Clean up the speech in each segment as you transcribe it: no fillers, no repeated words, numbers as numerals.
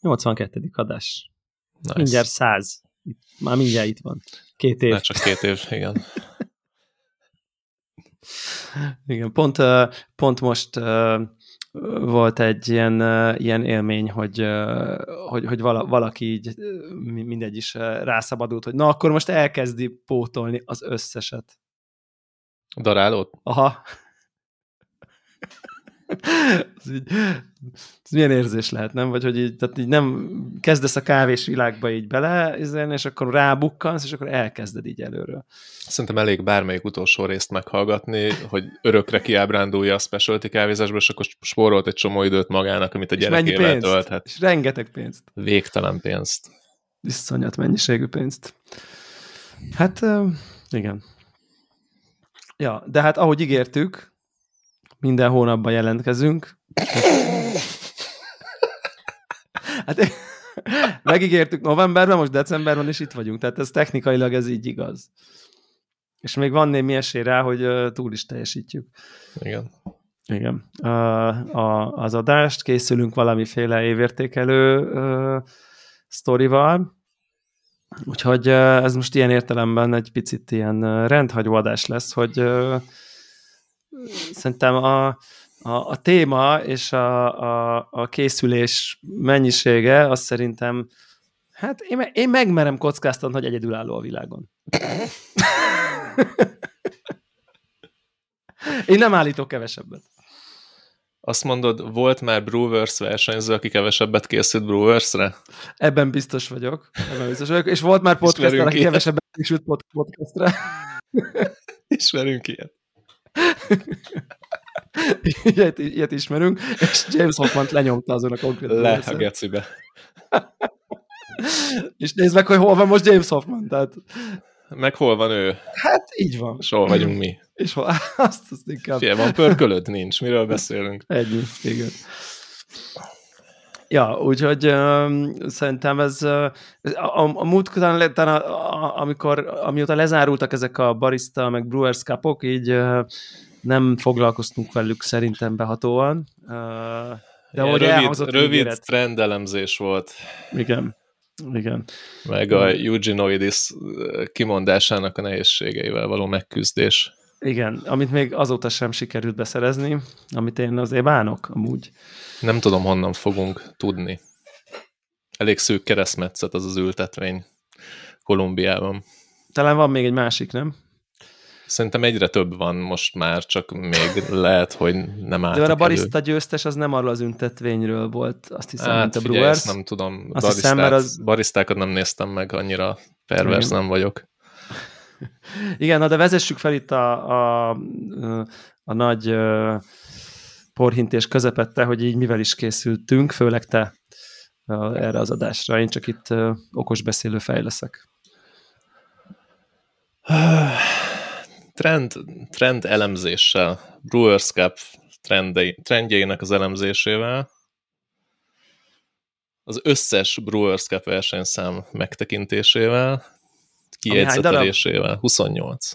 82. adás. Nice. Mindjárt 100. Már mindjárt itt van. 2 év. Már csak 2 év, igen. Igen, pont most volt egy ilyen élmény, hogy valaki így mindegy is rászabadult, hogy na akkor most elkezdi pótolni az összeset. Darálót? Aha. Ez milyen érzés lehet, nem? Vagy hogy így, tehát így nem kezdesz a kávés világba így bele, és akkor rábukkansz, és akkor elkezded így előről. Szerintem elég bármelyik utolsó részt meghallgatni, hogy örökre kiábrándulja a specialty kávézásba, és akkor spórolt egy csomó időt magának, amit a gyerekével tölthet. És rengeteg pénzt. Végtelen pénzt. Iszonyat mennyiségű pénzt. Hát, igen. Ja, de hát ahogy ígértük, minden hónapban jelentkezünk. Hát megígértük novemberben, most decemberben is itt vagyunk, tehát ez technikailag ez így igaz. És még van némi esély rá, hogy túl is teljesítjük. Igen. Az adást, készülünk valamiféle évértékelő sztorival, úgyhogy ez most ilyen értelemben egy picit ilyen rendhagyó adás lesz, hogy szerintem a téma és a készülés mennyisége, azt szerintem, hát én megmerem kockáztatni, hogy egyedülálló a világon. Én nem állítok kevesebbet. Azt mondod, volt már Brewers versenyző, aki kevesebbet készült Brewersre? Ebben biztos vagyok. És volt már podcast, aki kevesebbet készült podcastra. Ismerünk ilyet. Ilyet ismerünk, és James Hoffman-t lenyomta azon a konkrét a gecibe. És nézd meg, hogy hol van most James Hoffman. Tehát... Meg hol van ő? Hát így van. Soha vagyunk mi. És hol? Azt inkább... Fél van pörkölöd? Nincs. Miről beszélünk? Ennyi, igen. Ja, úgyhogy szerintem ez a múlt után, amióta lezárultak ezek a barista meg Brewers Cupok, így nem foglalkoztunk velük szerintem behatóan. De rövid trendelemzés volt. Igen. Meg a Eugenoidis kimondásának a nehézségeivel való megküzdés. Igen, amit még azóta sem sikerült beszerezni, amit én azért bánok amúgy. Nem tudom, honnan fogunk tudni. Elég szűk keresztmetszet az ültetvény Kolumbiában. Talán van még egy másik, nem? Szerintem egyre több van most már, csak még lehet, hogy nem álltak de a barista győztes az nem arról az üntetvényről volt, azt hiszem, mint a Brewers. Ezt nem tudom. Baristákat nem néztem meg, annyira pervers nem vagyok. Igen, de vezessük fel itt a nagy porhintés közepette, hogy így mivel is készültünk, főleg te erre az adásra. Én csak itt okos beszélő fej leszek. Trend elemzéssel, Brewers Cup trendjeinek az elemzésével, az összes Brewers Cup versenyszám megtekintésével, kijegyzetelésével. 28.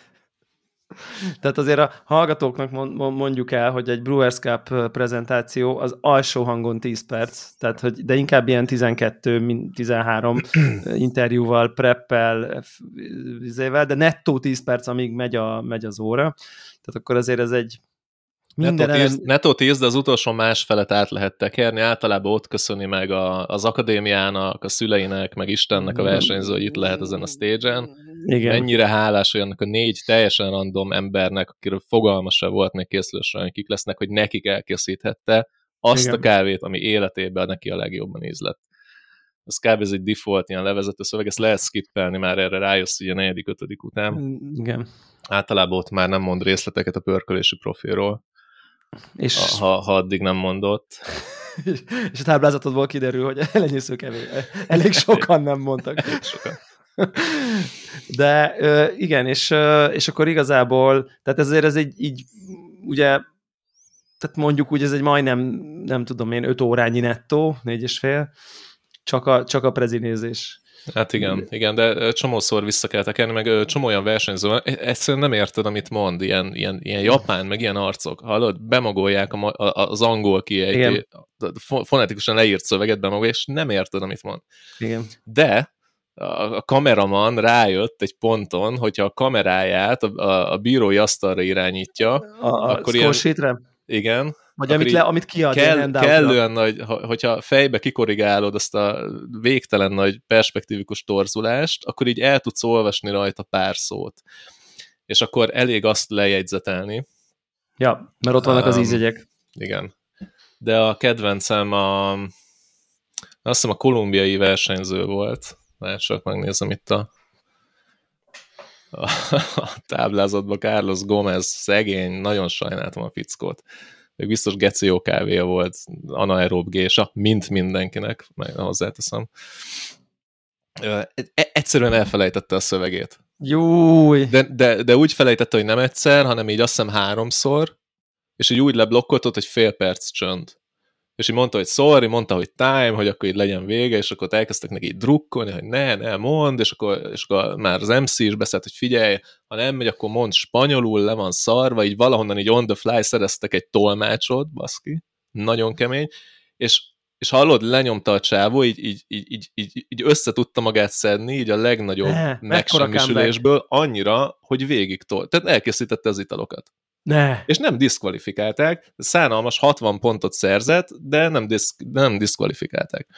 Tehát azért a hallgatóknak mondjuk el, hogy egy Brewers Cup prezentáció az alsó hangon 10 perc, tehát hogy, de inkább ilyen 12-13 interjúval, preppel, de nettó 10 perc, amíg megy az óra. Tehát akkor azért ez egy Netto 10, de az utolsó másfelet át lehet tekerni, általában ott köszöni meg az akadémiának, a szüleinek, meg Istennek a versenyző, hogy itt lehet ezen a stage-en. Igen. Mennyire hálás, hogy annak a 4 teljesen random embernek, akiről fogalma sem volt még készülésre, hogy kik lesznek, hogy nekik elkészíthette azt a kávét, ami életében neki a legjobban ízlett. Ez kb. Ez egy default ilyen levezető szöveg, ezt lehet skippelni, már erre rájössz ugye 4.-5. után. Igen. Általában ott már nem mond részleteket a pörkölési profilról. És... Ha addig nem mondott. És a táblázatodból kiderül, hogy elenyésző kevés. Elég sokan nem mondtak. Elég sokan. De igen, és akkor igazából, tehát ezért ez így ugye, tehát mondjuk úgy ez egy majdnem, nem tudom én, 5 órányi nettó, 4,5, csak a prezinézés. Hát igen, de csomószor vissza kell tekerni, meg csomó olyan versenyző van, egyszerűen nem érted, amit mond, ilyen japán, meg ilyen arcok, hallod, bemagolják az angol kiejtést, fonetikusan leírt szöveget bemagolják, és nem érted, amit mond. Igen. De a kameraman rájött egy ponton, hogyha a kameráját a bírói asztalra irányítja, akkor ilyen... Igen. Vagy amit kiad. Kellően nagy, hogyha fejbe kikorrigálod azt a végtelen nagy perspektívikus torzulást, akkor így el tudsz olvasni rajta pár szót. És akkor elég azt lejegyzetelni. Ja, mert ott vannak az ízjegyek. Igen. De a kedvencem azt hiszem a kolumbiai versenyző volt. Már csak megnézem itt a táblázatban Carlos Gómez, szegény, nagyon sajnáltam a fickót. Még biztos geci jó kávéja volt, anaerób gésa, mint mindenkinek, meg hozzáteszem. Egyszerűen elfelejtette a szövegét. Júj! De úgy felejtette, hogy nem egyszer, hanem így azt hiszem 3-szor, és így úgy leblokkoltott, hogy fél perc csönd. És így mondta, hogy sorry, mondta, hogy time, hogy akkor így legyen vége, és akkor elkezdtek neki így drukkolni, hogy ne, mondd, és akkor már az MC is beszélt, hogy figyelj, ha nem megy, akkor mondd spanyolul, le van szarva, így valahonnan így on the fly szereztek egy tolmácsot, baszki, nagyon kemény, és hallod, lenyomta a csávó, így össze tudta magát szedni, így a legnagyobb megsemmisülésből annyira, hogy végig tehát elkészítette az italokat. Ne. És nem diszkvalifikálták, szánalmas 60 pontot szerzett, de nem diszkvalifikálták.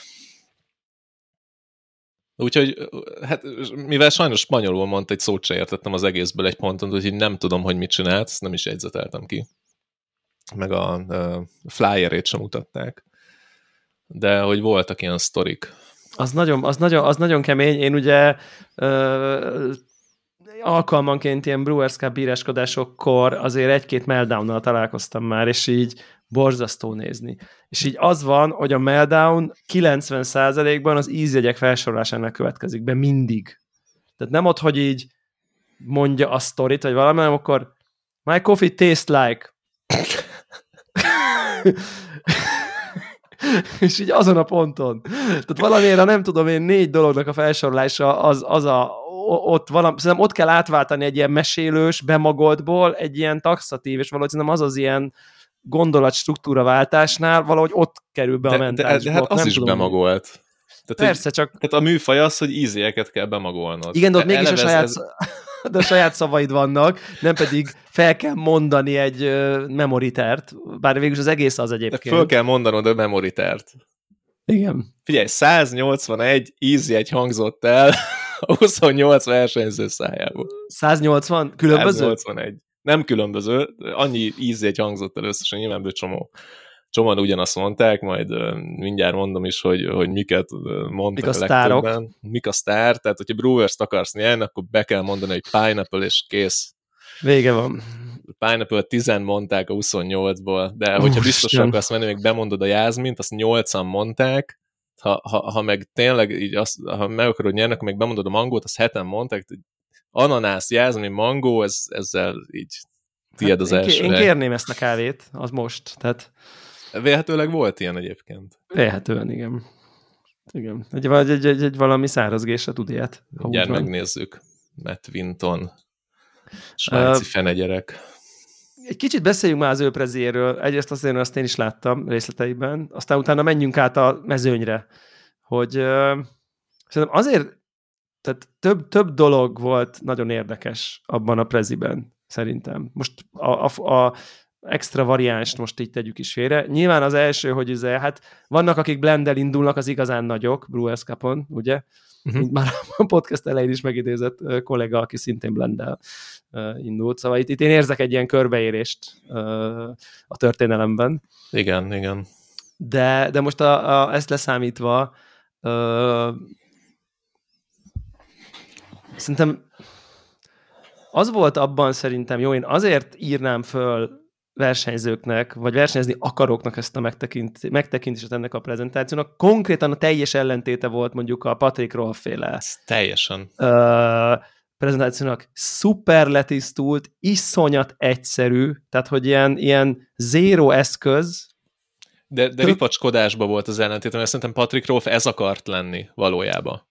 Úgyhogy, hát mivel sajnos spanyolul mondta, egy szót se értettem az egészből egy ponton, úgyhogy nem tudom, hogy mit csinált, ezt nem is jegyzeteltem ki. Meg a flyerét sem mutatták. De hogy voltak ilyen sztorik. Az nagyon kemény. Én ugye alkalmanként ilyen Brewers Cup bíráskodásokkor azért egy-két meltdownnal találkoztam már, és így borzasztó nézni. És így az van, hogy a meltdown 90%-ban az ízjegyek felsorolásánál következik be mindig. Tehát nem ott, hogy így mondja a sztorit, vagy valami, hanem akkor my coffee tastes like. És így azon a ponton. Tehát valamiért, nem tudom én, 4 dolognak a felsorolása az ott kell átváltani egy ilyen mesélős, bemagoltból egy ilyen taxatív, és valahogy nem az ilyen gondolatstruktúra váltásnál valahogy ott kerül be a mentális blokk. De hát az nem is tudom, bemagolt. Tehát, persze, csak... Tehát a műfaj az, hogy ízélyeket kell bemagolnod. Igen, de ott mégis a saját szavaid vannak, nem pedig fel kell mondani egy memoritert, bár végül az egész az egyébként. De föl kell mondanod a memoritert. Igen. Figyelj, 181 ízjegy hangzott el a 28 versenyző szájából. 180? Különböző? 181. Nem különböző, annyi ízjegy hangzott el összesen, nyilván csomóan ugyanazt mondták, majd mindjárt mondom is, hogy miket mondtak a legtöbben. Mik a sztár, tehát hogyha Brewers-t akarsz nyerni, akkor be kell mondani, hogy Pineapple és kész. Vége van. Pineapple 10 mondták a 28-ból, de hogyha biztos akarsz menni, még bemondod a Jászmint, azt 8-an mondták, ha meg tényleg így ha meg akarod nyerni, akkor még bemondod a mangót, azt 7-en mondták, ananász, Jászmin, mangó, ezzel így tiéd az első. Én kérném ezt a kávét, az most, tehát... Vélhetőleg volt ilyen egyébként. Vélhetően, igen. Igen. Egy valami szárazgésre tud ilyet. Mindjárt megnézzük. Matt Winton, svájci fenegyerek. Egy kicsit beszéljünk már az ő preziéről. Egyrészt azt én is láttam részleteiben, aztán utána menjünk át a mezőnyre, hogy szerintem azért, tehát több dolog volt nagyon érdekes abban a preziben, szerintem. Most a extra variánst most így tegyük is félre. Nyilván az első, hogy hát vannak, akik blendel indulnak, az igazán nagyok, Brewers Cupon, ugye? Mint már a podcast elején is megidézett kollega, aki szintén blendel indult. Szóval itt én érzek egy ilyen körbeérést a történelemben. Igen. De most ezt leszámítva szerintem az volt abban szerintem, jó, én azért írnám föl versenyzőknek, vagy versenyezni akaróknak ezt a megtekintését ennek a prezentációnak. Konkrétan a teljes ellentéte volt mondjuk a Patrick Rolfe-féle. Teljesen. Prezentációnak szuper letisztult, iszonyat egyszerű, tehát hogy ilyen zéró eszköz. De ripacskodásban volt az ellentéte, mert szerintem Patrick Rolfe ez akart lenni valójában.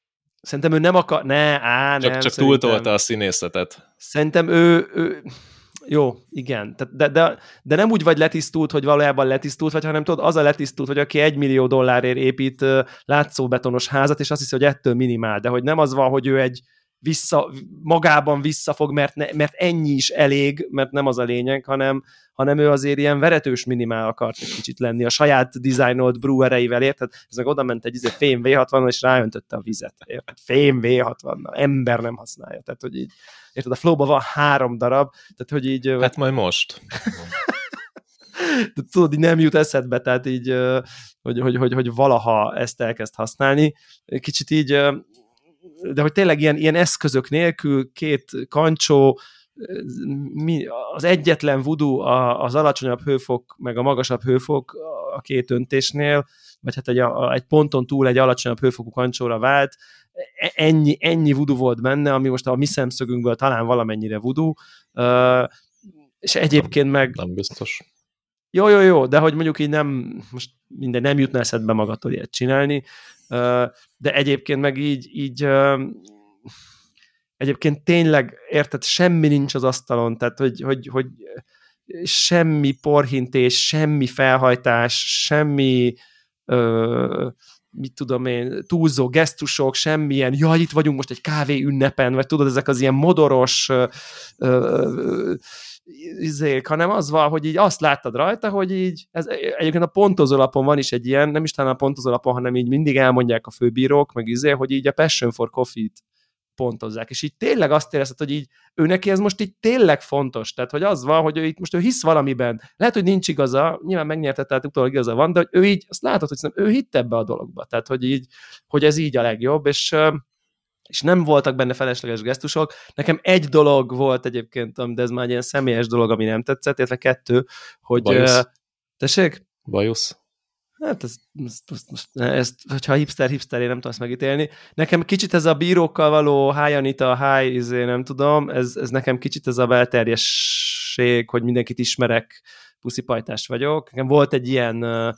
Szerintem ő nem akar... Csak túltolta a színészetet. Szerintem ő... Jó, igen. De nem úgy vagy letisztult, hogy valójában letisztult vagy, hanem tudod, az a letisztult, hogy aki $1 millió épít látszóbetonos házat, és azt hiszi, hogy ettől minimál. De hogy nem az van, hogy ő magában visszafog, mert ennyi is elég, mert nem az a lényeg, hanem ő azért ilyen veretős minimál akart egy kicsit lenni a saját dizájnolt brewereivel, érted? Ez meg oda ment egy fém V60-nal, és ráöntötte a vizet, érted? Fém V60-nal, ember nem használja, tehát hogy így, érted? A Flow-ban van 3 darab, tehát hogy így... Hát majd most. Tudod, így nem jut eszedbe, tehát így, hogy valaha ezt elkezd használni. Kicsit így... de hogy tényleg ilyen eszközök nélkül 2 kancsó, az egyetlen voodoo az alacsonyabb hőfok, meg a magasabb hőfok a 2 öntésnél, vagy hát egy ponton túl egy alacsonyabb hőfokú kancsóra vált, ennyi voodoo volt benne, ami most a mi szemszögünkből talán valamennyire voodoo, és egyébként meg... Nem biztos. Jó, de hogy mondjuk így most nem jutna eszedbe magadtól ilyet csinálni, de egyébként meg így egyébként tényleg, érted, semmi nincs az asztalon, tehát hogy semmi porhintés, semmi felhajtás, semmi mit tudom én, túlzó gesztusok, semmilyen, jaj, itt vagyunk most egy kávé ünnepen, vagy tudod, ezek az ilyen modoros hanem az van, hogy így azt láttad rajta, hogy így, egyébként a pontozólapon van is egy ilyen, nem is talán a pontozólapon, hanem így mindig elmondják a főbírók, meg hogy így a Passion for Coffee-t pontozzák, és így tényleg azt érezted, hogy így ő neki ez most így tényleg fontos, tehát hogy az van, hogy ő itt most ő hisz valamiben, lehet, hogy nincs igaza, nyilván megnyerte, tehát utólag igaza van, de hogy ő így, azt látod, hogy ő hitt ebbe a dologba, tehát hogy így, hogy ez így a legjobb, és nem voltak benne felesleges gesztusok. Nekem egy dolog volt egyébként, de ez már egy ilyen személyes dolog, ami nem tetszett, illetve 2, hogy... Bajusz. Tessék? Bajusz. Hát ezt hogyha hipster, én nem tudom ezt megítélni. Nekem kicsit ez a bírókkal való nem tudom, ez nekem kicsit ez a belterjesség, hogy mindenkit ismerek, puszipajtás vagyok. Nekem volt egy ilyen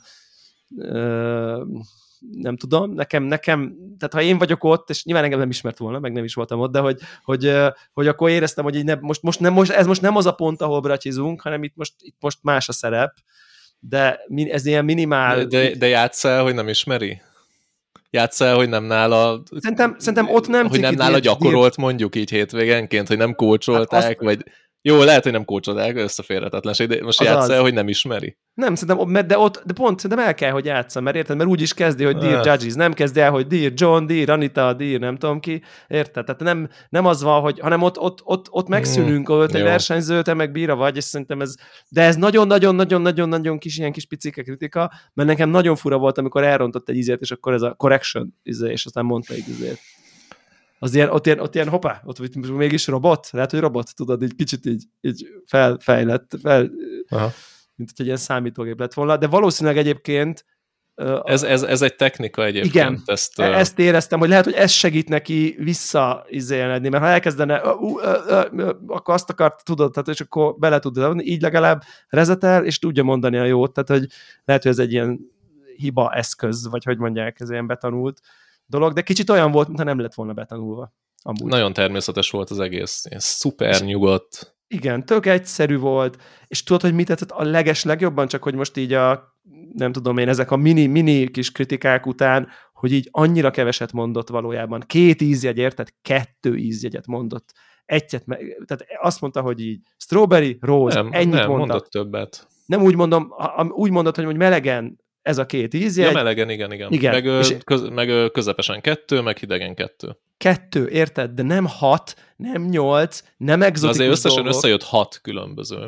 nem tudom, nekem, tehát ha én vagyok ott, és nyilván engem nem ismert volna, meg nem is voltam ott, de hogy akkor éreztem, hogy így ez most nem az a pont, ahol bratyizunk, hanem itt most más a szerep, de ez ilyen minimál... De játsz el, hogy nem ismeri? Játsz el, hogy nem nála... Szerintem ott nem... Hogy nem nála gyakorolt mondjuk így hétvégenként, hogy nem kócsolták, hát vagy... Jó, lehet, hogy nem kócsolták, összeférhetetlenség, de most játsz el, hogy nem ismeri. Nem, szerintem, de pont szerintem el kell, hogy játszam, mert érted? Mert úgy is kezdi, hogy Dear Judges, nem kezdi el, hogy Dear John, Dear Anita, Dear nem tudom ki, érted? Tehát nem az van, hogy, hanem ott megszűnünk, ott egy versenyző, te meg bíra vagy, és szerintem ez nagyon-nagyon-nagyon-nagyon kis ilyen kis picike kritika, mert nekem nagyon fura volt, amikor elrontott egy ízét, és akkor ez a correction ízé, és aztán mondta egy ízét. Az ilyen, ott ilyen hoppá, ott mégis robot, lehet, hogy robot, tudod, így kicsit így fejlett, mint hogy egy ilyen számítógép lett volna, de valószínűleg egyébként ez egy technika egyébként. Igen, ezt éreztem, hogy lehet, hogy ez segít neki visszaizélni, mert ha elkezdene, akkor azt akart, tudod, tehát, és akkor bele tudod, így legalább rezetel, és tudja mondani a jót, tehát, hogy lehet, hogy ez egy ilyen hiba eszköz, vagy hogy mondják, ez ilyen betanult dolog, de kicsit olyan volt, mintha nem lett volna betanulva. Amúgy. Nagyon természetes volt az egész, ilyen szuper nyugodt. Igen, tök egyszerű volt, és tudod, hogy mit tetszett a legjobban, csak hogy most így nem tudom én, ezek a mini kis kritikák után, hogy így annyira keveset mondott valójában. 2 ízjegy, érted? 2 ízjegyet mondott. Tehát azt mondta, hogy így strawberry, rose, ennyit mondott többet. Nem úgy mondom, úgy mondott, hogy melegen ez a 2 ízjegy. Ja, melegen, igen. Meg közepesen 2, meg hidegen 2. 2, érted? De nem 6, nem 8, nem egzotikus azért összesen dolgok. Összejött 6 különböző.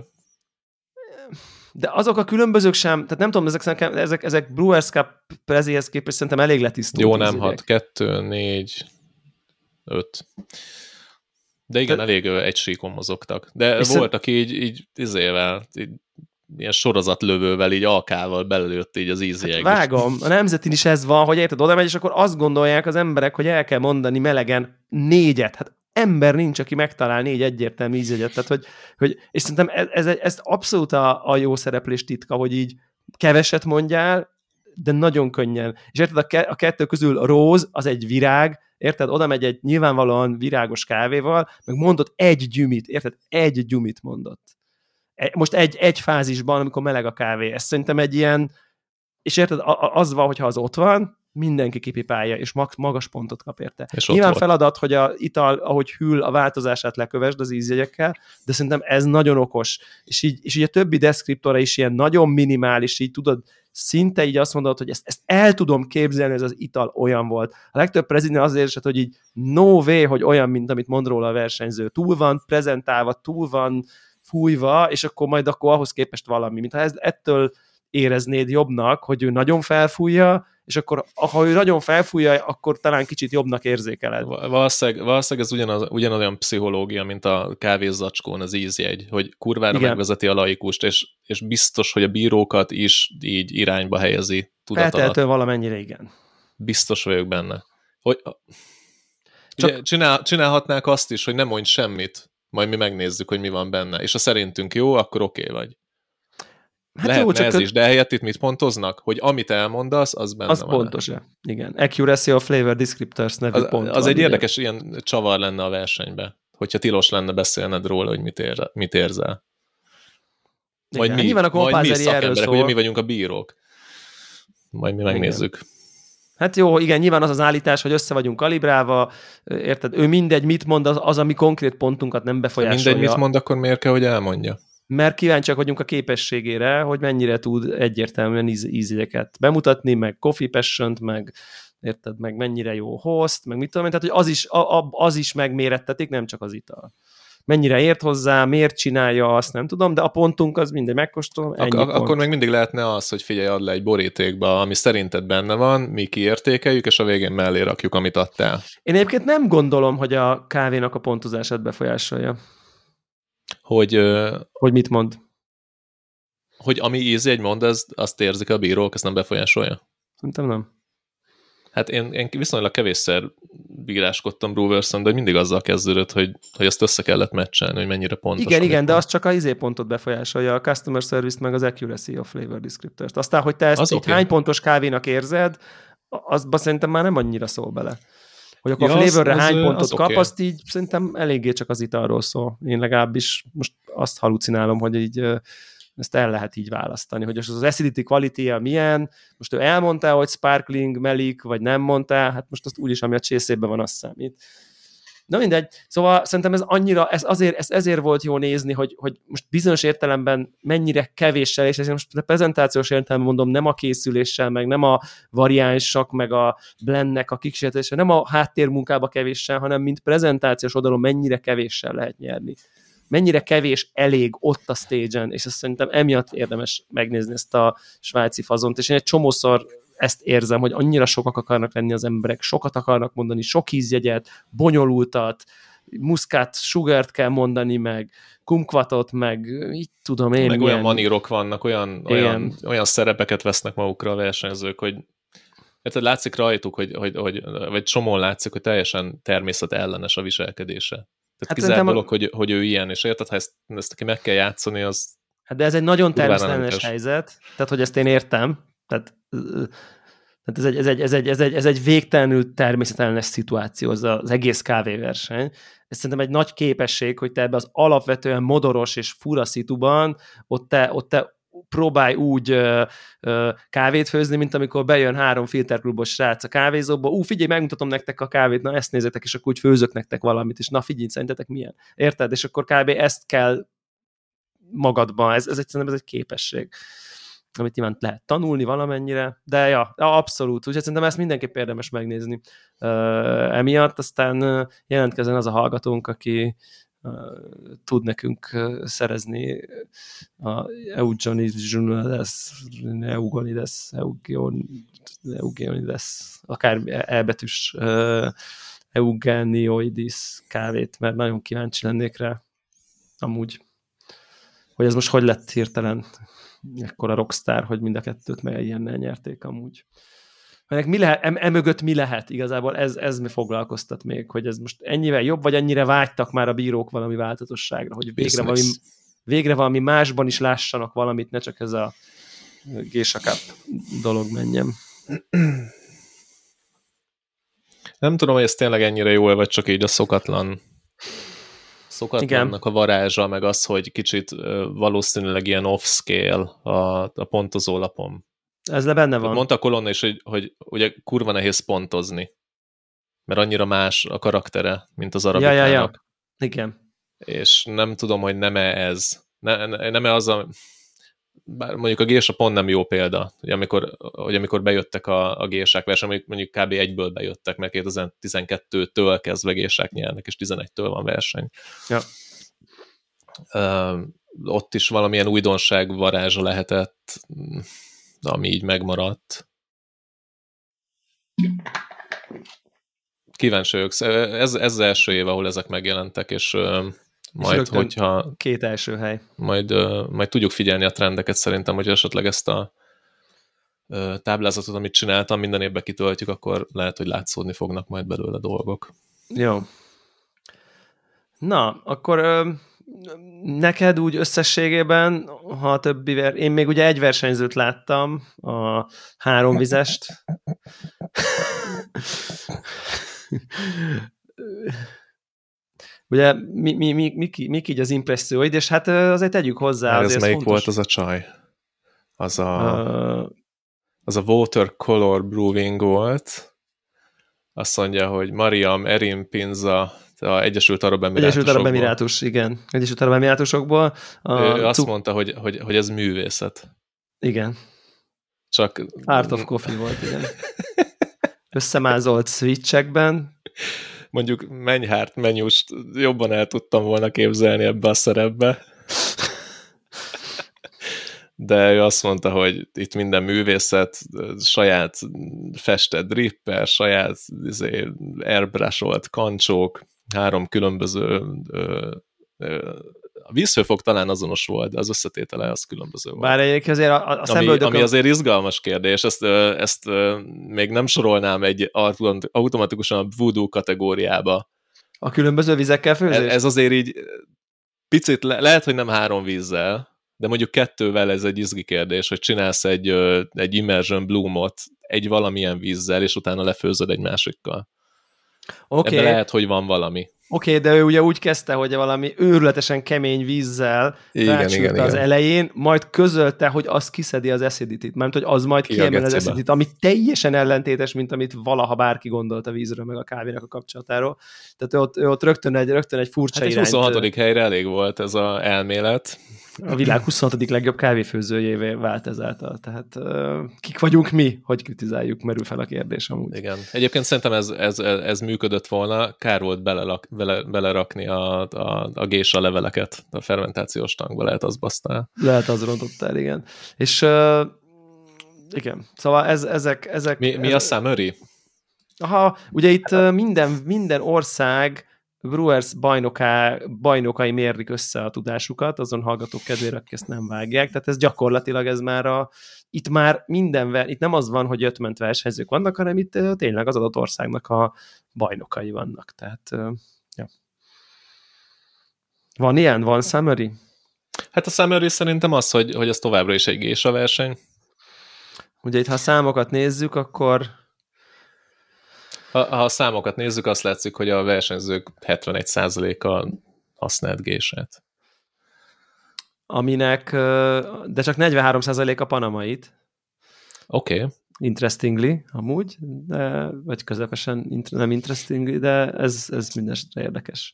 De azok a különbözők sem, tehát nem tudom, ezek Brewers Cup prezéhez képest szerintem elég letisztult. Jó, nem 6, 2, 4, 5. De igen, elég egy síkon mozogtak. De voltak így izével, ilyen sorozatlövővel, így alkával belőtt így az ízjeg. Hát vágom, a nemzetin is ez van, hogy érted, oda megy, és akkor azt gondolják az emberek, hogy el kell mondani melegen 4. Hát ember nincs, aki megtalál 4 egyértelmű ízjegyet. Tehát, hogy és szerintem ez abszolút a jó szereplés titka, hogy így keveset mondjál, de nagyon könnyen. És érted, a 2 közül a rose, az egy virág, Érted? Oda megy egy nyilvánvalóan virágos kávéval, meg mondott egy gyümit, érted? Egy gyümit mondott. Most egy fázisban, amikor meleg a kávé. Ez szerintem egy ilyen, és érted, az van, hogyha az ott van, mindenki kipipálja, és magas pontot kap érte. És nyilván feladat, hogy a ital, ahogy hűl, a változását lekövesd az ízjegyekkel, de szerintem ez nagyon okos. És így a többi descriptora is ilyen nagyon minimális, így tudod, szinte így azt mondod, hogy ezt el tudom képzelni, hogy ez az ital olyan volt. A legtöbb prezident azért esett, hogy így no way, hogy olyan, mint amit mond róla a versenyző. Túl van prezentálva, túl van fújva, és akkor ahhoz képest valami. Mintha ettől éreznéd jobbnak, hogy ő nagyon felfújja, és akkor, ha ő nagyon felfújja, akkor talán kicsit jobbnak érzékeled. Valószínűleg ez ugyanolyan pszichológia, mint a kávézacskón az ízjegy, hogy kurvára megvezeti a laikust, és biztos, hogy a bírókat is így irányba helyezi tudat alatt. Feltehetően valamennyire igen. Biztos vagyok benne. Hogy, ugye, csinálhatnák azt is, hogy nem mondj semmit, majd mi megnézzük, hogy mi van benne, és ha szerintünk jó, akkor oké vagy. Hát lehetne ez is, de helyett itt mit pontoznak? Hogy amit elmondasz, az benne az van. Az pontos-e? Igen. Accuracy of Flavor Descriptors nevű pont. Az egy érdekes ilyen csavar lenne a versenybe, hogyha tilos lenne beszélned róla, hogy mit érzel. Majd mi szakemberek, ugye mi vagyunk a bírók. Majd mi megnézzük. Igen. Hát jó, igen, nyilván az állítás, hogy össze vagyunk kalibrálva, érted? Ő mindegy, mit mond, az ami konkrét pontunkat nem befolyásolja. Mindegy, mit mond, akkor miért kell, hogy elmondja? Mert kíváncsiak vagyunk a képességére, hogy mennyire tud egyértelműen ízjegyeket bemutatni, meg Coffee Passion-t, meg érted, meg mennyire jó host, meg mit tudom én, tehát hogy az is megmérettetik, nem csak az ital. Mennyire ért hozzá, miért csinálja, azt nem tudom, de a pontunk az mindegy, megkóstolom, ennyi pont. Akkor meg mindig lehetne az, hogy figyelj, add le egy borítékba, ami szerinted benne van, mi kiértékeljük, és a végén mellé rakjuk, amit adtál. Én egyébként nem gondolom, hogy a kávénak a pontozását befolyásolja. Hogy mit mond? Hogy ami ízjegy mond, azt érzik a bírók, ezt nem befolyásolja? Szerintem nem. Hát én viszonylag kevésszer bíráskodtam Brewerson, de mindig azzal kezdődött, hogy ezt össze kellett meccselni, hogy mennyire pontos. Igen, de az csak a pontot befolyásolja, a customer service-t meg az accuracy of flavor descriptors-t. Aztán, hogy te ezt így hány pontos kávénak érzed, azba szerintem már nem annyira szól bele. Hogy akkor a flavorre hány pontot kap, azt így szerintem eléggé csak az italról szól. Én legalábbis most azt halucinálom, hogy így ezt el lehet így választani, hogy az acidity quality-ja milyen, most ő elmondta, hogy sparkling, melik, vagy nem mondta, hát most azt úgyis, ami a csészében van, az számít. Na mindegy, szóval szerintem ez ezért volt jó nézni, hogy most bizonyos értelemben mennyire kevéssel, és most a prezentációs értelemben mondom, nem a készüléssel, meg nem a variánsak, meg a blendnek a kísérletése, nem a háttérmunkába kevéssel, hanem mint prezentációs oldalon mennyire kevéssel lehet nyerni. Mennyire kevés elég ott a stage-en, és azt szerintem emiatt érdemes megnézni ezt a svájci fazont, és én egy csomószor ezt érzem, hogy annyira sokak akarnak lenni az emberek, sokat akarnak mondani, sok ízjegyet, bonyolultat, muszkát, sugart kell mondani, meg kumkvatot, meg így tudom én. Meg olyan manírok vannak, olyan szerepeket vesznek magukra a versenyzők, hogy látszik rajtuk, vagy csomón látszik, hogy teljesen természetellenes a viselkedése. Tehát kizárt dolog, hogy ő ilyen, és érted, ha ezt aki meg kell játszani, az... Hát de ez egy nagyon természetes helyzet, tehát hogy ezt én értem, tehát ez egy végtelenül természetellenes szituáció, az egész kávéverseny. Ez szerintem egy nagy képesség, hogy te ebbe az alapvetően modoros és fura szituban ott te próbálj úgy kávét főzni, mint amikor bejön 3 filterklubos srác a kávézóba, figyelj, megmutatom nektek a kávét, na ezt nézzetek, és akkor úgy főzök nektek valamit, és na figyelj, szerintetek milyen? Érted? És akkor kb. Ezt kell magadban, ez egy képesség, amit nyilván lehet tanulni valamennyire, de ja, abszolút, úgyhogy szerintem ezt mindenképp érdemes megnézni emiatt, aztán jelentkezzen az a hallgatónk, tud nekünk szerezni a Eugenides, akár elbetűs Eugenioidis kávét, mert nagyon kíváncsi lennék rá amúgy, hogy ez most hogy lett hirtelen ekkora rockstar, hogy mind a kettőt meg ilyennel nyerték amúgy. Mi lehet, emögött mi lehet? Igazából ez mi foglalkoztat még, hogy ez most ennyivel jobb, vagy ennyire vágytak már a bírók valami változatosságra, hogy végre valami másban is lássanak valamit, ne csak ez a Geisha Cup dolog menjen. Nem tudom, hogy ez tényleg ennyire jól, vagy csak így a szokatlannak a varázsa, meg az, hogy kicsit valószínűleg ilyen off-scale a pontozólapom. Ez benne van. Mondta Kolonna is, hogy ugye kurva nehéz pontozni, mert annyira más a karaktere, mint az arabikának. Ja. Igen. És nem tudom, hogy nem-e ez. Nem-e az bár mondjuk a Gésa pont nem jó példa, hogy amikor bejöttek a Gésák verseny, mondjuk kb. Egyből bejöttek, mert 2012-től kezdve Gésák nyernek, és 11-től van verseny. Ja. Ott is valamilyen újdonság varázsa lehetett, ami így megmaradt. Kíváncsi vagyok. Ez az első év, ahol ezek megjelentek, és majd, hogyha... 2 első hely. Majd tudjuk figyelni a trendeket szerintem, hogy esetleg ezt a táblázatot, amit csináltam, minden évben kitöltjük, akkor lehet, hogy látszódni fognak majd belőle dolgok. Jó. Na, akkor neked úgy összességében, ha a többi én még ugye egy versenyzőt láttam, a 3 vizest. Ugye mik így az impresszióid, és hát azért tegyük hozzá. Ez melyik fontos. Volt az a csaj? Az a Watercolor Brewing volt. Azt mondja, hogy Mariam Erin Pinza, az Egyesült Arab Emirátus, igen. Egyesült Arab Emirátusokból. Ő azt mondta, hogy ez művészet. Igen. Csak... Art of Coffee volt, igen. Összemázolt switchekben. Mondjuk Mennyhárt menyust jobban el tudtam volna képzelni ebbe a szerepbe. De ő azt mondta, hogy itt minden művészet, saját festett dripper, saját airbrush-olt kancsók, 3 különböző a vízfőfok talán azonos volt, de az összetétele az különböző volt. Bár egyébként azért a szemöldökön... Ami azért izgalmas kérdés, ezt még nem sorolnám egy automatikusan a voodoo kategóriába. A különböző vizekkel főzés? Ez azért így picit, lehet, hogy nem 3 vízzel, de mondjuk 2-vel ez egy izgi kérdés, hogy csinálsz egy immersion bloomot egy valamilyen vízzel, és utána lefőzöd egy másikkal. Okay. Ebben lehet, hogy van valami. Oké, de ő ugye úgy kezdte, hogy valami őrületesen kemény vízzel rácsúrta az elején, majd közölte, hogy az kiszedi az acidity-t, mert hogy az majd kiemel az acidity-t, ami teljesen ellentétes, mint amit valaha bárki gondolt a vízről, meg a kávénak a kapcsolatáról. Tehát ő ott rögtön egy furcsa irányt... 26. helyre elég volt ez az elmélet. A világ 26. legjobb kávéfőzőjévé vált ezáltal. Tehát kik vagyunk mi, hogy kritizáljuk, merül fel a kérdés amúgy. Igen. Egyébként szerintem ez működött volna, kár volt belerakni a gésa leveleket a fermentációs tankba, lehet az basztál. Lehet az rontottál, igen. És igen, szóval ezek... Mi a summary? Aha, ugye itt minden ország Brewers bajnokai mérlik össze a tudásukat, azon hallgatók kedvére, akik ezt nem vágják, tehát ez gyakorlatilag ez már itt már itt nem az van, hogy 5 ment versenyzők vannak, hanem itt tényleg az adott országnak a bajnokai vannak, tehát ja. Van ilyen? Van summary? Hát a summary szerintem az, hogy ez továbbra is egy gésa verseny. Ugye itt, ha a számokat nézzük, akkor ha a számokat nézzük, azt látszik, hogy a versenyzők 71%-a használt gésát. Aminek, de csak 43% a panamait. Oké. Interestingly, amúgy, vagy közepesen nem interestingly, de ez mindenesetre érdekes.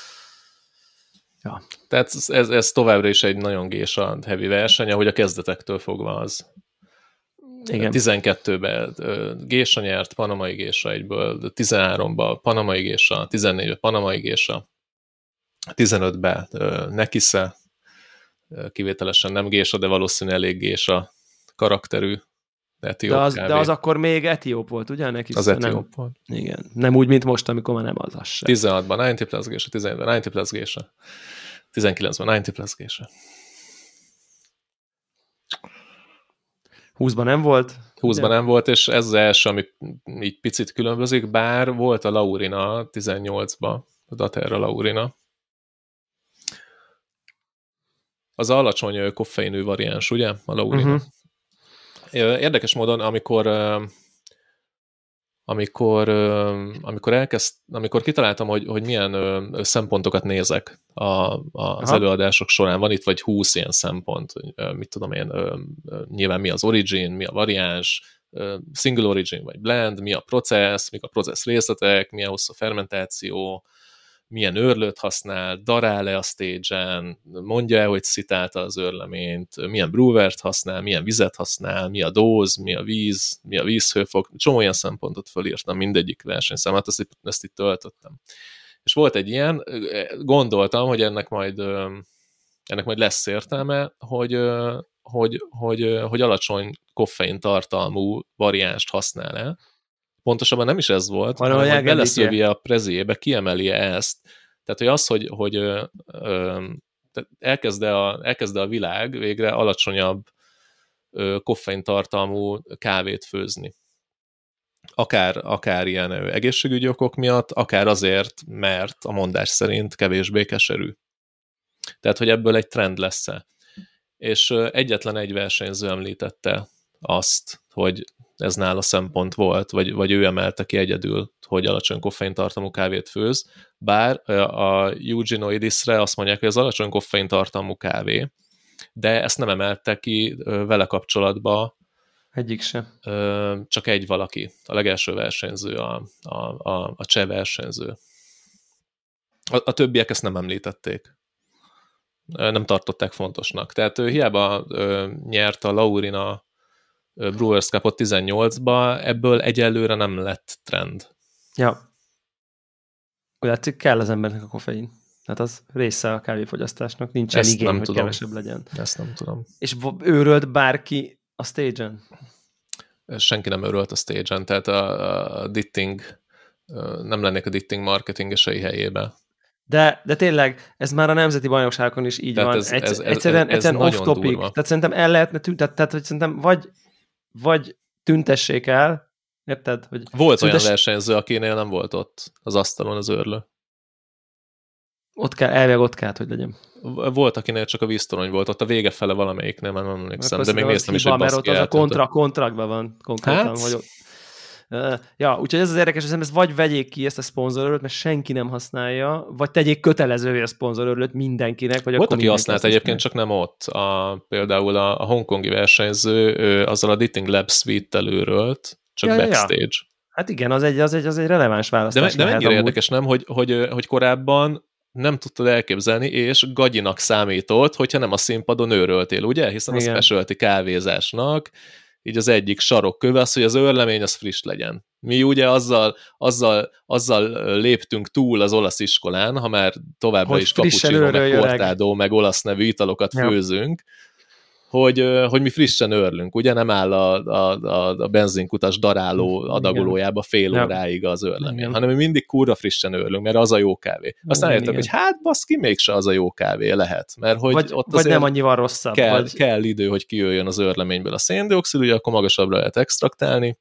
Ja. Tehát ez továbbra is egy nagyon gésa heavy verseny, ahogy a kezdetektől fogva az. Igen. 12-ben gésa nyert, panamai gésa egyből, 13-ban panamai gésa, 14-ben panamai gésa, 15-ben Nekisze, kivételesen nem gésa, de valószínű elég gésa karakterű etióp de az akkor még etióp volt, ugye? Nekisze, az etióp volt. Igen. Nem úgy, mint most, amikor már nem az sem. 16-ban 90 plus gésa, 17-ben 90 plus gésa, 19-ben 90 plus gésa. 20-ban nem volt? 20-ban nem volt, és ez az első, ami így picit különbözik, bár volt a Laurina 18-ban, a Daterra Laurina. Az alacsony koffeinű variáns, ugye? A Laurina. Uh-huh. Érdekes módon, amikor amikor kitaláltam, hogy milyen szempontokat nézek az előadások során, van itt vagy 20 ilyen szempont, mit tudom én, nyilván mi az origin, mi a variáns, single origin vagy blend, mi a process, mik a process részletek, milyen hosszú a fermentáció, milyen őrlőt használ, darál-e a stage-en, mondja-e, hogy szitálta az őrleményt, milyen brewert használ, milyen vizet használ, mi a dóz, mi a víz, mi a vízhőfok, csomó olyan szempontot fölírtam mindegyik versenyszámát, ezt itt töltöttem. És volt egy ilyen, gondoltam, hogy ennek majd lesz értelme, hogy alacsony koffein tartalmú variánst használ-e. Pontosabban nem is ez volt, hanem hogy beleszövi a preziébe, kiemeli ezt. Tehát, hogy az, hogy elkezd a világ végre alacsonyabb koffein tartalmú kávét főzni. Akár ilyen egészségügyi okok miatt, akár azért, mert a mondás szerint kevésbé keserű. Tehát, hogy ebből egy trend lesz-e. És egyetlen egy versenyző említette azt, hogy ez nála szempont volt, vagy ő emelte ki egyedül, hogy alacsony koffeintartalmú kávét főz, bár a Eugenoidisre azt mondják, hogy az alacsony koffeintartalmú kávé, de ezt nem emelte ki vele kapcsolatban. Egyik se. Csak egy valaki, a legelső versenyző, a cseh versenyző. A többiek ezt nem említették. Nem tartották fontosnak. Tehát hiába nyert a Laurin a Brewers Cup-ot 18-ba, ebből egyelőre nem lett trend. Ja. Úgy látszik, kell az embernek a koffein. Tehát az része a kávéfogyasztásnak. Nincsen ezt igény, hogy kevesebb legyen. Ezt nem tudom. És őrölt bárki a stage-en? Senki nem őrölt a stage-en, tehát a ditting, nem lennék a ditting marketingesei helyébe. De tényleg, ez már a nemzeti bajnokságokon is így tehát van. Egyszerűen off-topic. Tehát szerintem el lehetne tehát hogy szerintem vagy tüntessék el, érted? Hogy volt olyan versenyző, akinél nem volt ott az asztalon az őrlő. Elvileg ott kellett, hogy legyen. Volt, akinél csak a víztorony volt, ott a vége fele valamelyiknél, már nem emlékszem, de még néztem is, hogy baszki mert ott az a kontraktban van konkrétan, hogy ott. Ja, úgyhogy ez az érdekes, hogy ezt vagy vegyék ki ezt a szponzorőröt, mert senki nem használja, vagy tegyék kötelezővé a szponzorőröt mindenkinek. Vagy volt, aki használt egyébként, csak nem ott. Például a hongkongi versenyző azzal a Ditting Lab Suite-tel őrölt, csak backstage. Ja. Hát igen, az egy releváns választás. De mennyire érdekes, nem, hogy korábban nem tudtad elképzelni, és gagyinak számított, hogyha nem a színpadon őröltél, ugye? Hiszen igen. A specialty kávézásnak így az egyik sarokköve az, hogy az őrlemény az friss legyen. Mi ugye azzal léptünk túl az olasz iskolán, ha már továbbra is cappuccino, meg cortado, meg olasz nevű italokat főzünk, hogy mi frissen őrlünk, ugye nem áll a benzinkutas daráló adagolójába fél óráig az őrlemény, hanem mi mindig kurva frissen őrlünk, mert az a jó kávé. Aztán jöttek, hogy hát baszki, mégse az a jó kávé lehet, mert hogy vagy, ott vagy nem annyival rosszabb. Kell idő, hogy kijöjjön az őrleményből a széndioxid, ugye akkor magasabbra lehet extraktálni.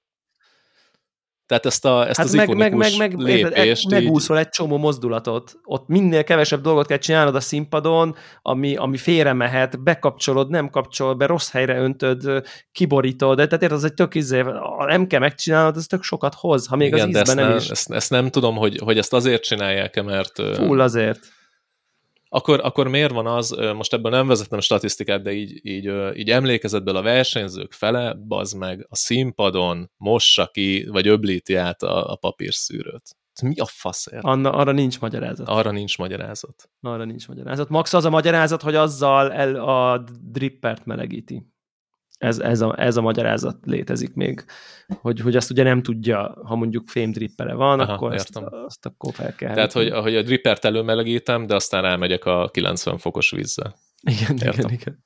Tehát ezt az ikonikus lépést... Megúszol egy csomó mozdulatot. Ott minél kevesebb dolgot kell csinálnod a színpadon, ami félre mehet, bekapcsolod, nem kapcsolod be, rossz helyre öntöd, kiborítod, tehát az egy tök nem kell megcsinálnod, ez tök sokat hoz, ha még igen, az ízben nem is. Ezt nem tudom, hogy ezt azért csinálják-e, mert... Full azért. Akkor miért van az, most ebből nem vezettem statisztikát, de így emlékezetből a versenyzők fele, bazd meg a színpadon mossa ki, vagy öblíti át a papírszűrőt. Mi a faszért? Arra nincs magyarázat. Arra nincs magyarázat. Max az a magyarázat, hogy azzal a drippert melegíti. Ez a magyarázat létezik még, hogy azt ugye nem tudja, ha mondjuk fémdrippere van, akkor azt akkor fel kell. Tehát, hogy a drippert előmelegítem, de aztán rámegyek a 90 fokos vízzel. Igen.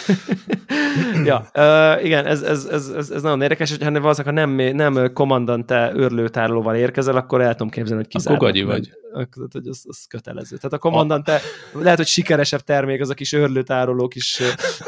Ja, igen, ez nagyon érdekes, hogy valószínűleg nem kommandante őrlőtárolóval érkezel, akkor el tudom képzelni, hogy kizárnak. Akkor gagyi vagy. Hogy az kötelező. Tehát a kommandante lehet, hogy sikeresebb termék az a kis őrlőtároló kis...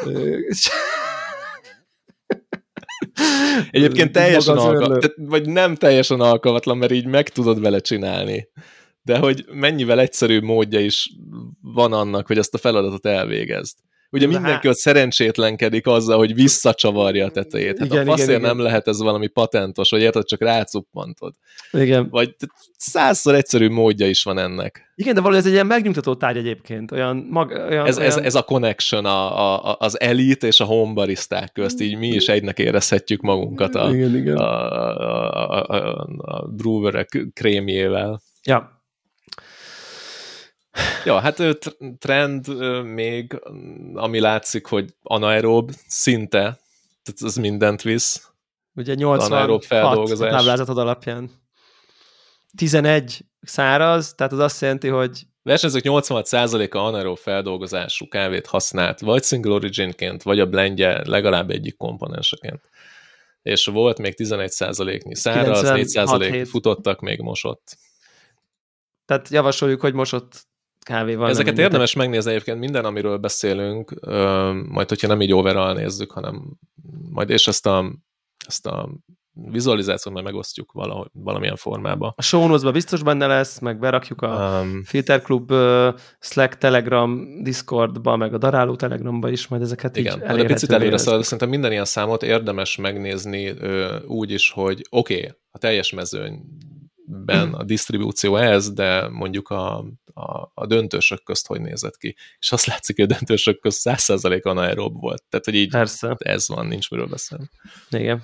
Egyébként teljesen alkalmatlan, vagy nem teljesen alkalmatlan, mert így meg tudod vele csinálni. De hogy mennyivel egyszerűbb módja is van annak, hogy ezt a feladatot elvégezd. ugye mindenki ott szerencsétlenkedik azzal, hogy visszacsavarja a tetejét. Hát igen, a faszért nem lehet ez valami patentos, vagy érted, csak rácuppantod. Igen. Vagy 100-szor egyszerű módja is van ennek. Igen, de valahogy ez egy ilyen megnyugtató tárgy egyébként. Ez a connection az elit és a homebariszták közt, így mi is egynek érezhetjük magunkat a brewerek krémjével. Ja. Ja, hát trend még, ami látszik, hogy anaerób szinte, tehát az mindent visz. Ugye 86 táblázatod alapján. 11 száraz, tehát az azt jelenti, hogy versenyzők 86%-a anaerób feldolgozású kávét használt, vagy single originként, vagy a blendje legalább egyik komponenseként. És volt még 11%-nyi száraz, 4% futottak, még mosott. Tehát javasoljuk, hogy mosott kávéval. Ezeket érdemes megnézni egyébként, minden, amiről beszélünk, majd hogyha nem így overall nézzük, hanem majd és ezt a vizualizációt majd megosztjuk valamilyen formába. A show notes-ban biztos benne lesz, meg berakjuk a Filter Club Slack, Telegram, Discordba, meg a Daráló Telegramban is, majd ezeket igen, így elérhetővé. De picit előre szalad, szerintem minden ilyen számot érdemes megnézni úgy is, hogy oké, a teljes mezőnyben a disztribúció ez, de mondjuk a döntősök közt hogy nézett ki. És azt látszik, hogy a döntősök közt 100% anaerób volt. Tehát, hogy így persze. Ez van, nincs miről beszélni. Igen.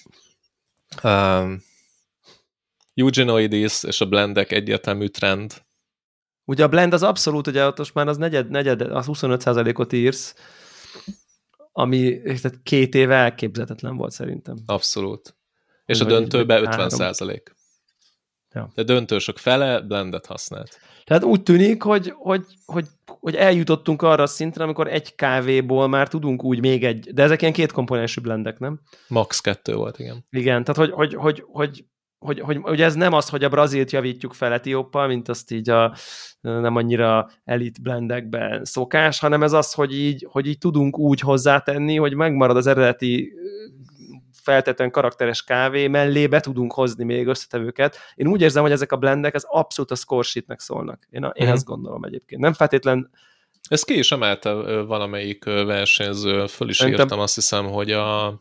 Eugenioides és a blendek egyértelmű trend. Ugye a blend az abszolút, ugye ott most már az negyed az 25%-ot írsz, ami 2 éve elképzelhetetlen volt szerintem. Abszolút. És a döntőben 50%. Ja. De döntősök fele blendet használt. Tehát úgy tűnik, hogy eljutottunk arra a szintre, amikor egy kávéból már tudunk úgy még egy, de ezek ilyen 2 komponensű blendek, nem? Max 2 volt, igen. Igen, tehát hogy ez nem az, hogy a Brazilt javítjuk fel Etióppal, mint azt így a nem annyira elit blendekben szokás, hanem ez az, hogy így tudunk úgy hozzátenni, hogy megmarad az eredeti feltétlenül karakteres kávé mellé be tudunk hozni még összetevőket. Én úgy érzem, hogy ezek a blendek ez abszolút a score sheetnek szólnak. Én azt gondolom egyébként. Nem feltétlen... Ez ki is emelte valamelyik versenyző, föl is írtam, azt hiszem, hogy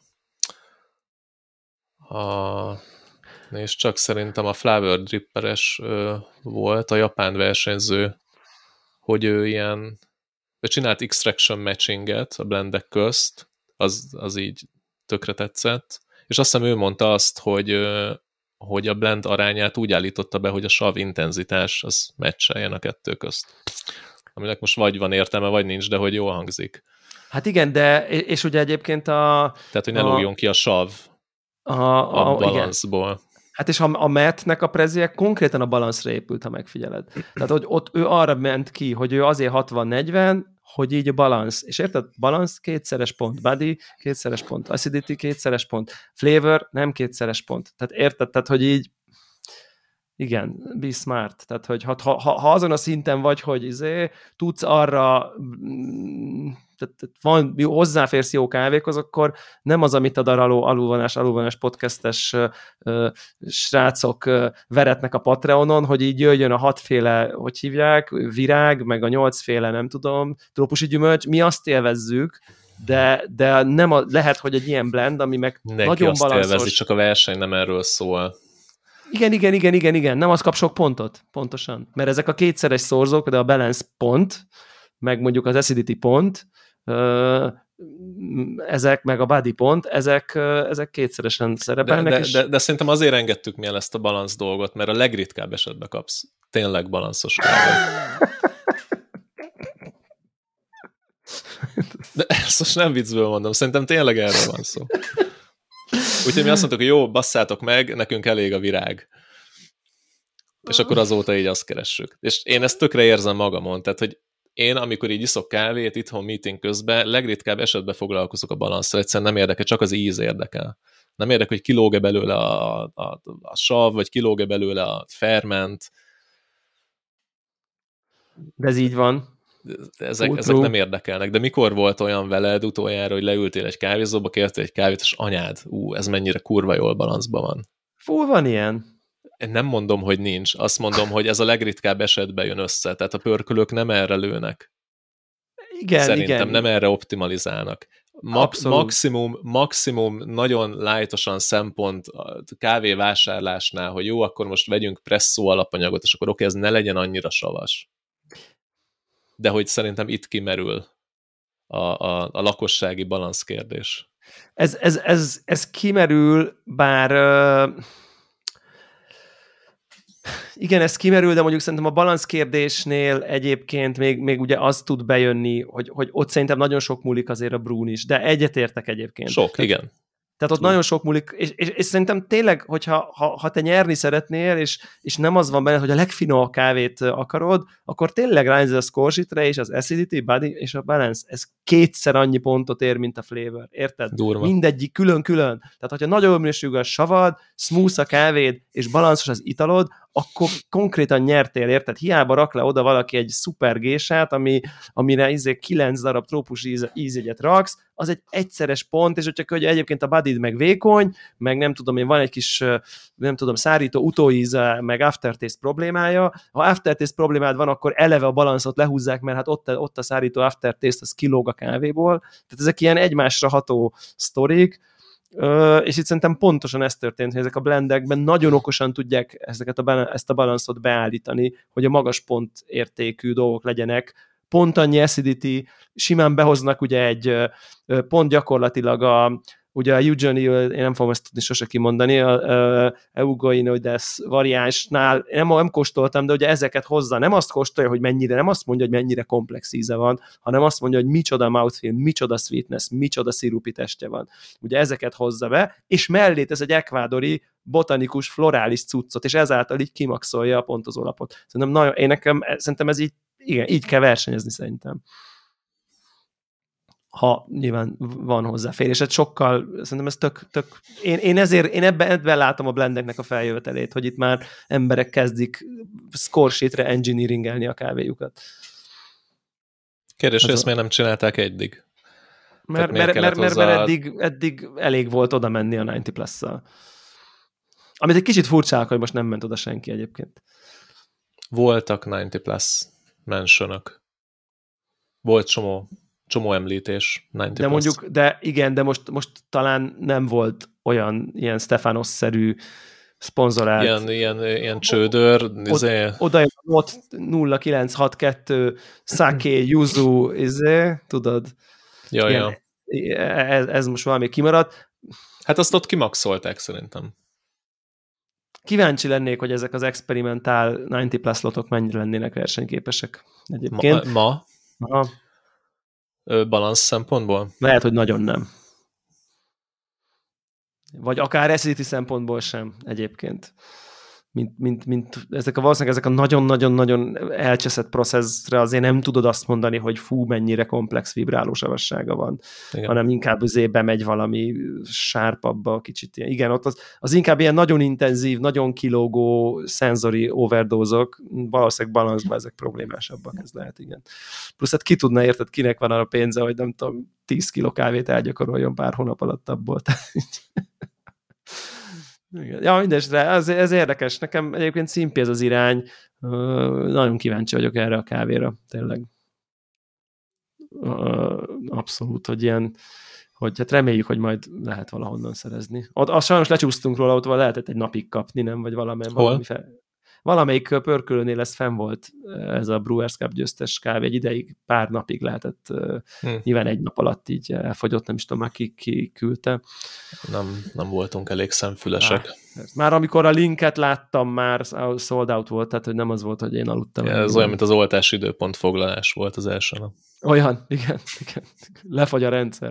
és csak szerintem a Flower Dripperes volt, a japán versenyző, hogy ő csinált extraction matchinget a blendek közt, az így tökre tetszett, és azt hiszem ő mondta azt, hogy a blend arányát úgy állította be, hogy a sav intenzitás az matcheljen a 2 közt. Aminek most vagy van értelme, vagy nincs, de hogy jól hangzik. Hát igen, de és ugye egyébként Tehát, hogy ne lógjon ki a sav a balanszból. Igen. Hát és a Mattnek a prezie konkrétan a balanszra épült, ha megfigyeled. Tehát, hogy ott ő arra ment ki, hogy ő azért 60-40, hogy így a balansz. És érted? Balansz 2-szeres pont, body 2-szeres pont, acidity 2-szeres pont, flavor nem 2-szeres pont. Tehát érted? Tehát, hogy így igen, be smart. Tehát, hogy ha azon a szinten vagy, hogy tudsz arra van, hozzáférsz jó kávékhoz, akkor nem az, amit a Daráló alulvonás podcastes srácok veretnek a Patreonon, hogy így jöjjön a 6 féle, hogy hívják, virág, meg a 8 féle, nem tudom, trópusi gyümölcs, mi azt élvezzük, de nem lehet, hogy egy ilyen blend, ami meg neki nagyon azt balanszos. Élvezi, csak a verseny nem erről szól. Igen, nem az kap sok pontot, pontosan. Mert ezek a 2-szeres szorzók, de a balance pont, meg mondjuk az acidity pont, ezek, meg a body pont, ezek 2-szeresen szerepelnek. De szerintem azért engedtük mi el ezt a balansz dolgot, mert a legritkább esetben kapsz tényleg balanszos kávét. De ezt most nem viccből mondom, szerintem tényleg erről van szó. Úgyhogy mi azt mondtuk, hogy jó, basszátok meg, nekünk elég a virág. És akkor azóta így azt keressük. És én ezt tökre érzem magamon, tehát, hogy én, amikor így iszok kávét itthon meeting közben, legritkább esetben foglalkozok a balanszra, egyszerűen nem érdekel, csak az íz érdekel. Nem érdekel, hogy kilóg-e belőle a sav, vagy kilóg-e belőle a ferment. De ez így van. Ezek nem érdekelnek. De mikor volt olyan veled utoljára, hogy leültél egy kávézóba, kértél egy kávét, és anyád, ez mennyire kurva jól balanszban van. Van ilyen. Én nem mondom, hogy nincs. Azt mondom, hogy ez a legritkább esetben jön össze. Tehát a pörkölők nem erre lőnek. Szerintem nem erre optimalizálnak. Maximum nagyon lájtosan szempont a kávévásárlásnál, hogy jó, akkor most vegyünk presszó alapanyagot, és akkor ez ne legyen annyira savas. De hogy szerintem itt kimerül a lakossági balansz kérdés. Ez kimerül, bár igen, ez kimerül, de mondjuk szerintem a balansz kérdésnél egyébként még ugye az tud bejönni, hogy ott szerintem nagyon sok múlik azért a brún is, de egyetértek egyébként. Igen. Tehát ott nagyon sok múlik, és szerintem tényleg, hogyha te nyerni szeretnél, és nem az van benne, hogy a legfinomabb kávét akarod, akkor tényleg ránézel a score sheetre, és az acidity, body és a balance, ez kétszer annyi pontot ér, mint a flavor. Érted? Durva. Mindegyik külön-külön. Tehát, hogyha nagyobb minőségű a savad, smooth a kávéd, és balanszos az italod, akkor konkrétan nyertél, érted? Hiába rak le oda valaki egy szuper gésát, amire 9 darab trópus ízjegyet raksz, az egy egyszeres pont, és hogyha egyébként a bodyd meg vékony, meg nem tudom én, van egy kis, nem tudom, szárító utóíze, meg aftertaste problémája. Ha aftertaste problémád van, akkor eleve a balanszot lehúzzák, mert hát ott a szárító aftertaste, az kilóg a kávéból. Tehát ezek ilyen egymásra ható sztorik, és itt szerintem pontosan ez történt, hogy ezek a blendekben nagyon okosan tudják ezt a balanszot beállítani, hogy a magas pontértékű dolgok legyenek, pont annyi acidity, simán behoznak ugye egy pont gyakorlatilag ugye a Eugenio, én nem fogom ezt tudni sose kimondani, a Eugenioides variánsnál nem kóstoltam, de ugye ezeket hozza, nem azt kóstolja, hogy mennyire, nem azt mondja, hogy mennyire komplex íze van, hanem azt mondja, hogy micsoda mouthfeel, micsoda sweetness, micsoda szirupi testje van. Ugye ezeket hozza be, és mellé ez egy ekvádori botanikus, florális cuccot, és ezáltal így kimaxolja a pontozólapot. Szerintem ez így, igen, így kell versenyezni szerintem. Ha nyilván van hozzáférés. Hát sokkal, szerintem ez tök én ebben látom a blendeknek a feljövetelét, hogy itt már emberek kezdik score sheetre engineeringelni a kávéjukat. Kérdés, hogy ezt miért nem csinálták eddig? Mert eddig elég volt oda menni a 90 Plus-szal. Amit egy kicsit furcsálok, hogy most nem ment oda senki egyébként. Voltak 90 Plus mentionok. Volt csomó említés. 90 de mondjuk, de most talán nem volt olyan ilyen Stefanos-szerű szponzorált. Ilyen csődör. Oda jön ott 0962 sake, yuzu, tudod? Ja. Ez most valami kimaradt. Hát azt ott kimaxolták szerintem. Kíváncsi lennék, hogy ezek az experimentál 90 Plus lotok mennyire lennének versenyképesek egyébként. Ma? Balansz szempontból? Lehet, hogy nagyon nem. Vagy akár acidity szempontból sem egyébként. Mint valószínűleg ezek a nagyon-nagyon-nagyon elcseszett processzre azért nem tudod azt mondani, hogy fú, mennyire komplex vibrálósavassága van, igen. Hanem inkább azért megy valami sárpabba kicsit. Igen, ott az inkább ilyen nagyon intenzív, nagyon kilógó szenzori overdózok, valószínűleg balanszban ezek problémásabbak, ez lehet, igen. Plusz hát ki tudna, érted, kinek van arra pénze, hogy nem tudom, 10 kiló kávét elgyakoroljon pár hónap alatt abból. Igen. Ja, mindesre, ez érdekes. Nekem egyébként szimpi ez az irány. Nagyon kíváncsi vagyok erre a kávéra, tényleg. Abszolút, hogy ilyen, hogy hát reméljük, hogy majd lehet valahonnan szerezni. Azt sajnos lecsúsztunk róla, ott lehetett egy napig kapni, nem? Vagy valamelyik pörkölőnél ez fenn volt, ez a Brewers Cup győztes kávé, egy ideig, pár napig lehetett, nyilván egy nap alatt így elfogyott, nem is tudom már ki küldte. Nem voltunk elég szemfülesek. Már amikor a linket láttam, már sold out volt, tehát hogy nem az volt, hogy én aludtam. Ja, ez olyan, mint az oltási időpont foglalás volt az első nap. Olyan, igen. Lefagy a rendszer.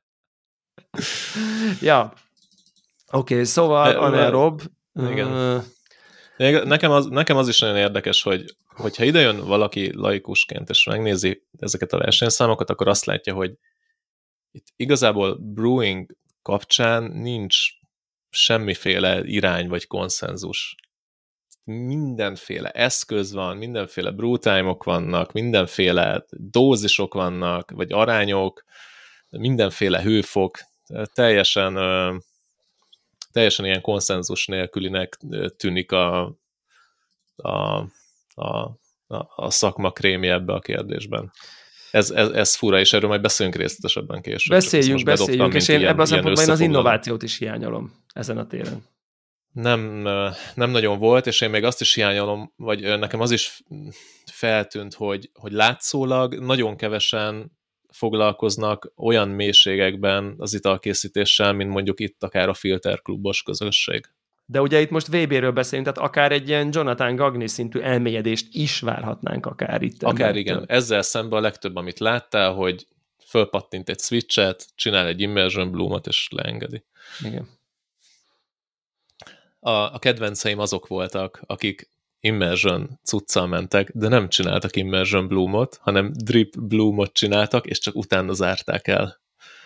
Ja. Oké, szóval anaerob. Igen. Nekem az is nagyon érdekes, hogyha idejön valaki laikusként, és megnézi ezeket a versenyszámokat, akkor azt látja, hogy itt igazából brewing kapcsán nincs semmiféle irány vagy konszenzus. Mindenféle eszköz van, mindenféle brew time-ok vannak, mindenféle dózisok vannak, vagy arányok, mindenféle hőfok, teljesen ilyen konszenzus nélkülinek tűnik a szakma krémje ebbe a kérdésben. Ez fura, és erről majd beszéljünk részletesebben később. Beszéljünk, és én ebben a szempontban én az innovációt is hiányolom ezen a téren. Nem nagyon volt, és én még azt is hiányolom, vagy nekem az is feltűnt, hogy látszólag nagyon kevesen foglalkoznak olyan mélységekben az italkészítéssel, mint mondjuk itt akár a filterklubos közösség. De ugye itt most VB-ről beszélünk, tehát akár egy ilyen Jonathan Gagné szintű elmélyedést is várhatnánk akár itt. Akár igen. Ezzel szemben a legtöbb, amit láttál, hogy fölpattint egy switchet, csinál egy immersion bloomot, és leengedi. Igen. A kedvenceim azok voltak, akik immersion cuccal mentek, de nem csináltak immersion bloomot, hanem drip bloomot csináltak, és csak utána zárták el.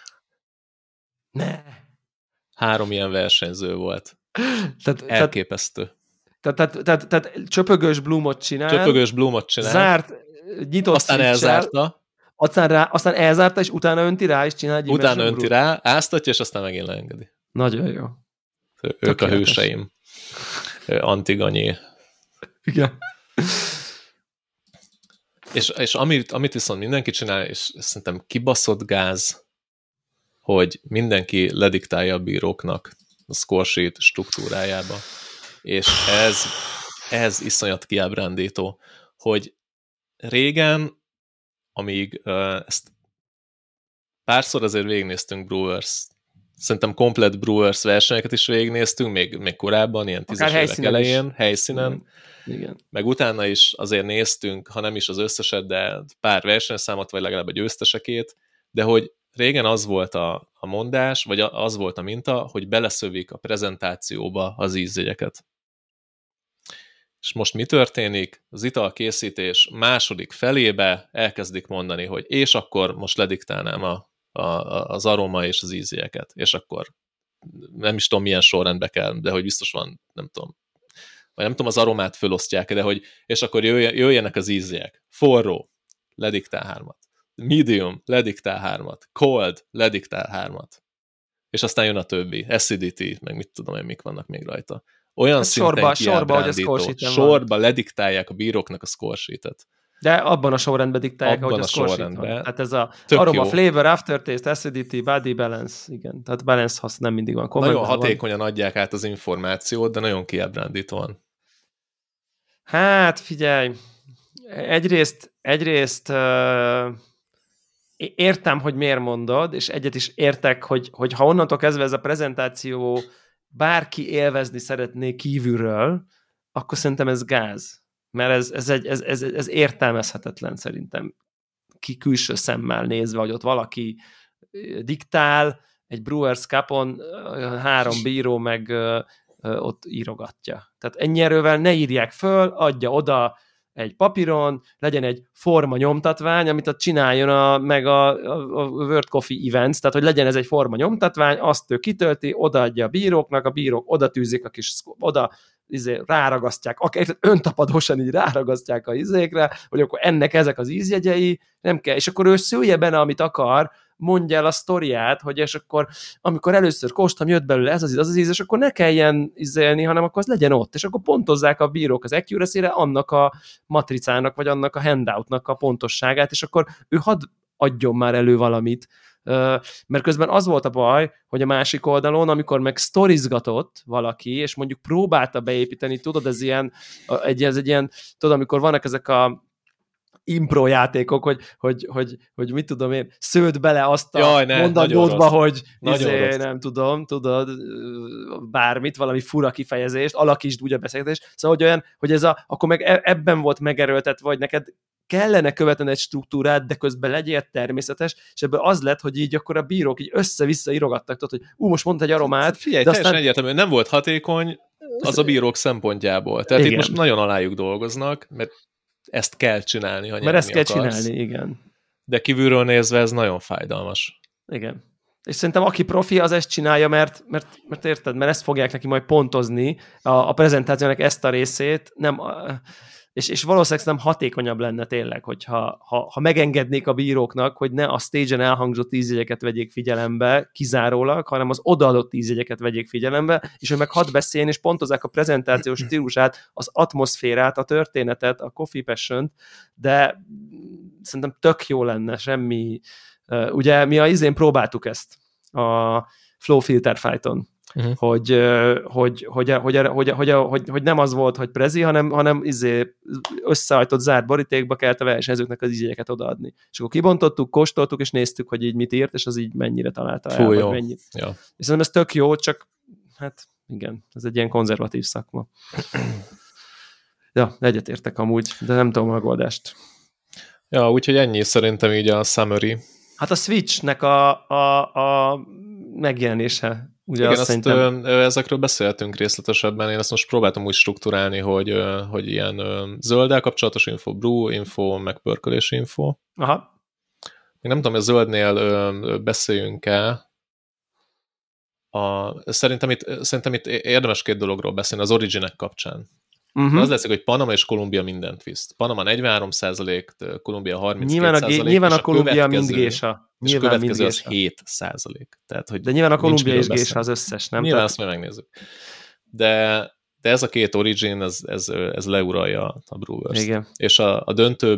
Ne. 3 ilyen versenyző volt. Elképesztő. Tehát csöpögős bloomot csinál. Zárt, nyitott aztán elzárta. Aztán elzárta, és utána önti rá, és csinál egy utána önti rá, áztatja, és aztán megint leengedi. Nagyon jó. Ők a hőseim. Antiganyé. Igen. És amit viszont mindenki csinál, és szerintem kibaszott gáz, hogy mindenki lediktálja a bíróknak a score sheet struktúrájába. És ez iszonyat kiábrándító, hogy régen, amíg ezt párszor azért végignéztünk Brewers, szerintem komplett Brewers versenyeket is végignéztünk, még korábban, ilyen 10-es évek elején, helyszínen. Igen. Meg utána is azért néztünk, ha nem is az összeset, de pár versenyszámot, vagy legalább a győztesekét, de hogy régen az volt a mondás, vagy az volt a minta, hogy beleszövik a prezentációba az ízjegyeket. És most mi történik? Az italkészítés második felébe elkezdik mondani, hogy és akkor most lediktálnám az aroma és az ízjegyeket, és akkor nem is tudom, milyen sorrendbe kell, de hogy biztos van, nem tudom, vagy nem tudom, az aromát fölosztják, de hogy és akkor jöjjenek az ízjegyek. Forró, lediktál 3-at. Medium, lediktál 3-at. Cold, lediktál 3-at. És aztán jön a többi. Acidity, meg mit tudom én, mik vannak még rajta. Olyan szinten kiábrándító. Sorba lediktálják a bíróknak a score sheetet. De abban a sorrendben diktálják, ahogy a score sheet van. Tehát ez a aroma, flavor, aftertaste, acidity, body balance, igen. Tehát balance hasz nem mindig van. Nagyon hatékonyan adják át az információt, de nagyon kiábrándítóan. Hát figyelj, egyrészt értem, hogy miért mondod, és egyet is értek, hogy ha onnantól kezdve ez a prezentáció bárki élvezni szeretné kívülről, akkor szerintem ez gáz. Mert ez értelmezhetetlen szerintem. Ki külső szemmel nézve, hogy ott valaki diktál, egy Brewers Cupon 3 bíró meg ott írogatja. Tehát ennyi erővel ne írják föl, adja oda egy papíron, legyen egy forma nyomtatvány, amit ott csináljon meg a World Coffee Events, tehát hogy legyen ez egy forma nyomtatvány, azt ő kitölti, odaadja a bíróknak, a bírók oda tűzik a kis, oda ráragasztják, akár öntapadósan így ráragasztják a ízékre, hogy akkor ennek ezek az ízjegyei, nem kell, és akkor ő szője benne, amit akar, mondja el a sztoriát, hogy és akkor, amikor először kóstoltam, jött belőle ez az íz, és akkor ne kelljen ízelni, hanem akkor az legyen ott, és akkor pontozzák a bírók az accuracy-re annak a matricának, vagy annak a handoutnak a pontosságát, és akkor ő hadd adjon már elő valamit, mert közben az volt a baj, hogy a másik oldalon, amikor meg sztorizgatott valaki, és mondjuk próbálta beépíteni, tudod, ez egy ilyen, tudod, amikor vannak ezek a impro játékok, hogy mit tudom én, sződ bele azt a mondatbódba, hogy nem tudom, tudod, bármit, valami fura kifejezést, alakítsd úgy a beszélgetést, szóval, hogy olyan, hogy ez akkor meg ebben volt megerőltetve, vagy neked kellene követni egy struktúrát, de közben legyél természetes, és ebből az lett, hogy így akkor a bírók így össze-vissza írogattak, tudod, hogy most mondta egy aromát. Figyelj, de teljesen egyértelműen nem volt hatékony az a bírók szempontjából. Tehát igen. Itt most nagyon alájuk dolgoznak, mert ezt kell csinálni, ha mert ezt kell akarsz. Csinálni, igen. De kívülről nézve ez nagyon fájdalmas. Igen. És szerintem aki profi, az ezt csinálja, mert érted, mert ezt fogják neki majd pontozni a prezentációnak ezt a részét, nem... És valószínűleg nem hatékonyabb lenne tényleg, hogyha ha megengednék a bíróknak, hogy ne a stage-en elhangzott 10 jegyeket vegyék figyelembe kizárólag, hanem az odaadott 10 jegyeket vegyék figyelembe, és hogy meg hadd beszéljen, és pontozzák a prezentációs stílusát, az atmoszférát, a történetet, a Coffee Passion-t, de szerintem tök jó lenne, semmi... Ugye mi a izén próbáltuk ezt a Flow Filter Fight-on, hogy nem az volt, hogy prezi, hanem összehajtott zárt borítékba kellett a versenyzőknek az ígyeket odaadni. És akkor kibontottuk, kóstoltuk, és néztük, hogy így mit írt, és az így mennyire találta el, vagy mennyit. Ja. És szerintem ez tök jó, csak hát igen, ez egy ilyen konzervatív szakma. Ja, egyetértek amúgy, de nem tudom a megoldást. Ja, úgyhogy ennyi szerintem így a summary. Hát a Switch-nek a megjelenése. Ugye igen, szerintem... ezekről beszéltünk részletesebben, én ezt most próbáltam úgy strukturálni, hogy ilyen zölddel kapcsolatos info, brew info, meg pörkölési info. Aha. Még nem tudom, hogy a zöldnél beszéljünk-e. Szerintem itt érdemes két dologról beszélni, az Originek kapcsán. Az lesz, hogy Panama és Kolumbia mindent visz. Panama 43%, Kolumbia 32%. Nyilván a Kolumbia mind gésa. És a következő az 7%. Tehát, hogy de nyilván a Kolumbia is gésa az összes, nem? Nyilván azt majd megnézzük. De ez a két Origin, ez leuralja a Brewers. Igen. És a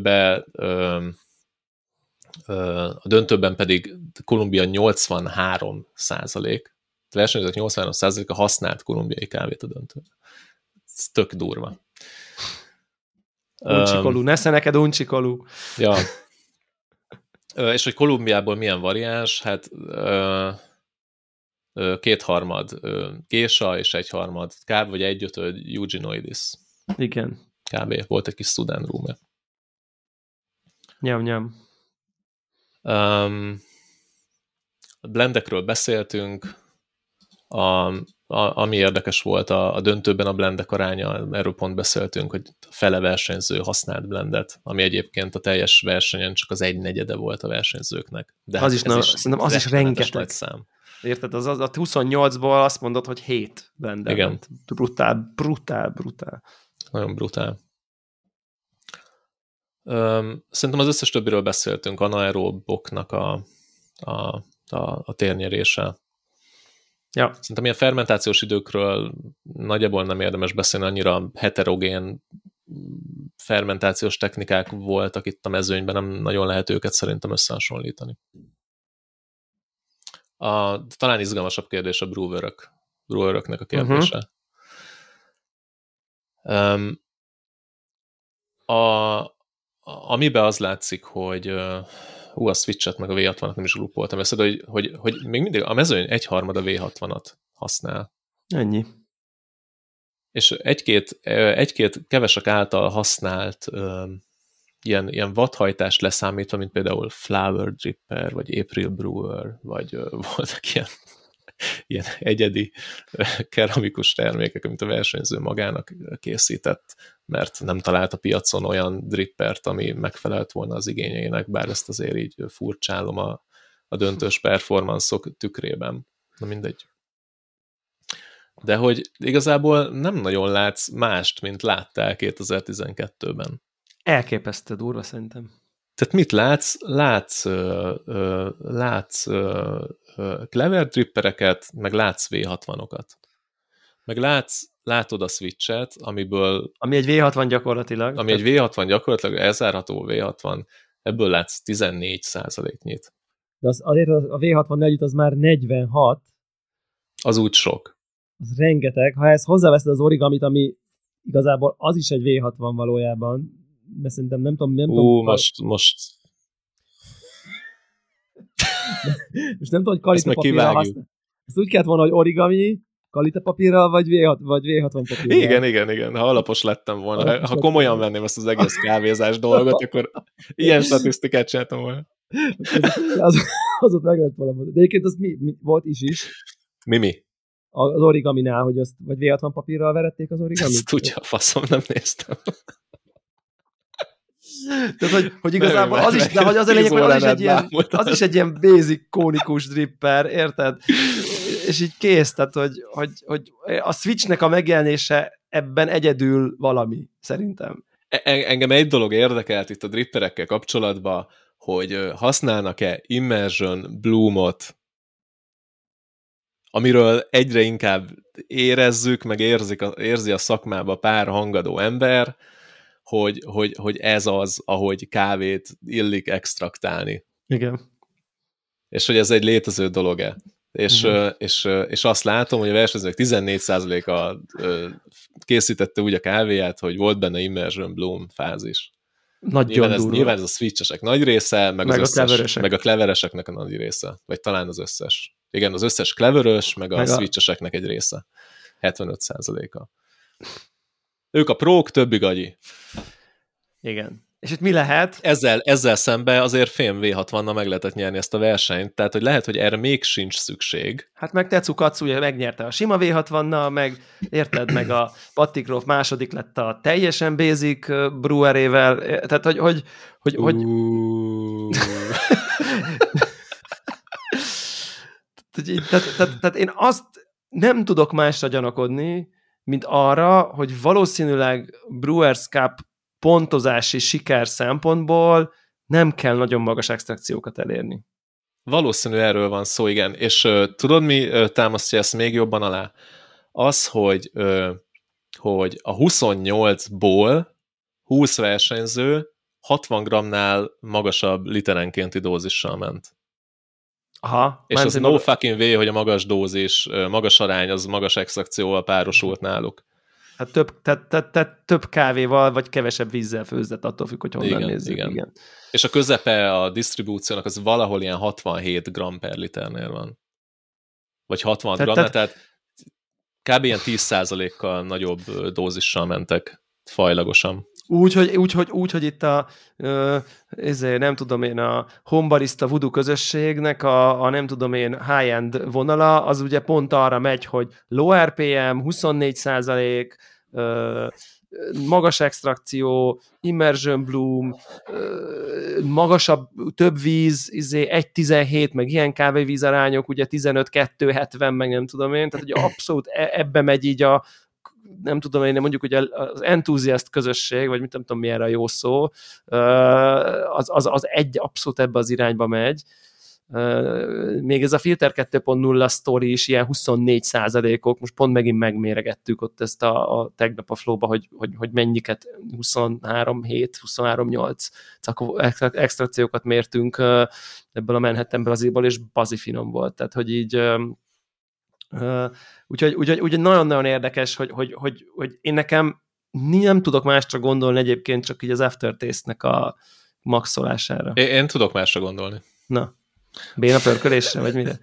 döntőben pedig Kolumbia 83%. A versenyzők 83%-a használt kolumbiai kávét a döntőben. Ez tök durva. Uncsikolú, nesze neked uncsikolú. Ja. És hogy Kolumbiából milyen variáns, hát 2/3 gésa és 1/3 káv, vagy 1/5 Eugenoidis. Igen. Kb. Volt egy kis szudán rúmja. Nyam. A blendekről beszéltünk, ami érdekes volt a döntőben a blendek aránya, erről pont beszéltünk, hogy fele versenyző használt blendet, ami egyébként a teljes versenyen csak az 1/4 volt a versenyzőknek. De az szerintem az is rengeteg szám. Érted? Az 28-ból azt mondod, hogy 7 blended. Igen. Brutál. Nagyon brutál. Szerintem az összes többiről beszéltünk, anaeroboknak a térnyerése. Ja. Szerintem ilyen fermentációs időkről nagyjából nem érdemes beszélni, annyira heterogén fermentációs technikák voltak itt a mezőnyben, nem nagyon lehet őket szerintem összehasonlítani. Talán izgalmasabb kérdés a breweröknek a kérdése. Amiben az látszik, hogy a Switch-et meg a V60-at nem is gruppoltam össze, hogy még mindig a mezőny 1/3 a V60-at használ. Ennyi. És egy-két kevesek által használt ilyen vadhajtást leszámítva, mint például Flower Dripper, vagy April Brewer, vagy voltak ilyen egyedi keramikus termékek, amit a versenyző magának készített, mert nem talált a piacon olyan drippert, ami megfelelt volna az igényeinek, bár ezt azért így furcsálom a döntős performance-ok tükrében. Na mindegy. De hogy igazából nem nagyon látsz mást, mint láttál 2012-ben. Elképesztő durva szerintem. Tehát mit látsz? Látsz clever drippereket, meg látsz V60-okat. Meg látod a Switch-et, ami egy V60 gyakorlatilag. Ami egy V60 gyakorlatilag, elzárható V60, ebből látsz 14%-nyit. De azért a V60 együtt az már 46. Az úgy sok. Az rengeteg. Ha ezt hozzáveszed az Origamit, ami igazából az is egy V60 valójában, mert szerintem nem tudom... Most... Most nem tudom, hogy kalitapapírral használ. Ezt úgy kellett volna, hogy origami, kalitapapírral, vagy V60 papírral. Igen. Ha alapos lettem volna, ha komolyan venném ezt az egész kávézás dolgot, akkor ilyen statisztikát csináltam volna. Az ott meg lett valami. De egyébként az mi volt is? Mi? Az origaminál, hogy azt, vagy V60 papírral verették az origamit? Ezt tudja a faszom, nem néztem. Tehát, hogy igazából az is, de hogy az a lényeg, hogy az is egy ilyen basic, kónikus dripper, érted? És így kész, tehát, hogy a Switchnek a megjelenése ebben egyedül valami, szerintem. Engem egy dolog érdekelt itt a dripperekkel kapcsolatban, hogy használnak-e Immersion Bloom-ot, amiről egyre inkább érezzük, meg érzi a szakmába pár hangadó ember, hogy ez az, ahogy kávét illik extraktálni. Igen. És hogy ez egy létező dolog-e. És azt látom, hogy a versenyzők 14%-a készítette úgy a kávéját, hogy volt benne Immersion Bloom fázis. Nyilván ez a switchesek nagy része, meg a clevereseknek a nagy része. Vagy talán az összes. Igen, az összes cleverös, meg a switcheseknek egy része. 75%-a. Ők a prók, többi gagyi. Igen. És itt mi lehet? Ezzel szemben azért fém V60-nal meg lehetett nyerni ezt a versenyt, tehát hogy lehet, hogy erre még sincs szükség. Hát meg Tetsu Katsu ugye megnyerte a sima V60-nal, meg érted, meg a Patty Croft második lett a teljesen basic brewerével, tehát hogy tehát én azt nem tudok másra gyanakodni, mint arra, hogy valószínűleg Brewers Cup pontozási siker szempontból nem kell nagyon magas extrakciókat elérni. Valószínű erről van szó, igen. És tudod, mi támasztja ezt még jobban alá? Az, hogy a 28-ból 20 versenyző 60 g-nál magasabb literenkénti dózissal ment. Aha. És az no fucking way, hogy a magas dózis, magas arány, az magas extrakcióval párosult náluk. Hát több kávéval, vagy kevesebb vízzel főzött, attól függ, hogy honnan nézzük. Igen. És a közepe a disztribúciónak az valahol ilyen 67 g per liternél van. Vagy 60 g, tehát kb. Ilyen 10%-kal nagyobb dózissal mentek fajlagosan. Úgy, hogy itt nem tudom én, a homebarista voodoo közösségnek a nem tudom én high-end vonala, az ugye pont arra megy, hogy low RPM, 24%, magas extrakció, Immersion Bloom, magasabb, több víz, 1,17, meg ilyen kávévíz arányok, ugye 15-2-70, meg nem tudom én, tehát ugye abszolút ebbe megy így a nem tudom én, mondjuk ugye az enthusiast közösség, vagy mit nem tudom, mi erre a jó szó, az egy abszolút ebbe az irányba megy. Még ez a Filter 2.0 sztori is ilyen 24%-ok, most pont megint megméregettük ott ezt a tegnap a Flow-ba, hogy mennyiket 23.7, 23.8 extrakciókat mértünk ebből a Manhattan Brazilból, és bazi finom volt. Tehát, hogy így úgyhogy nagyon-nagyon érdekes, hogy én nekem nem tudok másra gondolni egyébként, csak így az aftertaste-nek a maxolására. Én tudok másra gondolni. Na, béna pörkölésre, vagy mire?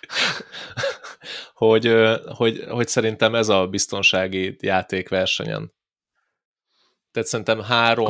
hogy szerintem ez a biztonsági játékversenyen. Tehát szerintem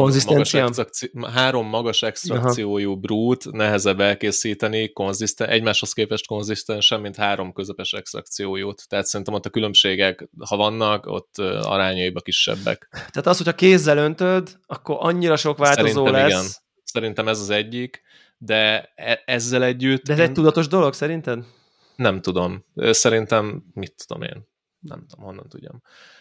három magas extrakciójú brút nehezebb elkészíteni egymáshoz képest konzisztensen, mint 3 közepes extrakciójút. Tehát szerintem ott a különbségek, ha vannak, ott arányaiba kisebbek. Tehát az, hogyha kézzel öntöd, akkor annyira sok változó szerintem lesz. Igen. Szerintem ez az egyik, de ezzel együtt... De ez egy tudatos dolog, szerinted? Nem tudom. Szerintem, mit tudom én? Nem tudom, honnan tudjam.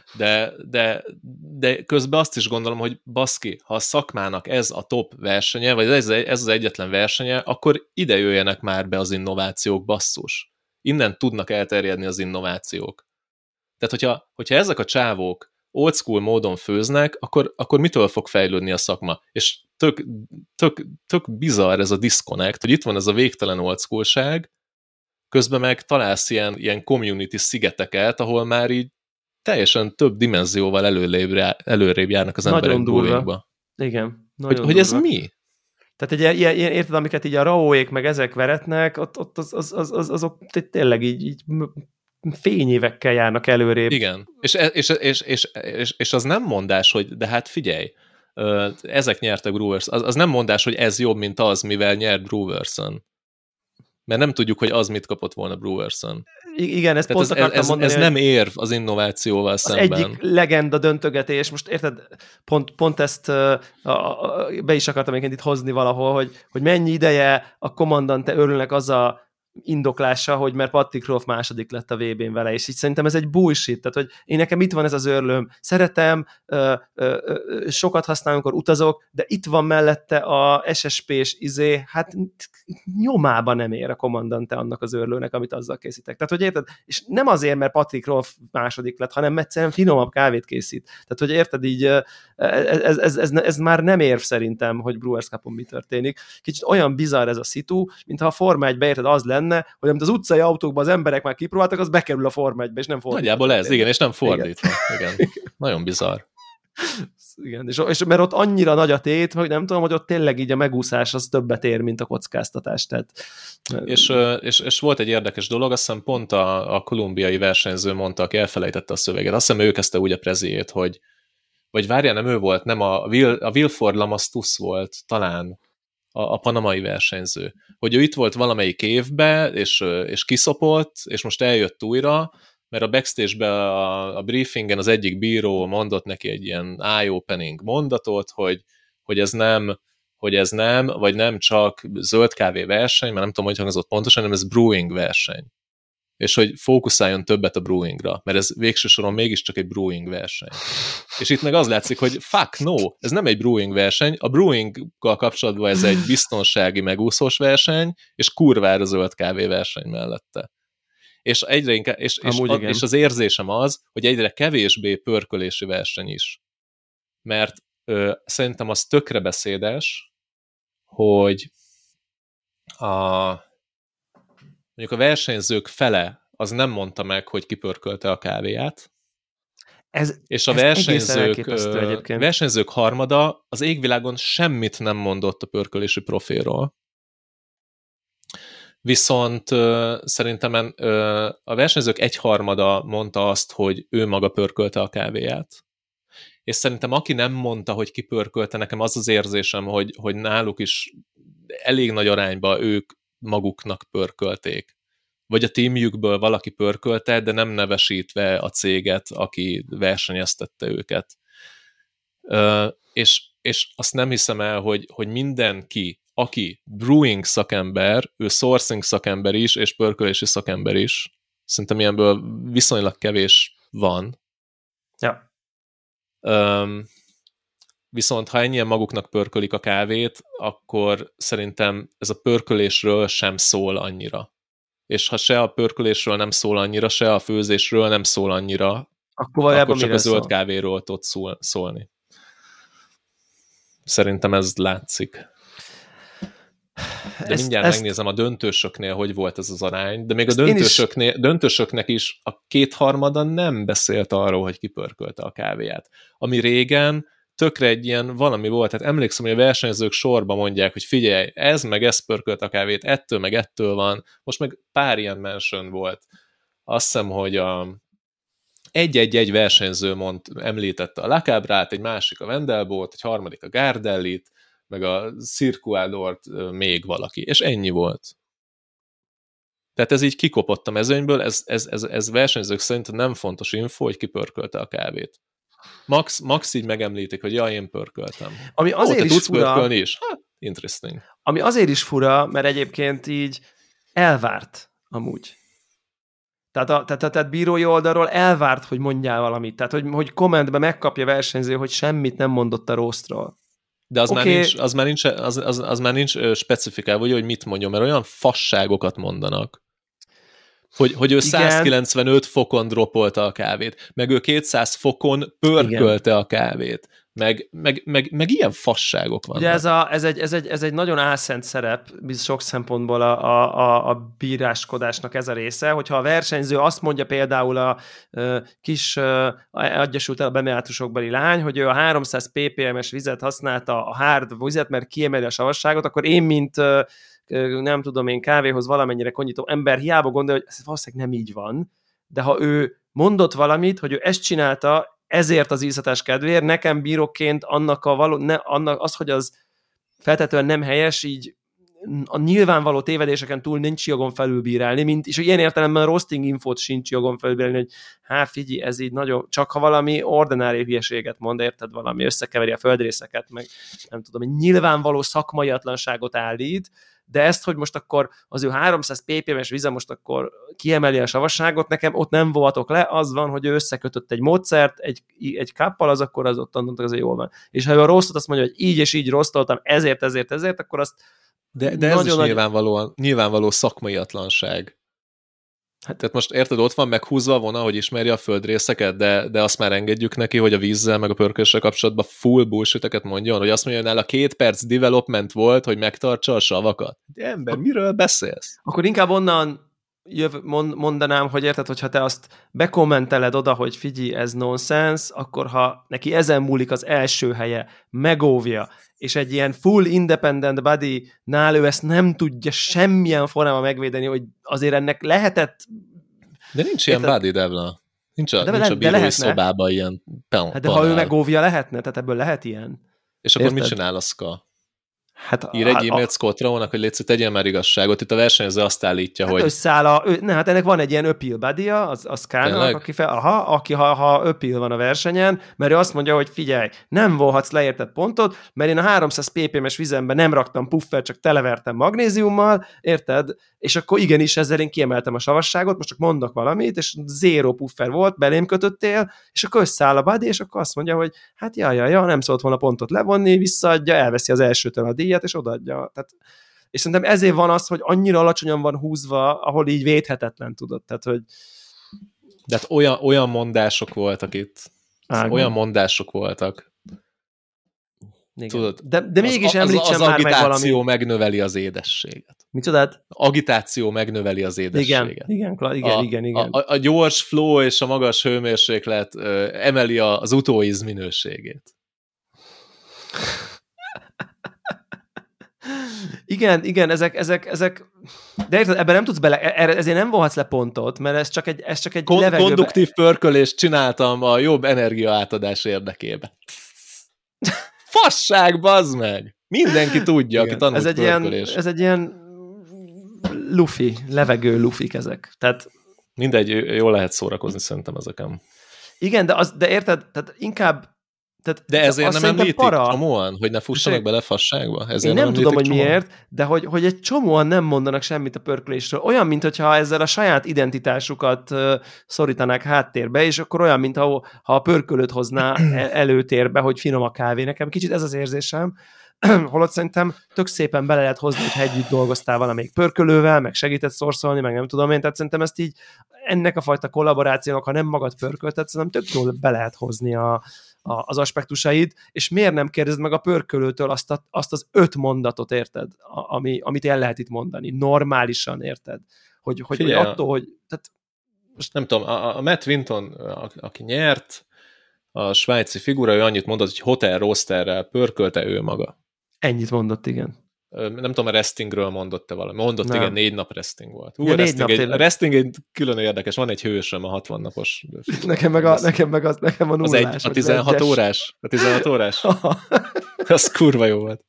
De közben azt is gondolom, hogy baszki, ha a szakmának ez a top versenye, vagy ez az egyetlen versenye, akkor ide jöjjenek már be az innovációk, basszus. Innen tudnak elterjedni az innovációk. Tehát, hogyha ezek a csávók old school módon főznek, akkor mitől fog fejlődni a szakma? És tök bizarr ez a disconnect, hogy itt van ez a végtelen old schoolság, közben meg találsz ilyen community szigeteket, ahol már így teljesen több dimenzióval előrébb járnak az emberek brewingba. Igen. Hogy ez mi? Tehát egy ilyen, érted, amiket így a raóék meg ezek veretnek, ott azok tényleg így fényévekkel járnak előrébb. Igen. És az nem mondás, hogy de hát figyelj, ezek nyertek Brewers. Az nem mondás, hogy ez jobb, mint az, mivel nyert Brewerson. Mert nem tudjuk, hogy az mit kapott volna Brewerson. Igen, ezt pont akartam mondani. Ez nem érv az innovációval szemben. Az egyik legenda döntögetés, most érted, pont ezt be is akartam egyébként itt hozni valahol, hogy mennyi ideje a kommandante örülnek az a indoklása, hogy mert Patrick Roth második lett a VB-n vele, és így szerintem ez egy bullshit, tehát hogy én nekem itt van ez az őrlőm, szeretem, sokat használom, amikor utazok, de itt van mellette a SSP-s hát nyomában nem ér a kommandante annak az őrlőnek, amit azzal készítek. Tehát, hogy érted? És nem azért, mert Patrick Roth második lett, hanem egyszerűen finomabb kávét készít. Tehát, hogy érted, így ez már nem érv szerintem, hogy Brewers Cupon mi történik. Kicsit olyan bizarr ez a szitu, mintha a Forma 1-be érted az lenne, hogy amit az utcai autókban az emberek már kipróbáltak, az bekerül a Forma 1-be, és nem fordítva. Nagyjából ez, igen, és nem fordítva. Igen. Nagyon bizarr. Igen, és mert ott annyira nagy a tét, hogy nem tudom, hogy ott tényleg így a megúszás az többet ér, mint a kockáztatás. Tehát... És volt egy érdekes dolog, azt hiszem pont a kolumbiai versenyző mondta, aki elfelejtette a szöveget. Azt hiszem ő kezdte úgy a preziét, hogy vagy várjál, nem ő volt, nem a Wilford Lamastus volt talán a panamai versenyző. Hogy ő itt volt valamelyik évben, és kiszopott, és most eljött újra, mert a backstage-ben a briefingen az egyik bíró mondott neki egy ilyen eye-opening mondatot, hogy ez nem, vagy nem csak zöld kávé verseny, mert nem tudom, hogy hangzott pontosan, hanem ez brewing verseny. És hogy fókuszáljon többet a brewingra, mert ez végső soron mégiscsak egy brewing verseny. És itt meg az látszik, hogy fuck no, ez nem egy brewing verseny, a brewinggal kapcsolatban ez egy biztonsági megúszós verseny, és kurvára zöld kávé verseny mellette. És egyre inkább, és az érzésem az, hogy egyre kevésbé pörkölési verseny is. Mert szerintem az tökre beszédes, hogy mondjuk a versenyzők fele az nem mondta meg, hogy kipörkölte a kávéját, és a versenyzők harmada az égvilágon semmit nem mondott a pörkölési profilról. Viszont szerintem a versenyzők egyharmada mondta azt, hogy ő maga pörkölte a kávéját. És szerintem aki nem mondta, hogy ki pörkölte, nekem az az érzésem, hogy náluk is elég nagy arányban ők maguknak pörkölték. Vagy a tímjükből valaki pörkölte, de nem nevesítve a céget, aki versenyeztette őket. És azt nem hiszem el, hogy mindenki, aki brewing szakember, ő sourcing szakember is, és pörkölési szakember is. Szerintem ilyenből viszonylag kevés van. Ja. Viszont ha ennyien maguknak pörkölik a kávét, akkor szerintem ez a pörkölésről sem szól annyira. És ha se a pörkölésről nem szól annyira, se a főzésről nem szól annyira, akkor csak a zöld kávéról tud szólni. Szerintem ez látszik. De mindjárt megnézem a döntősöknél, hogy volt ez az arány, de még a döntősöknek is a kétharmada nem beszélt arról, hogy kipörkölte a kávéját. Ami régen tökre egy ilyen valami volt, tehát emlékszem, hogy a versenyzők sorba mondják, hogy figyelj, ez meg ez pörkölt a kávét, ettől meg ettől van, most meg pár ilyen mention volt. Azt hiszem, hogy egy versenyző említette a Lacabrát, egy másik a Wendelbót, egy harmadik a Gardellit, meg a Circuladort még valaki, és ennyi volt. Tehát ez így kikopott a mezőnyből, ez versenyzők szerint nem fontos info, hogy kipörkölte a kávét. Max így megemlítik, hogy jaj, én pörköltem. Ami azért is tudsz fura, pörkölni is? Hát, interesting. Ami azért is fura, mert egyébként így elvárt amúgy. Tehát bírói oldalról elvárt, hogy mondjál valamit. Tehát, hogy kommentben megkapja a versenyző, hogy semmit nem mondott a roastról. De az már nincs specifikálva, hogy mit mondjon, mert olyan fasságokat mondanak, hogy ő 195 fokon dropolta a kávét, meg ő 200 fokon pörkölte a kávét, meg ilyen fasságok vannak. Ugye ez egy nagyon álszent szerep, sok szempontból a bíráskodásnak ez a része, hogyha a versenyző azt mondja például a kis Egyesült Arab Emirátusokbeli lány, hogy ő a 300 ppm-es vizet használta, a hard vizet, mert kiemeli a savasságot, akkor én, mint nem tudom én, kávéhoz valamennyire konyító ember hiába gondolja, hogy ez valószínűleg nem így van, de ha ő mondott valamit, hogy ő ezt csinálta, ezért az ízhatás kedvéért, nekem bíróként annak az, hogy az feltétlenül nem helyes, így a nyilvánvaló tévedéseken túl nincs jogom felülbírálni, és ilyen értelemben a roasting infót sincs jogom felülbírálni, hogy figyelj, ez így nagyon, csak ha valami ordinári hülyeséget mond, érted, valami összekeveri a földrészeket, meg nem tudom, nyilvánvaló szakmaiatlanságot állít, de ezt, hogy most akkor az ő 300 ppm-es vize most akkor kiemeli a savasságot, nekem ott nem voltok le, az van, hogy ő összekötött egy módszert, egy káppal, az akkor az ott annól azért jól van. És ha ő a rosszot azt mondja, hogy így és így rosszoltam, ezért, akkor azt de ez is nyilvánvaló szakmaiatlanság. Hát, tehát most érted, ott van meghúzva a vonal, hogy ismerje a földrészeket, de azt már engedjük neki, hogy a vízzel meg a pörköléssel kapcsolatban full bullshit-eket mondjon, hogy azt mondja, hogy nála 2 perc development volt, hogy megtartsa a savakat. De ember, miről beszélsz? Akkor inkább onnan mondanám, hogy érted, hogyha te azt bekommenteled oda, hogy figyelj, ez nonsense, akkor ha neki ezen múlik az első helye, megóvja, és egy ilyen full independent body-nál ő ezt nem tudja semmilyen formában megvédeni, hogy azért ennek lehetett... De nincs ilyen body, Devla. Nincs a bírói szobában ilyen panel. De ha ő megóvja, lehetne? Tehát ebből lehet ilyen? És akkor mit csinál a SKA? Hát, ír egy e-mailt Scott Rowe-nak, hogy légy tegyél már igazságot. Itt a versenyző azt állítja, hogy... Hát ennek van egy ilyen uphill buddy-ja, az Skának, aki ha uphill van a versenyen, mert ő azt mondja, hogy figyelj, nem volhatsz leértett pontot, mert én a 300 ppm-es vizemben nem raktam puffer, csak televertem magnéziummal, érted? És akkor igenis ezzel én kiemeltem a savasságot, most csak mondok valamit, és 0 puffer volt, belém kötöttél, és akkor összeáll a buddy, és akkor azt mondja, hogy hát ja, nem szólt volna pontot levonni, visszaadja, elveszi az elsőtől a díjat, és odaadja. Tehát, és szerintem ezért van az, hogy annyira alacsonyan van húzva, ahol így védhetetlen, tudod. Tehát, hogy... De hát olyan mondások voltak itt. Olyan mondások voltak. Tudod, de mégis említsem már meg valami. Az agitáció megnöveli az édességet. Micsodát? Agitáció megnöveli az édességet. Igen. A gyors flow és a magas hőmérséklet emeli az utóíz minőségét. Igen, ezek... De érted, ebben nem tudsz bele, ezért nem volhatsz le pontot, mert ez csak egy levegőbe... Konduktív pörkölést csináltam a jobb energia átadás érdekében. Fasság, bazd meg! Mindenki tudja, aki tanult pörkölés. Ez egy ilyen levegő lufik ezek. Tehát... Mindegy, jól lehet szórakozni szerintem ezeken. Igen, de érted, tehát inkább... De ezért nem említik csomóan, hogy ne fussanak bele fasságba? Én nem tudom, hogy miért, de hogy egy csomóan nem mondanak semmit a pörkölésről. Olyan, mintha ezzel a saját identitásukat szorítanák háttérbe, és akkor olyan, mintha a pörkölőt hozná előtérbe, hogy finom a kávé. Nekem kicsit ez az érzésem, holott szerintem tök szépen bele lehet hozni, hogy együtt dolgoztál valamelyik pörkölővel, meg segített szorszolni, meg nem tudom én, tehát szerintem ezt így ennek a fajta kollaborációnak, ha nem magad pörköltet, szerintem tök jól be lehet hozni az aspektusaid, és miért nem kérdezed meg a pörkölőtől azt az 5 mondatot, érted? Amit el lehet itt mondani. Normálisan, érted? Hogy attól, hogy... Tehát... Most nem tudom, a Matt Winton, aki nyert, a svájci figura, ő annyit mondott, hogy hotel rosterrel pörkölte ő maga. Ennyit mondott, igen. Nem tudom, a restingről mondott-e valami. Mondott, nem. Igen, 4 nap resting volt. A resting egy külön érdekes, van egy hősöm a 60 napos. Nekem a nullás. A 16 órás? A 16 órás? Az kurva jó volt.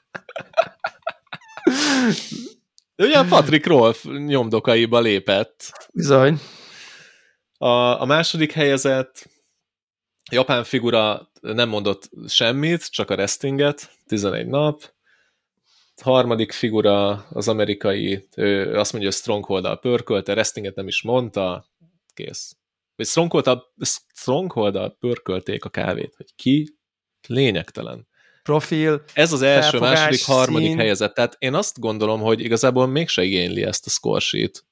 De ugye Patrick Rolf nyomdokaiba lépett. Bizony. A második helyezett japán figura nem mondott semmit, csak a restinget, 11 nap. Harmadik figura az amerikai, ő azt mondja, hogy Stronghold-al pörkölte, restinget nem is mondta, kész. Vagy Stronghold-al pörkölték a kávét, hogy ki? Lényegtelen. Profil, ez az első, felfogás, második, harmadik szín. helyezett. Tehát én azt gondolom, hogy igazából mégse igényli ezt a score sheet.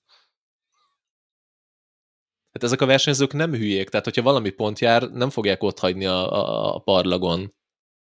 Hát ezek a versenyzők nem hülyék, tehát hogyha valami pont jár, nem fogják otthagyni a parlagon.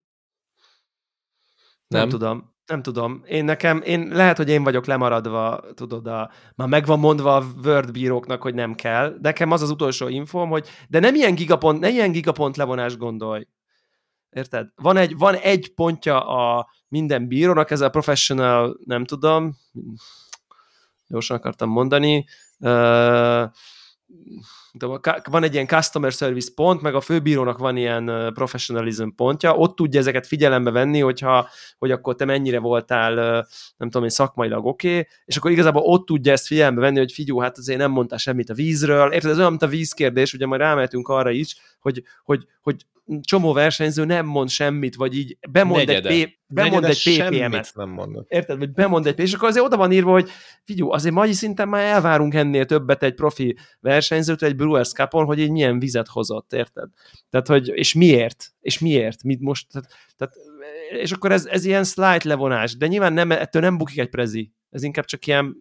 Nem tudom. Én lehet, hogy én vagyok lemaradva, tudod, már megvan mondva a Word bíróknak, hogy nem kell. Nekem az utolsó infóm, hogy de nem ilyen gigapont levonás gondolj. Érted? Van egy pontja a minden bírónak, ez a professional, nem tudom, gyorsan akartam mondani, van egy ilyen customer service pont, meg a főbírónak van ilyen professionalism pontja, ott tudja ezeket figyelembe venni, hogy akkor te mennyire voltál, nem tudom én, szakmailag oké, és akkor igazából ott tudja ezt figyelembe venni, hogy figyelj, hát azért nem mondtál semmit a vízről. Érted, ez olyan, mint a vízkérdés, ugye majd rámehetünk arra is, hogy csomó versenyző nem mond semmit, vagy így bemond egy PPM-et. Érted? Vagy bemond egy és akkor azért oda van írva, hogy figyelj, azért mai szinten már elvárunk ennél többet egy profi versenyzőtől, egy Brewers Cup-on, hogy így milyen vizet hozott, érted? Tehát, hogy, és miért? Mit most, tehát, és akkor ez ilyen slight levonás, de nyilván ettől nem bukik egy prezi. Ez inkább csak ilyen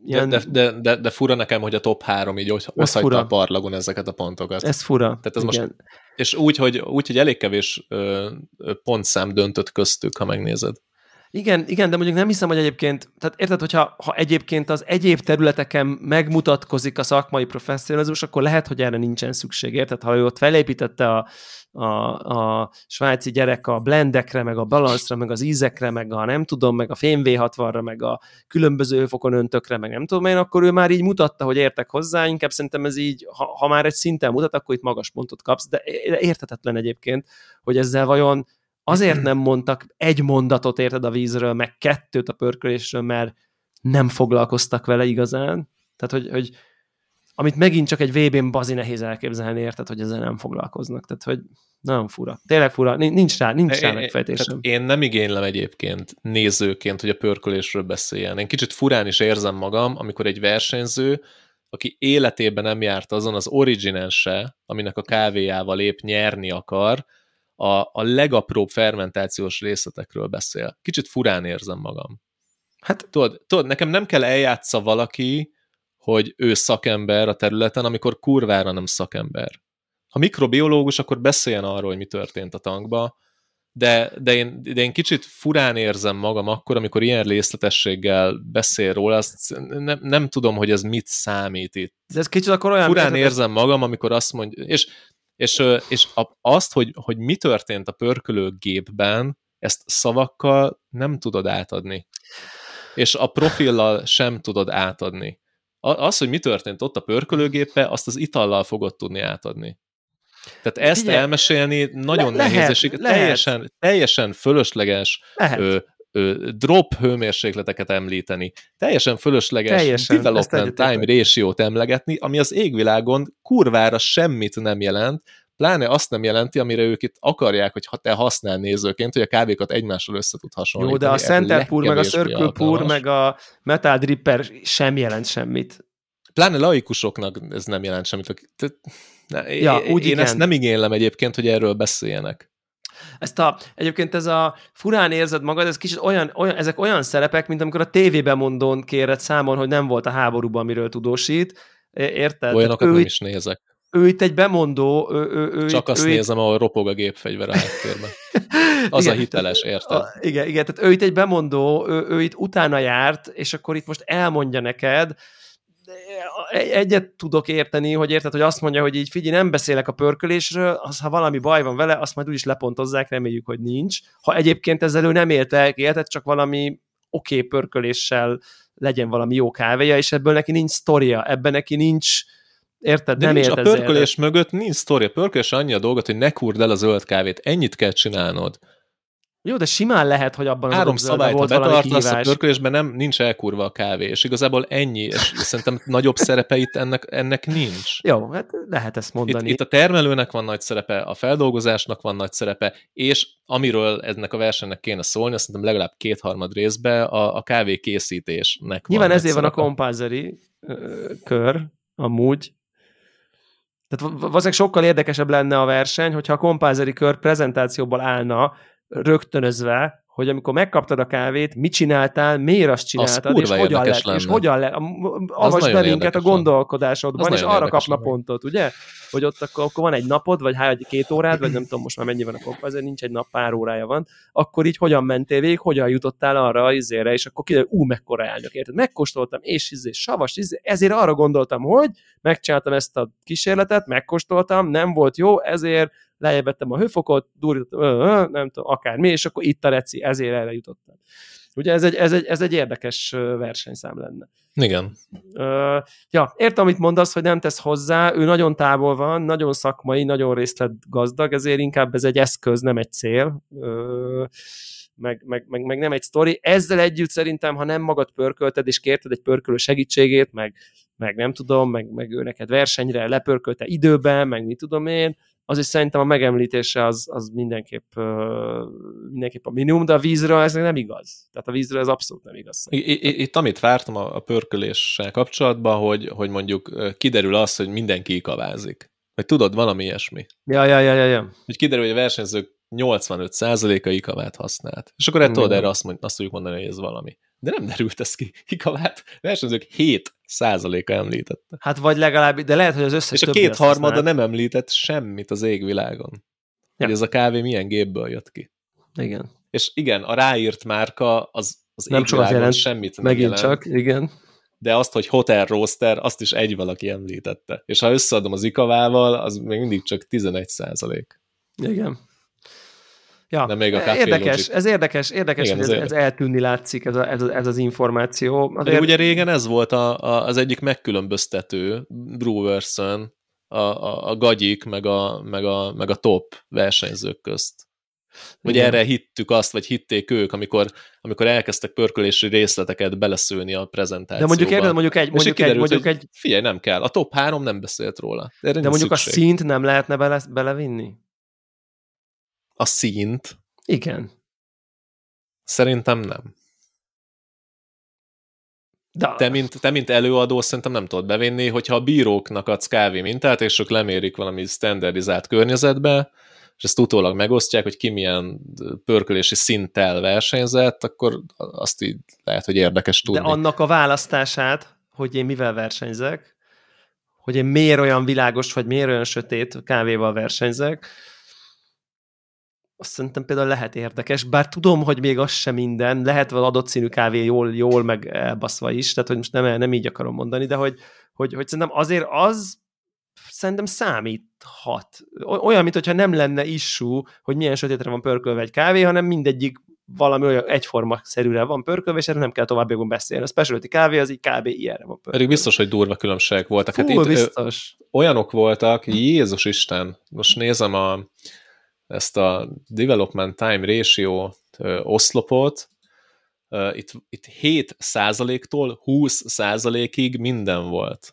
De fura nekem, hogy a top 3 így oszhagyta a parlagon ezeket a pontokat. Ez fura. Tehát ez most, és úgy, hogy elég kevés pontszám döntött köztük, ha megnézed. Igen, de mondjuk nem hiszem, hogy egyébként, tehát érted, hogyha egyébként az egyéb területeken megmutatkozik a szakmai professzionalizmus, akkor lehet, hogy erre nincsen szükség, érted? Ha ő ott felépítette a svájci gyerek a blendekre, meg a balanszra, meg az ízekre, meg a nem tudom, meg a fém V60-ra, meg a különböző fokon öntökre, meg nem tudom én, akkor ő már így mutatta, hogy értek hozzá, inkább szerintem ez így, ha már egy szinten mutat, akkor itt magas pontot kapsz, de érthetetlen egyébként, hogy ezzel vajon azért nem mondtak egy mondatot, érted, a vízről, meg 2 a pörkölésről, mert nem foglalkoztak vele igazán. Tehát, hogy amit megint csak egy VB-n bazi nehéz elképzelni, érted, hogy ezzel nem foglalkoznak. Tehát, hogy nagyon fura. Tényleg fura. Nincs rá megfejtésem. Én nem igénylem egyébként nézőként, hogy a pörkölésről beszéljen. Én kicsit furán is érzem magam, amikor egy versenyző, aki életében nem járt azon az Originen se, aminek a kávéjával épp nyerni akar, a legapróbb fermentációs részletekről beszél. Kicsit furán érzem magam. Hát tudod, nekem nem kell eljátsza valaki, hogy ő szakember a területen, amikor kurvára nem szakember. Ha mikrobiológus, akkor beszéljen arról, hogy mi történt a tankba, de én kicsit furán érzem magam akkor, amikor ilyen részletességgel beszél róla, azt nem tudom, hogy ez mit számít itt. De ez kicsit akkor olyan... Furán érzem magam, amikor azt mondja... És azt, hogy mi történt a pörkölőgépben, ezt szavakkal nem tudod átadni. És a profillal sem tudod átadni. Az, hogy mi történt ott a pörkölőgéppel, azt az itallal fogod tudni átadni. Tehát ezt elmesélni nagyon nehéz, és teljesen fölösleges drop hőmérsékleteket említeni, teljesen fölösleges development time ratio-t emlegetni, ami az égvilágon kurvára semmit nem jelent, pláne azt nem jelenti, amire ők itt akarják, hogy te használ nézőként, hogy a kávékat egymással össze tud hasonlítani. Jó, de a Center Pour, meg a Circle Pour, meg a Metal Dripper sem jelent semmit. Pláne laikusoknak ez nem jelent semmit. Én ezt nem igénylem egyébként, hogy erről beszéljenek. Egyébként ez a furán érzed magad, ez kicsit ezek olyan szerepek, mint amikor a tévébemondón kéred számon, hogy nem volt a háborúban, amiről tudósít. Érted? Olyanokat nem is nézek. Ő itt egy bemondó. Csak azt nézem, ahol ropog a gépfegyver a háttérben. Az igen, a hiteles, érted? Igen, tehát ő itt egy bemondó, ő itt utána járt, és akkor itt most elmondja neked, egyet tudok érteni, hogy érted, hogy azt mondja, hogy így figyelj, nem beszélek a pörkölésről, ha valami baj van vele, azt majd úgyis lepontozzák, reméljük, hogy nincs. Ha egyébként ezzel ő nem ért lelkiéletet, csak valami oké pörköléssel legyen valami jó kávéja, és ebből neki nincs sztoria, ebben neki nincs, érted, de nem ért ezzel. A pörkölés mögött nincs sztoria. Pörkölés annyi a dolgot, hogy ne kurd el a zöld kávét. Ennyit kell csinálnod. Jó, de simán lehet, hogy abban az 3 szabályt, volt ha betartasz, a pörkölésben nincs elkurva a kávé, és igazából ennyi, és szerintem nagyobb szerepe itt ennek nincs. Jó, hát lehet ezt mondani. Itt a termelőnek van nagy szerepe, a feldolgozásnak van nagy szerepe, és amiről ennek a versenynek kéne szólni, azt szerintem legalább 2/3 részben a kávé készítésnek nyilván van ezért szerepe. van a compulsory kör, amúgy. Tehát valószínűleg sokkal érdekesebb lenne a verseny, hogyha a compulsory kör prezentációból állna, rögtönözve, hogy amikor megkaptad a kávét, mit csináltál, miért azt csináltad, és hogyan lett, avasd be minket a gondolkodásodban, és arra kapna pontot, ugye? Hogy ott akkor van egy napod, vagy 2 órád, vagy nem tudom most már mennyi van a kompa, ezért nincs egy nap, pár órája van, akkor így hogyan mentél végig, hogyan jutottál arra az izére, és akkor kiderül, mekkora elnök, érted? Megkóstoltam, és savas, ezért arra gondoltam, hogy megcsináltam ezt a kísérletet, megkóstoltam, nem volt jó, ezért lejjebb vettem a hőfokot, durítottam, nem tudom, akármi, és akkor itt a reci, ezért erre jutottam. Ugye ez egy érdekes versenyszám lenne. Igen. Ja, értem, amit mondasz, hogy nem tesz hozzá, ő nagyon távol van, nagyon szakmai, nagyon részletgazdag, ezért inkább ez egy eszköz, nem egy cél, meg nem egy sztori. Ezzel együtt szerintem, ha nem magad pörkölted, és kérted egy pörkölő segítségét, meg nem tudom, meg ő neked versenyre lepörkölte időben, meg mit tudom én, az is szerintem a megemlítése az mindenképp a minimum, de a vízről ez nem igaz. Tehát a vízről ez abszolút nem igaz. Itt amit vártam a pörköléssel kapcsolatban, hogy mondjuk kiderül az, hogy mindenki ikavázik. Vagy tudod, valami ilyesmi. Ja. Hogy kiderül, hogy a versenyzők 85%-a ikavát használt. És akkor tudod, erre azt tudjuk mondani, hogy ez valami. De nem derült ez ki. Ikavát versenyzők 7%-a említette. Hát vagy legalább, de lehet, hogy az összes és a kétharmada nem említett semmit az égvilágon. Ja. Hogy ez a kávé milyen gépből jött ki. Igen. És igen, a ráírt márka az nem égvilágon semmit nem megint jelent. Csak, igen. De azt, hogy Hotel Roaster, azt is egy valaki említette. És ha összeadom az ikavával, az még mindig csak 11%. Igen. Ja, még a érdekes, ez érdekes, igen, hogy ez eltűnni látszik, ez az információ. De ugye régen ez volt az egyik megkülönböztető Brewerson, a gagyik, meg a top versenyzők közt. Vagy erre hittük azt, vagy hitték ők, amikor elkezdtek pörkölési részleteket beleszőni a prezentációba. De mondjuk egy... Figyelj, nem kell. A top 3 nem beszélt róla. De mondjuk szükség. A színt nem lehetne belevinni? A színt? Igen. Szerintem nem. De... Te, mint előadó szerintem nem tudod bevinni, hogyha a bíróknak adsz kávé mintát, és ők lemérik valami standardizált környezetbe, és ezt utólag megosztják, hogy ki milyen pörkölési szinttel versenyzett, akkor azt így lehet, hogy érdekes tudni. De annak a választását, hogy én mivel versenyzek, hogy én miért olyan világos, vagy miért olyan sötét kávéval versenyzek, azt szerintem például lehet érdekes, bár tudom, hogy még az sem minden, lehet valami adott színű kávé jól meg elbaszva is, tehát hogy most nem így akarom mondani, de hogy szerintem azért az szerintem számíthat. Olyan, mintha nem lenne issue, hogy milyen sötétre van pörkölve egy kávé, hanem mindegyik valami olyan egyforma-szerűre van pörkölve, és erről nem kell továbbiakban beszélni. A specialty kávé az így kb. Ilyenre van pörkölve. Pedig biztos, hogy durva különbségek voltak. Hát itt biztos. Olyanok voltak, Jézus Isten, most nézem ezt a development time ratio oszlopot, itt 7%-tól 20%-ig minden volt.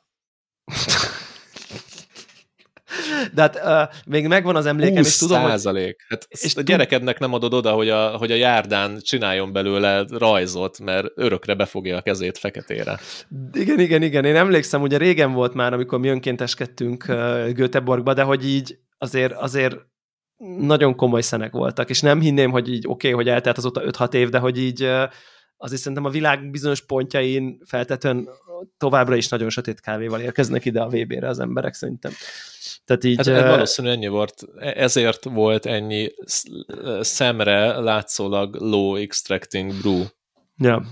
De hát még megvan az emlékem, és tudom, hogy... Hát és a gyerekednek nem adod oda, hogy a járdán csináljon belőle rajzot, mert örökre befogja a kezét feketére. Igen. Én emlékszem, ugye régen volt már, amikor mi önkénteskedtünk Göteborgba, de hogy így azért nagyon komoly szenek voltak, és nem hinném, hogy így oké, hogy eltelt azóta 5-6 év, de hogy így azért szerintem a világ bizonyos pontjain feltetően továbbra is nagyon sötét kávéval érkeznek ide a VB-re az emberek szerintem. Tehát így, ez valószínűleg ennyi volt, ezért volt ennyi szemre látszólag low extracting brew. Ja.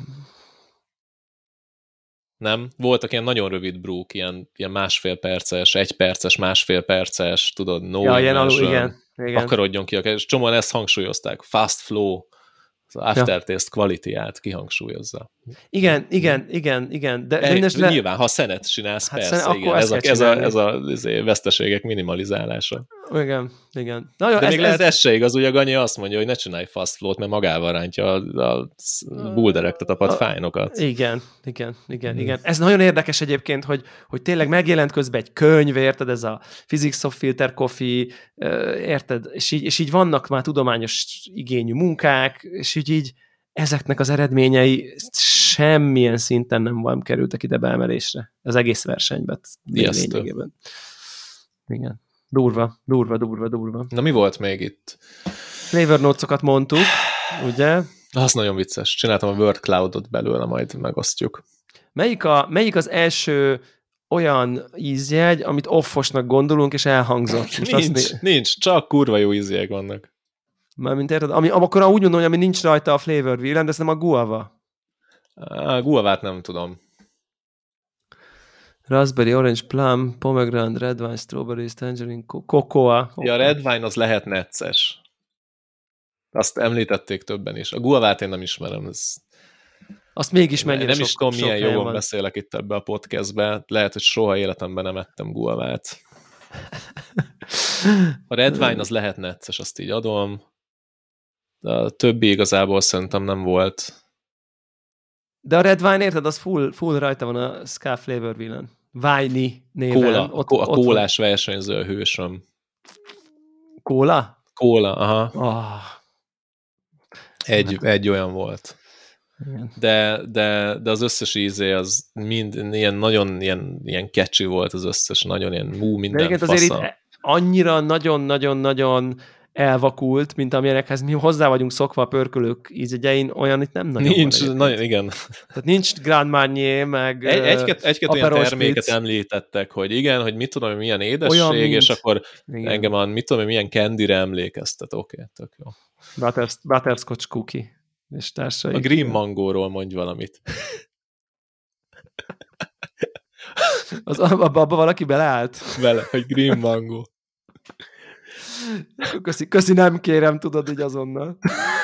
Nem? Voltak ilyen nagyon rövid brewk, ilyen 1,5 perces, 1 perces, 1,5 perces, tudod, no igen. Akarodjon ki, és csomóan ezt hangsúlyozták. Fast flow, az aftertaste quality-át kihangsúlyozza. Igen. De nyilván, ha szenet csinálsz, hát persze, igen. Ez a veszteségek minimalizálása. Igen. Na jó, de még lehet ez se igaz, ugye a Ganyi azt mondja, hogy ne csinálj fast flow-t, mert magával rántja a bulderekre tapadt fájnokat. Igen. Ez nagyon érdekes egyébként, hogy tényleg megjelent közben egy könyv, érted, ez a Physics of Filter Coffee, érted, és így vannak már tudományos igényű munkák, és így ezeknek az eredményei semmilyen szinten nem kerültek ide beemelésre. Az egész versenyben. Lényegében. Igen. Durva. Na mi volt még itt? Flavor notes-okat mondtuk, ugye? Az nagyon vicces. Csináltam a word cloudot belőle, majd megosztjuk. Melyik az első olyan ízjegy, amit offosnak gondolunk, és elhangzott? Nincs, csak kurva jó ízjegyek vannak. Mármint érted? Akkor úgy mondom, hogy ami nincs rajta a flavor wheel, de ez nem a guava. A guavát nem tudom. Raspberry, orange, plum, pomegranate, red wine, strawberry, tangerine, cocoa. Ja, a red wine az lehet necces. Azt említették többen is. A guavát én nem ismerem. Azt mégis mennyire nem is tudom, milyen jogon beszélek itt ebbe a podcastbe. Lehet, hogy soha életemben nem ettem guavát. A red wine az lehet necces, azt így adom. De a többi igazából szerintem nem volt. De a red wine, érted, az full rajta van a Ska Flavor Wheel-en. Viney néven. A kólás versenyző hősöm. Kóla? Kóla, aha. Oh. Egy olyan volt. De az összes ízé az mind ilyen nagyon ilyen catchy volt az összes, nagyon ilyen minden fasza. De azért itt annyira nagyon-nagyon-nagyon elvakult, mint amilyenekhez mi hozzá vagyunk szokva a pörkölők ízegyein, olyan itt nem nagyon nincs, nagyon, igen. Tehát nincs Grand Marnier, meg egy-két olyan terméket említettek, hogy igen, hogy mit tudom, milyen édesség, olyan, és akkor igen. Engem a mit tudom, milyen candyre emlékeztet. Oké, tök jó. Butterscotch cookie és társai. A Green Mangóról mondj valamit. Abba valaki beleállt? Bele, hogy Green Mango. Köszi, nem kérem, tudod, így azonnal.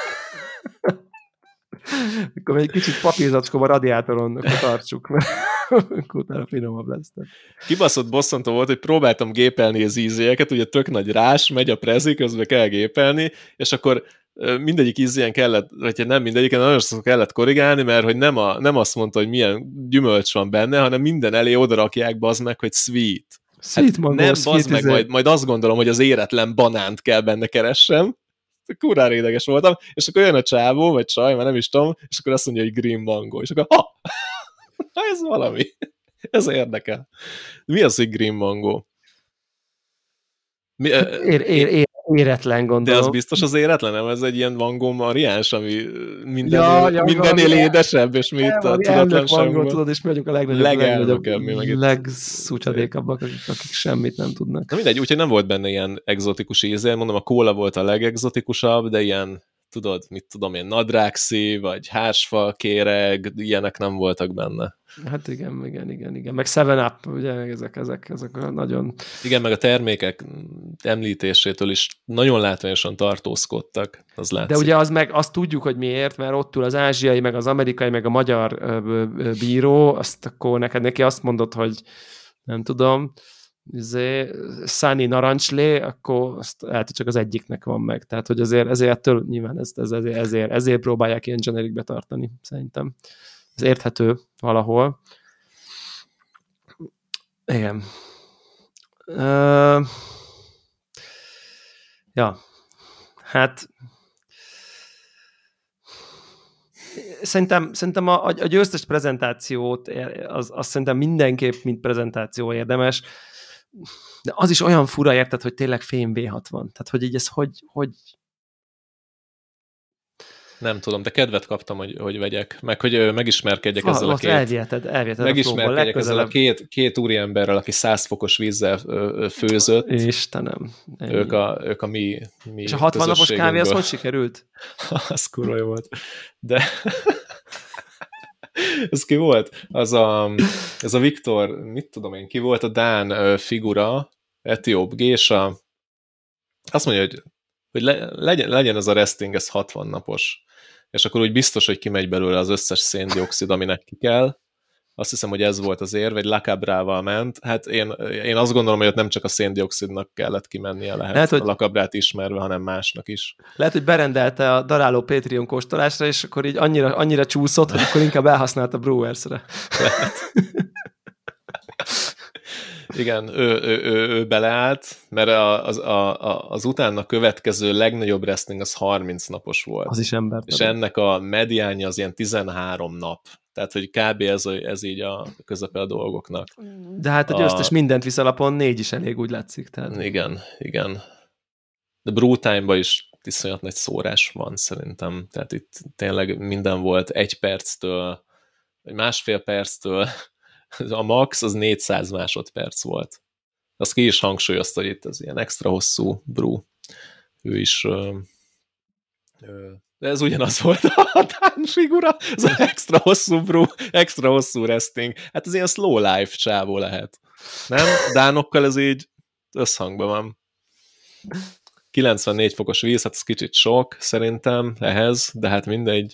Akkor egy kicsit papírzacskóba a radiátoron tartsuk, mert utána finomabb lesz. Kibaszott bosszantó volt, hogy próbáltam gépelni az ízélyeket, ugye tök nagy rás, megy a prezi, közben kell gépelni, és akkor mindegyik ízélyen kellett, vagy nem mindegyiken, nagyon sokszor kellett korrigálni, mert hogy nem azt mondta, hogy milyen gyümölcs van benne, hanem minden elé odarakják, bazd meg, hogy sweet. Sweet mango, nem, bazd meg, majd azt gondolom, hogy az éretlen banánt kell benne keressem. Kurvára ideges voltam, és akkor jön a csávó, vagy csaj, már nem is tudom, és akkor azt mondja, hogy Green Mango, és akkor ez valami. Ez érdekel. Mi az, hogy Green Mango? Éretlen, gondolom. De az biztos az éretlen, nem? Ez egy ilyen mangó variáns, ami mindennél édesebb, és mi itt a tudatlanságban. Tudod, és mi vagyunk a legnagyobb, legszúcsadékabbak, akik semmit nem tudnak. Na mindegy, úgyhogy nem volt benne ilyen egzotikus íze. Mondom, a kóla volt a legexotikusabb, de ilyen, tudod, mit tudom én, nadrágszív, vagy hársfa, kéreg, ilyenek nem voltak benne. Hát igen. Meg 7-Up, ugye, ezek a nagyon... Igen, meg a termékek említésétől is nagyon látványosan tartózkodtak, az látszik. De ugye azt tudjuk, hogy miért, mert ott ül az ázsiai, meg az amerikai, meg a magyar bíró, azt akkor neki azt mondod, hogy nem tudom, Sunny narancslé, akkor azt lehet, hogy csak az egyiknek van meg. Tehát, hogy ezért nyilván ezért próbálják ilyen generikbe tartani, szerintem. Ez érthető valahol. Igen. Ja. Hát szerintem a győztes prezentációt az szerintem mindenképp mint prezentáció érdemes, de az is olyan fura, érted, hogy tényleg fém V60. Tehát, hogy így ez hogy nem tudom, de kedvet kaptam, hogy vegyek, meg hogy megismerkedjek ezzel a két... Megismerkedjek ezzel a két úriemberrel, aki 100 fokos vízzel főzött. Istenem. Ők a mi és a 60 napos kávé az hogy sikerült? Az kurva jó volt. De... ez ki volt? Ez a Viktor, mit tudom én, ki volt a dán figura, etióp gésa. Azt mondja, hogy legyen ez a resting, ez 60 napos. És akkor úgy biztos, hogy kimegy belőle az összes széndioxid, aminek ki kell. Azt hiszem, hogy ez volt az érv, egy Lacabrával ment. Hát én azt gondolom, hogy ott nem csak a széndioxidnak kellett kimennie lehet a Lacabrát ismerve, hanem másnak is. Lehet, hogy berendelte a daráló Patreon kóstolásra, és akkor így annyira csúszott, hogy akkor inkább elhasznált a Brewers-re. Igen, ő beleállt, mert az utána következő legnagyobb wrestling az 30 napos volt. Az is ember. És ennek a mediánja az ilyen 13 nap. Tehát, hogy kb. Ez így a közepe a dolgoknak. De hát a győztes mindent visz alapon 4 is elég, úgy látszik. Tehát. Igen. De Brewtime-ban is iszonyat nagy szórás van szerintem. Tehát itt tényleg minden volt 1 perctől, vagy másfél perctől. A max az 400 másodperc volt. Azt ki is hangsúlyozta, hogy itt az ilyen extra hosszú brew. Ő is... de ez ugyanaz volt a dán figura, ez az extra hosszú brew, extra hosszú resting. Hát ez ilyen slow life csávó lehet. Nem? Dánokkal ez így összhangban van. 94 fokos víz, hát ez kicsit sok szerintem ehhez, de hát mindegy.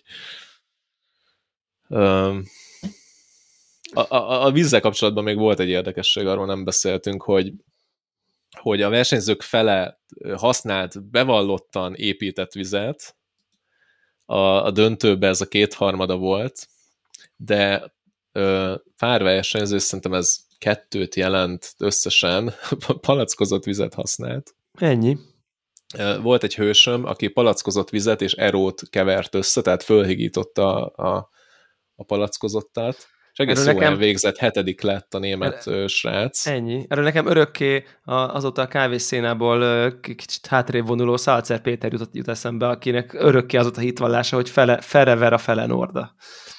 A vízzel kapcsolatban még volt egy érdekesség, arról nem beszéltünk, hogy a versenyzők fele használt bevallottan épített vizet, a döntőben ez a 2/3 volt, de pár versenyző, szerintem ez 2 jelent összesen, palackozott vizet használt. Ennyi. Volt egy hősöm, aki palackozott vizet és erót kevert össze, tehát fölhigította a palackozottat, és egész jól elvégzett, 7. lett a német srác. Ennyi. Erről nekem örökké azóta a kávészénából kicsit hátrébb vonuló Szalcer Péter jut eszembe, akinek örökké az ott a hitvallása, hogy fele ver a fele norda.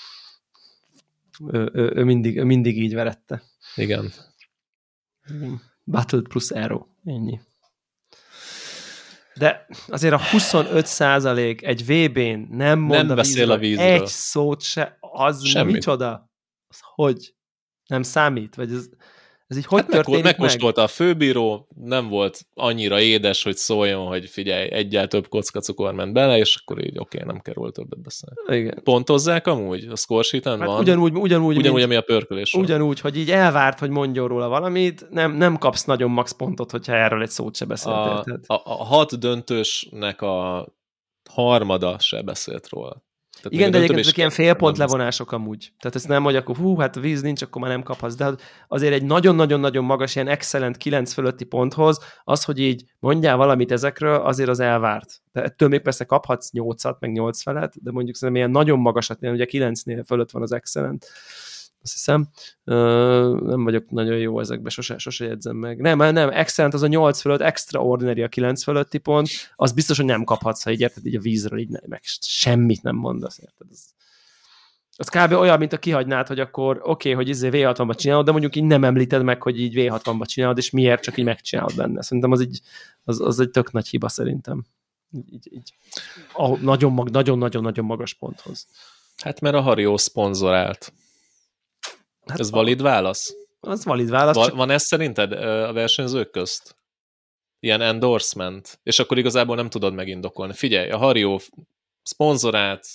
Ő mindig így verette. Igen. Battle plus Aero. Ennyi. De azért a 25% egy VB-n nem mond nem beszél a vízről. Egy szót se, az semmit. Micsoda? Az hogy? Nem számít? Vagy ez így hogy történik meg? Megkóstolta a főbíró, nem volt annyira édes, hogy szóljon, hogy figyelj, egyel több kockacukor ment bele, és akkor így oké, nem kell róla többet beszélni. Igen. Pontozzák amúgy? A score sheeten hát van? Ugyanúgy, ami a pörkölés. Ugyanúgy, hogy így elvárt, hogy mondjon róla valamit, nem kapsz nagyon max pontot, hogyha erről egy szót se beszéltél. A 6 döntősnek a 3 se beszélt róla. Tehát igen, de egyébként ezek ilyen félpont levonások amúgy. Tehát ez nem, hogy akkor hát a víz nincs, akkor már nem kaphatsz. De azért egy nagyon-nagyon-nagyon magas, ilyen excellent 9 fölötti ponthoz, az, hogy így mondjál valamit ezekről, azért az elvárt. De ettől még persze kaphatsz 8-at, meg 8 felett, de mondjuk szerintem ilyen nagyon magasat, ugye 9-nél fölött van az excellent. Azt hiszem, nem vagyok nagyon jó ezekben, sose jegyzem meg. Nem, excellent az a 8 fölött, extraordinary a 9 fölötti pont, az biztos, hogy nem kaphatsz, ha így érted, így a vízről így meg semmit nem mondasz, érted? Az kb. Olyan, mint a kihagynád, hogy akkor oké, hogy V60-ba csinálod, de mondjuk így nem említed meg, hogy így V60-ba csinálod, és miért csak így megcsinálod benne. Szerintem az egy tök nagy hiba szerintem. Így. Nagyon-nagyon-nagyon magas ponthoz. Hát mert a Hario szponzorált. Hát ez valid válasz? Az valid válasz. Van ez szerinted a versenyzők közt? Ilyen endorsement? És akkor igazából nem tudod megindokolni. Figyelj, a Hario szponzorált,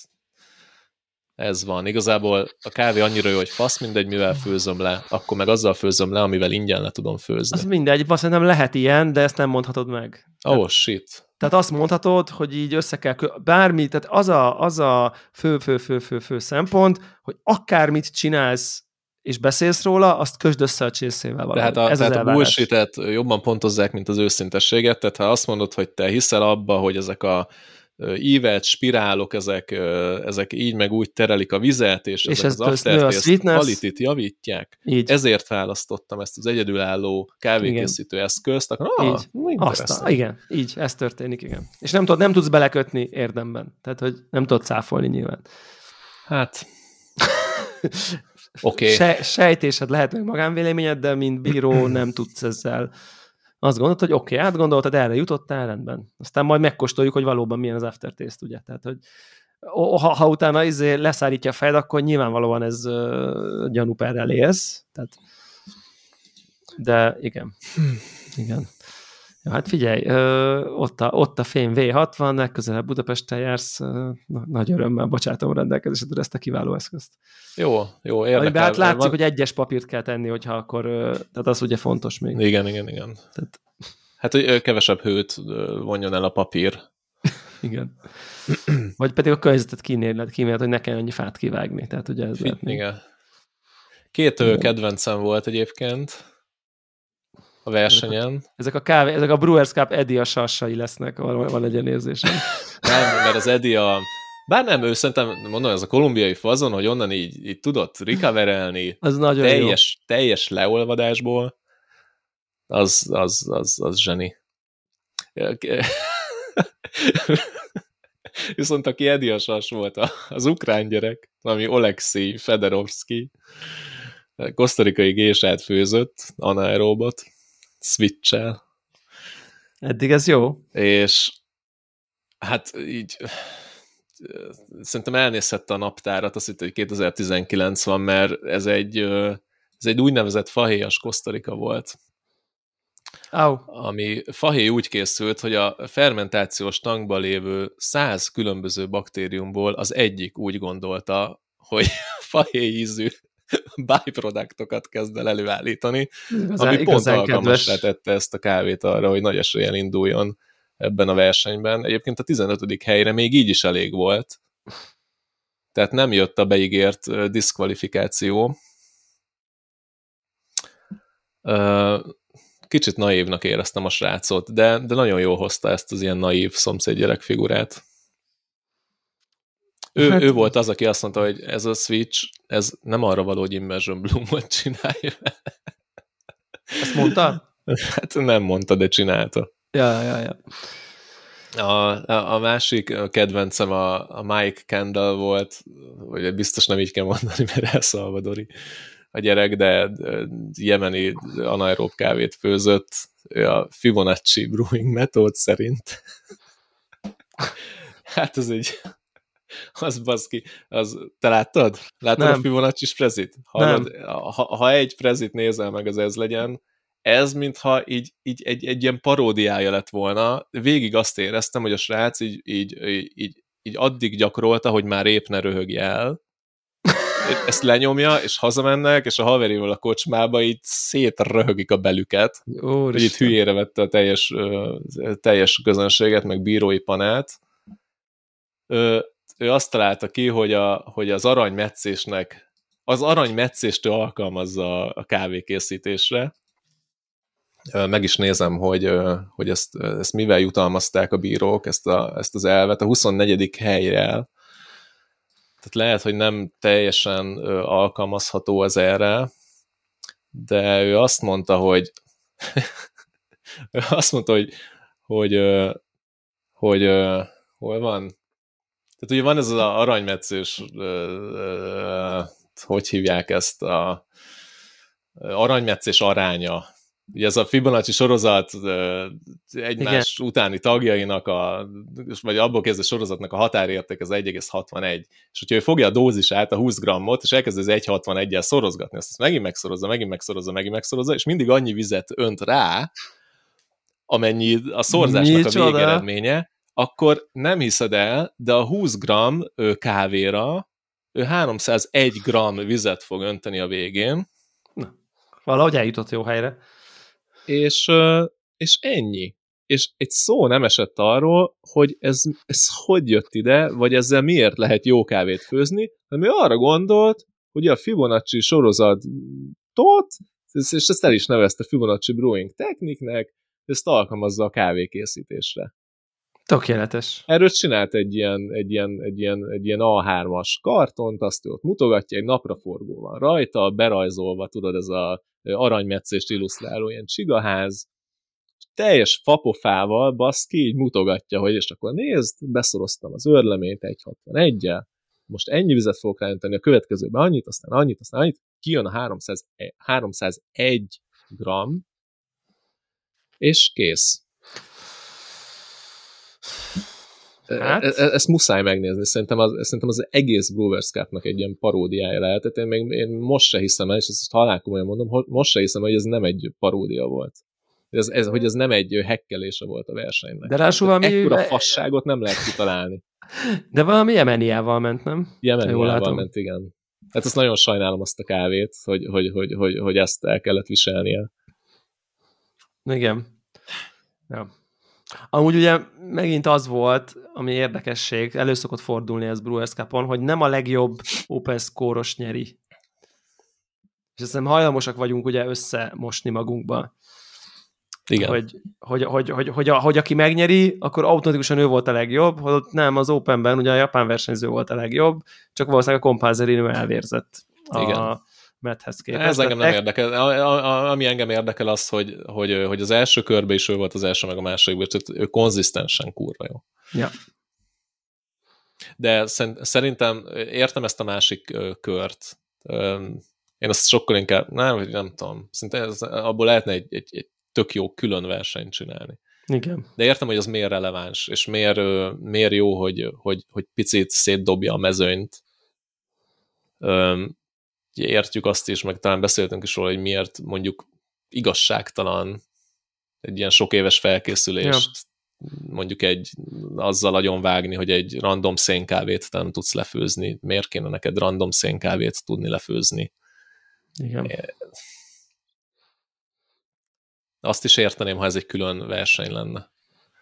ez van. Igazából a kávé annyira jó, hogy fasz mindegy, mivel főzöm le, akkor meg azzal főzöm le, amivel ingyen le tudom főzni. Az mindegy, szerintem lehet ilyen, de ezt nem mondhatod meg. Oh, shit. Tehát azt mondhatod, hogy így össze kell bármi, tehát az a fő szempont, hogy akármit csinálsz, és beszélsz róla, azt kösd össze a csészével valahogy. Tehát a bullshit-et jobban pontozzák, mint az őszintességet, tehát ha azt mondod, hogy te hiszel abba, hogy ezek a ívelt spirálok, ezek így meg úgy terelik a vizet, és ezek az aftertaste quality-t javítják. Így. Ezért választottam ezt az egyedülálló kávékészítő eszközt, akkor igen, így, ez történik, igen. És nem tudsz belekötni érdemben. Tehát, hogy nem tudod cáfolni nyilván. Hát... Okay. Sejtésed lehet meg magánvéleményed, de mint bíró nem tudsz ezzel. Azt gondolod, hogy oké, átgondoltad, erre jutottál, rendben. Aztán majd megkóstoljuk, hogy valóban milyen az aftertaste, ugye? Tehát, hogy ha utána leszárítja a fejed, akkor nyilvánvalóan ez gyanúperrel élsz. Tehát, de igen. Igen. Ja, hát figyelj, ott a fém V60, legközelebb Budapesten jársz, nagy örömmel bocsátom rendelkezésedre ezt a kiváló eszközt. Jó, érdekel. Amiben hát látszik, hogy egyes papírt kell tenni, hogyha akkor, tehát az ugye fontos még. Igen. Tehát... Hát, hogy kevesebb hőt vonjon el a papír. Igen. Vagy pedig a környezetet kímélet, hogy ne kell annyi fát kivágni. Tehát ugye ez lehet még. Igen. 2 kedvencem volt egyébként a versenyen. Ezek a Brewers Cup Eddie a sassai lesznek, van egy érzésem. Nem, mert az Eddie bár nem, ő szerintem, mondom, ez a kolumbiai fazon, hogy onnan így tudott recoverelni teljes leolvadásból, az zseni. Viszont aki Eddie a sas volt, az ukrán gyerek, ami Oleksij Fedorovszky, kosztarikai gésát főzött, anaerobot, switch-el. Eddig ez jó. És hát így szerintem elnézhette a naptárat, azt hitt, hogy 2019 van, mert ez egy úgynevezett fahéjas Kosztarika volt. ami fahéj úgy készült, hogy a fermentációs tankban lévő 100 különböző baktériumból az egyik úgy gondolta, hogy fahéj ízű byproductokat kezd el előállítani, ami pont alkalmassá tette ezt a kávét arra, hogy nagy eséllyel induljon ebben a versenyben. Egyébként a 15. helyre még így is elég volt. Tehát nem jött a beígért diszkvalifikáció. Kicsit naívnak éreztem a srácot, de nagyon jól hozta ezt az ilyen naív szomszédgyerek figurát. Ő volt az, aki azt mondta, hogy ez a Switch, ez nem arra való, hogy Immersion Bloomot csinálja. Ezt mondta? Hát nem mondta, de csinálta. Ja. A másik kedvencem a Mike Kendall volt, vagy biztos nem így kell mondani, mert elszalvadori a gyerek, de jemeni anaerób kávét főzött, a Fibonacci Brewing Method szerint. Hát ez egy... Az baszki. Te láttad? Láttad a Fibonacci prezit? Ha egy prezit nézel meg, az ez legyen, ez mintha így egy ilyen paródiája lett volna. Végig azt éreztem, hogy a srác így addig gyakorolta, hogy már épp ne röhögj el. Ezt lenyomja, és hazamennek, és a haverival a kocsmába így szétröhögik a belüket. Hogy itt hülyére vette a teljes közönséget, meg bírói panelt. Ő azt találta ki, hogy az aranymetszéstől alkalmazza a kávékészítésre. Meg is nézem, hogy ezt mivel jutalmazták a bírók, ezt az elvet. A 24. helyre. Tehát lehet, hogy nem teljesen alkalmazható az erre, de ő azt mondta, hogy hol van? Tehát ugye van ez az aranymetszés, hogy hívják ezt, a aranymetszés aránya. Ugye ez a Fibonacci sorozat egymás utáni tagjainak, vagy abból kezdve sorozatnak a határérték az 1,61. És hogyha ő fogja a dózisát, a 20 grammot, és elkezd az 1,61-jel szorozgatni, azt megint megszorozza, és mindig annyi vizet önt rá, amennyi a szorzásnak a végeredménye, akkor nem hiszed el, de a 20 gram kávéra ő 301 gram vizet fog önteni a végén. Na, valahogy eljutott jó helyre. És ennyi. És egy szó nem esett arról, hogy ez hogy jött ide, vagy ezzel miért lehet jó kávét főzni, hanem ő arra gondolt, hogy a Fibonacci sorozatot, és ezt el is nevezte Fibonacci Brewing Technique-nek, ezt alkalmazza a kávékészítésre. Tökéletes. Erről csinált egy ilyen A3-as kartont, azt ott mutogatja, egy napraforgó van rajta, berajzolva, tudod, ez a aranymetszést illusztráló ilyen csigaház, teljes fapofával, baszki, így mutogatja, hogy és akkor nézd, beszoroztam az őrleményt 1,61-jel, most ennyi vizet fogok ráönteni, a következőben annyit, aztán annyit, kijön a 301 gram, és kész. Hát? Ezt muszáj megnézni, szerintem az egész Brewers Cup-nak egy ilyen paródiája lehetett. Én most se hiszem el, és ezt halálkomolyan mondom, most se hiszem, hogy ez nem egy paródia volt. Hogy ez nem egy hekkelése volt a versenynek. De rásul valami... Ekkora fasságot nem lehet kitalálni. De valami Jemeniával ment, nem? Jemeniával ment, igen. Hát ezt nagyon sajnálom azt a kávét, hogy ezt el kellett viselnie. Igen. Ja. Amúgy ugye megint az volt, ami érdekesség, elő szokott fordulni ez Brewers Cup-on, hogy nem a legjobb open score-os nyeri. És azt hiszem hajlamosak vagyunk ugye összemosni magunkba. Igen. Hogy aki megnyeri, akkor automatikusan ő volt a legjobb, holott nem, az Openben ugye a japán versenyző volt a legjobb, csak valószínűleg a Compulsory elvérzett a Matthez képest. Ez engem nem érdekel. Ami engem érdekel az, hogy az első körben is ő volt az első, meg a másodikban, tehát ő konzisztensen kurva jó. Ja. De szerintem értem ezt a másik kört. Én azt sokkal inkább, nem tudom, szerintem abból lehetne egy tök jó külön versenyt csinálni. Igen. De értem, hogy az miért releváns, és miért jó, hogy picit szétdobja a mezőnyt. Értjük azt is, meg talán beszéltünk is róla, hogy miért mondjuk igazságtalan egy ilyen sok éves felkészülést, mondjuk azzal agyon vágni, hogy egy random szénkávét te nem tudsz lefőzni. Miért kéne neked random szénkávét tudni lefőzni? Igen. Azt is érteném, ha ez egy külön verseny lenne.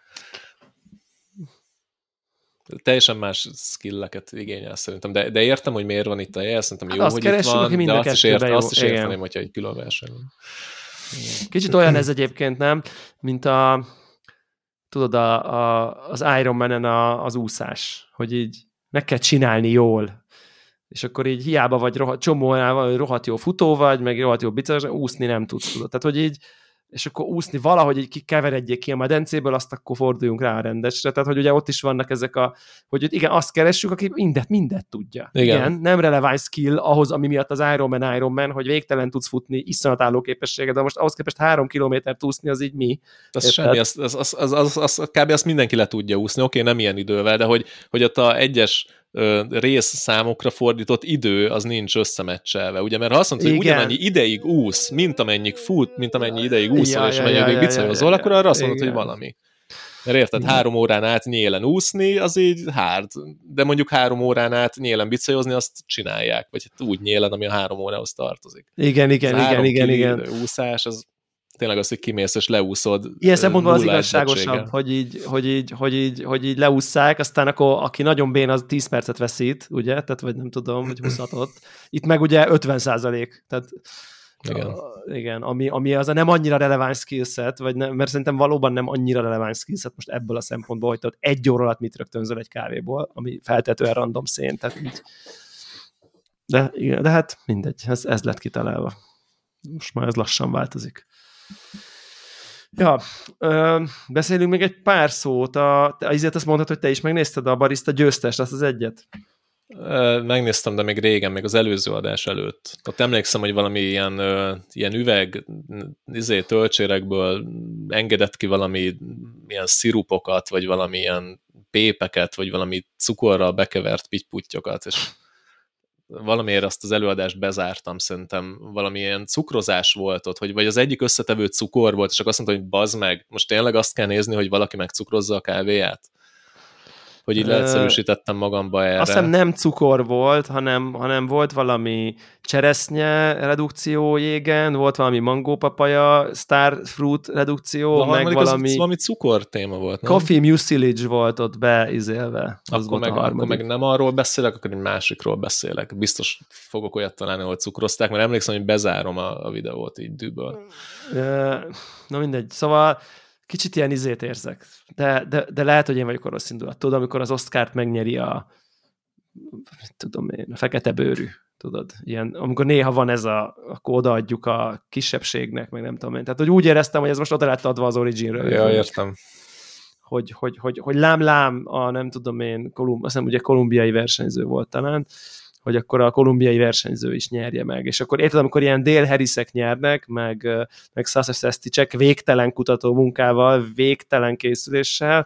Teljesen más skilleket igényel szerintem, de értem, hogy miért van itt a jel, szerintem jó, hogy itt van, de azt is érteném, hogyha egy külön verseny van. Kicsit olyan ez egyébként, nem? Mint tudod, az Iron Man-en az úszás, hogy így meg kell csinálni jól, és akkor így hiába vagy csomóan rohadt jó futó vagy, meg rohadt jó bicajos, úszni nem tudsz, tudod. Tehát, hogy így, és akkor úszni valahogy így keveredjék ki a medencéből, azt akkor forduljunk rá a rendesre. Tehát, hogy ugye ott is vannak ezek hogy igen, azt keressük, aki mindet tudja. Igen, nem releváns skill ahhoz, ami miatt az Iron Man, hogy végtelen tudsz futni, iszonyat állóképessége, de most ahhoz képest 3 kilométert úszni, az így mi? Az semmi, kb. Azt mindenki le tudja úszni, oké, nem ilyen idővel, de hogy ott a egyes rész számokra fordított idő az nincs összemecselve, ugye, mert ha azt mondod, hogy ugyanannyi ideig úsz, mint amennyi fut, mint amennyi ideig úszol, és amennyi bicajozol, akkor arra azt mondod, hogy valami. Mert érted, 3 órán át nyélen úszni, az így hard, de mondjuk 3 órán át nyélen bicajozni, azt csinálják, vagy úgy nyélen, ami a 3 órához tartozik. Igen. Úszás, az tényleg az, hogy kimész és leúszod. Ilyen szempontból az igazságosabb, hogy így leússzák, aztán akkor aki nagyon bén, az 10 percet veszít, ugye? Tehát, vagy nem tudom, hogy 26-ot. Itt meg ugye 50%. Tehát igen, ami az a nem annyira releváns skillset, vagy nem, mert szerintem valóban nem annyira releváns skillset most ebből a szempontból, hogy te 1 óra alatt mit rögtönzöl egy kávéból, ami feltetően random szén, tehát így. De hát mindegy, ez lett kitalálva. Most már ez lassan változik. Ja, beszélünk még egy pár szót. Azért azt mondtad, hogy te is megnézted a Barista győztest, azt az egyet? Megnéztem, de még régen, még az előző adás előtt. Ott emlékszem, hogy valami ilyen üveg töltsérekből engedett ki valami ilyen szirupokat, vagy valami ilyen pépeket, vagy valami cukorral bekevert pittyputyokat, és valamiért azt az előadást bezártam, szerintem valamilyen cukrozás volt ott, vagy az egyik összetevő cukor volt, és akkor azt mondta, hogy bazd meg, most tényleg azt kell nézni, hogy valaki megcukrozza a kávéját? Hogy így leegyszerűsítettem magamba erre. Azt hiszem nem cukor volt, hanem volt valami cseresznye redukció jégen, volt valami mangópapaja, star fruit redukció, meg valami cukor téma volt, nem? Coffee mucilage volt ott beizélve. Akkor meg nem arról beszélek, akkor egy másikról beszélek. Biztos fogok olyat találni, ahol cukrozták, mert emlékszem, hogy bezárom a videót így dűből. Na mindegy. Szóval kicsit ilyen érzek. De lehet, hogy én vagyok a rossz indulat. Tudod, amikor az Oscart megnyeri a fekete bőrű, tudod, ilyen, amikor néha van ez akkor odaadjuk a kisebbségnek, meg nem tudom én. Tehát, hogy úgy éreztem, hogy ez most oda lett adva az Originről. Ja, értem. Hogy lám, nem tudom én, azt hiszem, ugye kolumbiai versenyző volt talán, hogy akkor a kolumbiai versenyző is nyerje meg. És akkor érted, amikor ilyen Dale Harrisek nyernek, meg Sasha Sesticek végtelen kutató munkával, végtelen készüléssel,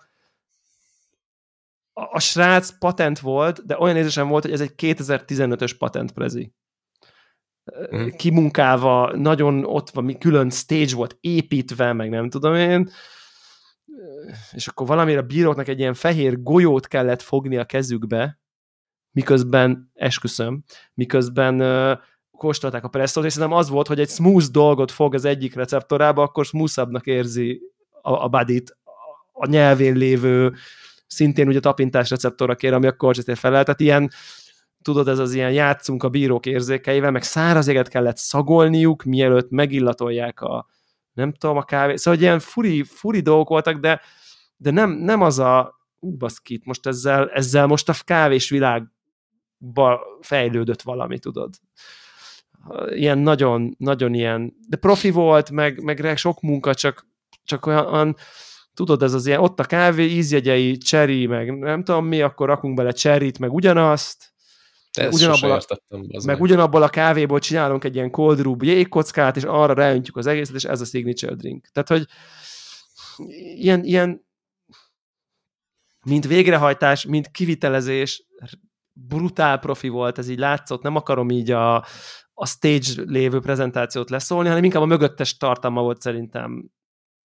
a srác patent volt, de olyan érzésem volt, hogy ez egy 2015-ös patentprezi. Kimunkálva, nagyon ott van, külön stage volt építve, meg nem tudom én, és akkor valamire a bíróknak egy ilyen fehér golyót kellett fogni a kezükbe, miközben, esküszöm, kóstolták a presszót, és szerintem az volt, hogy egy smooth dolgot fog az egyik receptorába, akkor smoothabbnak érzi a bodyt, a nyelvén lévő, szintén ugye tapintás receptorra kér, ami a korcsetét felel. Tehát ilyen, tudod, ez az ilyen játszunk a bírók érzékeivel, meg száraz éget kellett szagolniuk, mielőtt megillatolják nem tudom, a kávé. Szóval ilyen furi dolgok voltak, de nem az baszkit, most ezzel most a kávés világba fejlődött valami, tudod. Ilyen nagyon ilyen, de profi volt, meg sok munka, csak olyan, tudod, ez az ilyen, ott a kávé, ízjegyei, cherry, meg nem tudom mi, akkor rakunk bele cherryt, meg ugyanazt. Ugyanabból a kávéból csinálunk egy ilyen cold brew jégkockát, és arra ráöntjük az egészet, és ez a signature drink. Tehát, hogy ilyen mint végrehajtás, mint kivitelezés, brutál profi volt, ez így látszott, nem akarom így a stage lévő prezentációt leszólni, hanem inkább a mögöttes tartalma volt szerintem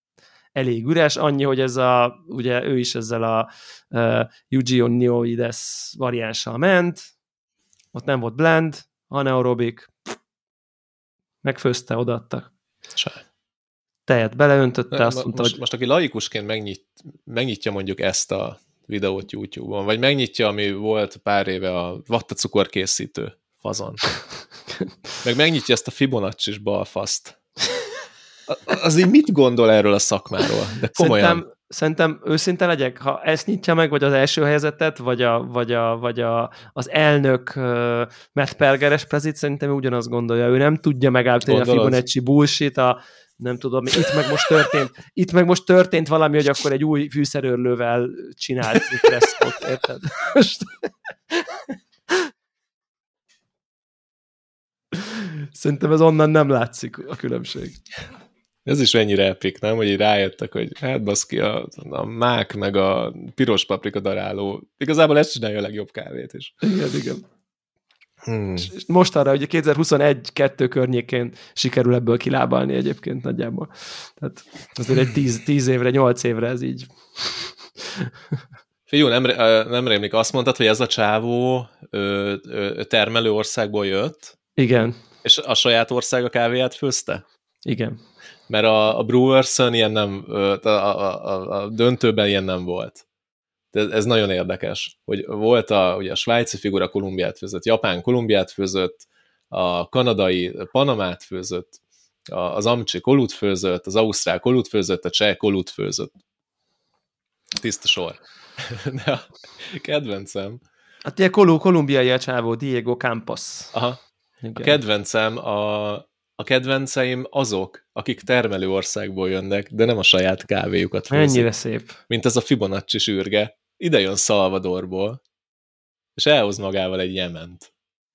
elég üres, annyi, hogy ugye ő is ezzel a Eugenioides variánssal ment, ott nem volt blend, anaerobik, megfőzte, odaadtak. Tejet beleöntötte, azt mondta, most aki laikusként megnyitja mondjuk ezt a videót YouTube-on, vagy megnyitja, ami volt pár éve a vattacukorkészítő fazon, meg megnyitja ezt a Fibonacci-s balfaszt, az így mit gondol erről a szakmáról? De komolyan. Szerintem őszinte legyek, ha ezt nyitja meg, vagy az első helyezettet, vagy az elnök Matt Pergeres prezit, szerintem ugyanazt gondolja. Ő nem tudja megállítani a Fibonacci bullshit, nem tudom, itt meg most történt valami, hogy akkor egy új fűszerőrlővel csinált Prescott, érted? Szerintem ez onnan nem látszik a különbség. Ez is ennyire epik, nem? Hogy így rájöttek, hogy hát baszki, a mák meg a piros paprika daráló igazából ezt csinálja a legjobb kávét is. Igen. És most arra, hogy 2021-2 környékén sikerül ebből kilábalni egyébként nagyjából. Tehát azért egy 10 évre, 8 évre ez így. Figyú, nem rémlik, azt mondtad, hogy ez a csávó termelő országból jött? Igen. És a saját országa kávéját főzte? Igen. Mert a Brewers-ön ilyen nem, a döntőben ilyen nem volt. De ez nagyon érdekes, hogy volt ugye a svájci figura Kolumbiát főzött, Japán Kolumbiát főzött, a kanadai Panamát főzött, az amcsi Kolut főzött, az ausztrál Kolut főzött, a cseh Kolut főzött. Tiszta sor. De a kedvencem... Hát ilyen kolumbiai a csávó, Diego Campos. Aha. Igen. A kedvenceim azok, akik termelő országból jönnek, de nem a saját kávéjukat főzik. Mennyire szép. Mint ez a Fibonacci sürge. Ide jön Salvadorból, és elhoz magával egy Jement.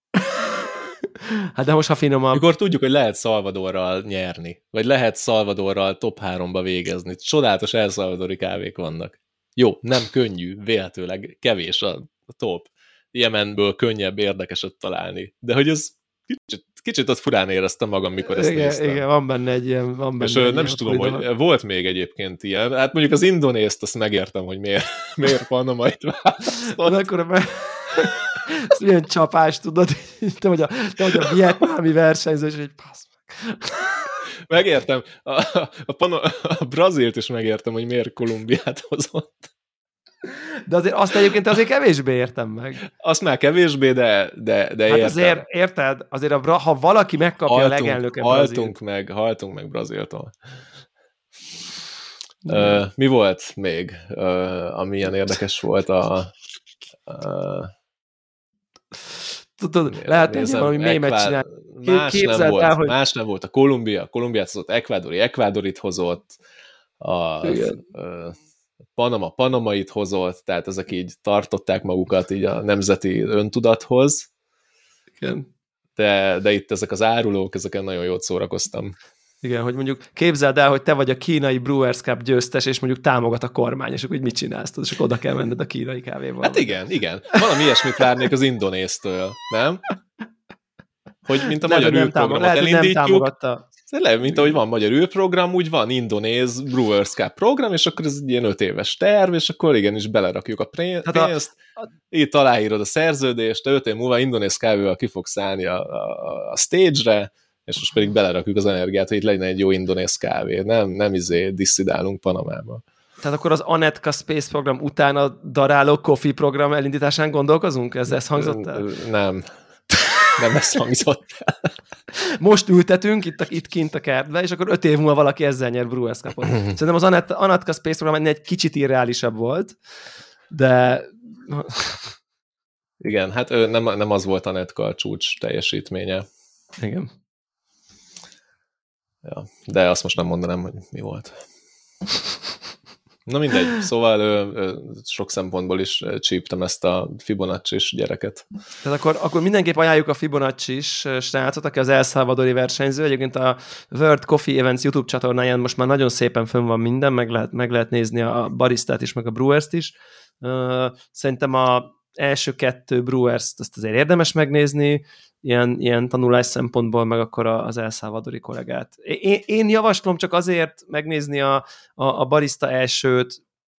Hát de most, ha finomabb... Mikor tudjuk, hogy lehet Salvadorral nyerni, vagy lehet Salvadorral top 3-ba végezni. Csodálatos El Salvadori kávék vannak. Jó, nem könnyű, véletőleg kevés a top. Jemenből könnyebb, érdekeset találni. De hogy ez kicsit ott furán éreztem magam, mikor ezt néztem. Igen, van benne egy ilyen... És nem is tudom, hogy volt még egyébként ilyen. Hát mondjuk az indonészt, azt megértem, hogy miért Panamait választott. Akkor ez milyen csapás, tudod? Te vagy a vietnámi versenyző, és egy passz meg. Megértem. A Brazilt is megértem, hogy miért Kolumbiát hozott. De azt egyébként azért kevésbé értem meg. Azt már kevésbé, de értem. Hát azért, érted? Azért ha valaki megkapja a legelnöke Brazilt. Haltunk meg Braziltól. Mi volt még, ami ilyen érdekes volt Tudod, lehet nézni valami mémet csinálni. Más nem volt. A Kolumbiát hozott, Ekvádorit hozott, Panamait hozott, tehát ezek így tartották magukat így a nemzeti öntudathoz. Igen. De itt ezek az árulók, ezeken nagyon jót szórakoztam. Igen, hogy mondjuk képzeld el, hogy te vagy a kínai Brewers Cup győztes, és mondjuk támogat a kormány, és akkor mit csinálsz? És akkor oda kell menned a kínai kávéval. Hát igen. Valami ilyesmit várnék az indonéztől, nem? Hogy mint a magyar űrprogramot elindítjuk. Mint ahogy van magyar űrprogram, úgy van indonéz Brewers Cup program, és akkor ez egy ilyen 5 éves terv, és akkor igenis belerakjuk a pénzt, itt aláírod a szerződést, de 5 év múlva indonéz kávéval ki fogsz állni a stage-re, és most pedig belerakjuk az energiát, hogy itt legyen egy jó indonéz kávé. Nem disszidálunk Panamába. Tehát akkor az Anetka Space program után a daráló Coffee program elindításán gondolkozunk? Ez hangzott el? Nem ez hangzott el. Most ültetünk itt kint a kertbe, és akkor 5 év múlva valaki ezzel nyer Brewers Cupot. Szerintem az Anetka Space program egy kicsit irreálisabb volt, de... Igen, hát nem az volt Anetka a csúcs teljesítménye. Igen. Ja, de azt most nem mondanám, hogy mi volt. Na mindegy, szóval sok szempontból is csíptem ezt a Fibonacci-s gyereket. Tehát akkor mindenképp ajánljuk a Fibonacci-s srácot, aki az El Salvadori versenyző. Egyébként a World Coffee Events YouTube csatornáján most már nagyon szépen fönn van minden, meg lehet nézni a baristát is, meg a brewers-t is. Szerintem első 2 Brewers-t azt azért érdemes megnézni, ilyen tanulás szempontból, meg akkor az El Salvadori kollégát. Én javaslom csak azért megnézni a barista elsőt,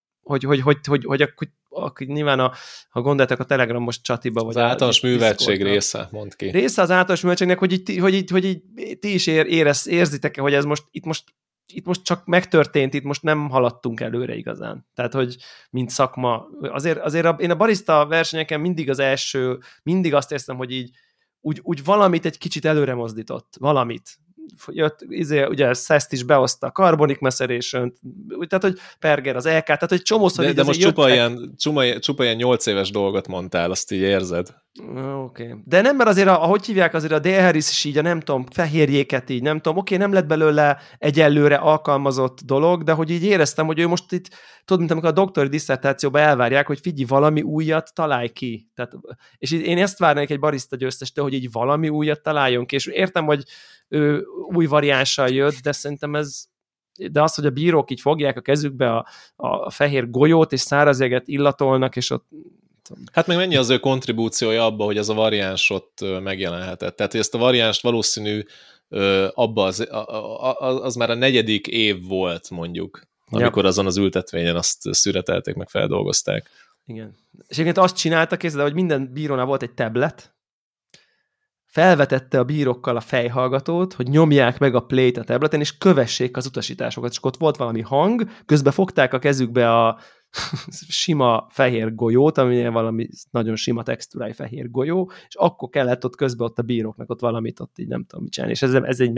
hogy akkor nyilván, ha gondoltak a Telegramos csatiba, vagy az általános műveltség része, mondd ki. Része az általános műveltségnek, hogy így ti is érzitek-e, hogy ez itt most csak megtörtént, itt most nem haladtunk előre igazán. Tehát, hogy mint szakma. Azért én a barista versenyeken mindig azt érzem, hogy így úgy valamit egy kicsit előre mozdított. Valamit. Jött, ugye Szeszt is behozta a Carbonic Maceration-t, tehát, hogy Perger az LK, tehát, hogy csomószor de most csupa ilyen 8 éves dolgot mondtál, azt így érzed. Oké. De nem, mert azért, ahogy hívják, azért a Dale Harris is így, nem tudom, fehérjéket így, nem tudom, nem lett belőle egyelőre alkalmazott dolog, de hogy így éreztem, hogy ő most itt, tudod, mint amikor a doktori diszertációban elvárják, hogy figyelj, valami újat találj ki. Tehát, és én ezt várnék egy barista győztestől, hogy így valami újat találjon ki, és értem, hogy ő új variánssal jött, de szerintem de az, hogy a bírók így fogják a kezükbe a fehér golyót, és száraz jeget illatolnak, és ott hát meg mennyi az ő kontribúciója abba, hogy ez a variáns ott megjelenhetett. Tehát, hogy ezt a variánst valószínű abba az már a 4. év volt, mondjuk, amikor azon az ültetvényen azt szüretelték, meg feldolgozták. Igen. És egyébként azt csináltak, hogy minden bírónál volt egy tablet, felvetette a bírókkal a fejhallgatót, hogy nyomják meg a play-t a tableten, és kövessék az utasításokat, és ott volt valami hang, közben fogták a kezükbe a sima fehér golyót, ami valami nagyon sima textúrájú fehér golyó, és akkor kellett ott közben ott a bíróknak ott valamit ott így nem tudom mit csinálni, és ez egy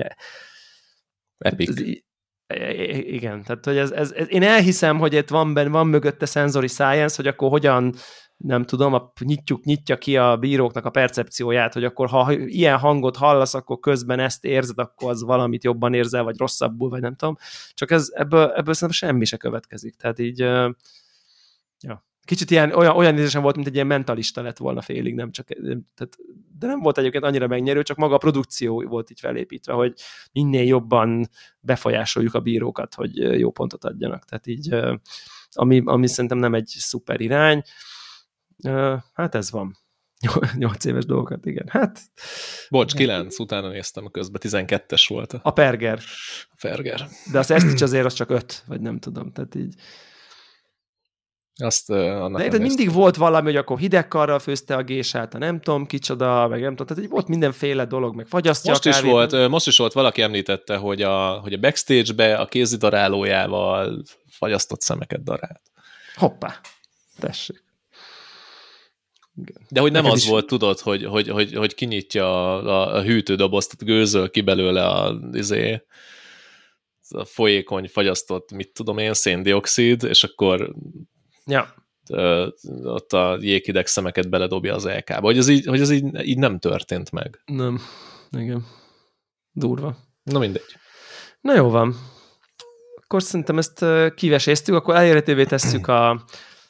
epic. Igen, tehát hogy én elhiszem, hogy itt van mögötte sensory science, hogy akkor hogyan nem tudom, nyitja ki a bíróknak a percepcióját, hogy akkor ha ilyen hangot hallasz, akkor közben ezt érzed, akkor az valamit jobban érzel, vagy rosszabbul, vagy nem tudom. Csak ebből szerintem semmi se következik. Tehát így ja. Kicsit olyan nézésem volt, mint egy ilyen mentalista lett volna félig, nem csak, de nem volt egyébként annyira megnyerő, csak maga a produkció volt így felépítve, hogy minél jobban befolyásoljuk a bírókat, hogy jó pontot adjanak. Tehát így, ami szerintem nem egy szuper irány. Hát ez van. 8 éves dolgokat, igen. Hát... Bocs, 9, utána néztem közben, 12-es volt. A Perger. De az ezt is azért az csak 5, vagy nem tudom, tehát így... De mindig volt valami, hogy akkor hidegkarral főzte a gésát, nem tudom kicsoda, meg nem tudom, tehát volt mindenféle dolog, meg fagyasztja most a kávét. Most is volt, valaki említette, hogy a backstage-be a kézidarálójával fagyasztott szemeket darált. Hoppá, tessék. De hogy nem neked az is volt, tudod, hogy kinyitja a hűtődobozt, gőzöl ki belőle a folyékony fagyasztott, mit tudom én, széndioxid, és akkor ott a jéghideg szemeket beledobja az LK-ba. Hogy ez így nem történt meg. Nem. Igen. Durva. Na mindegy. Na jó van. Akkor szerintem ezt kiveséztük, akkor elérhetővé tesszük a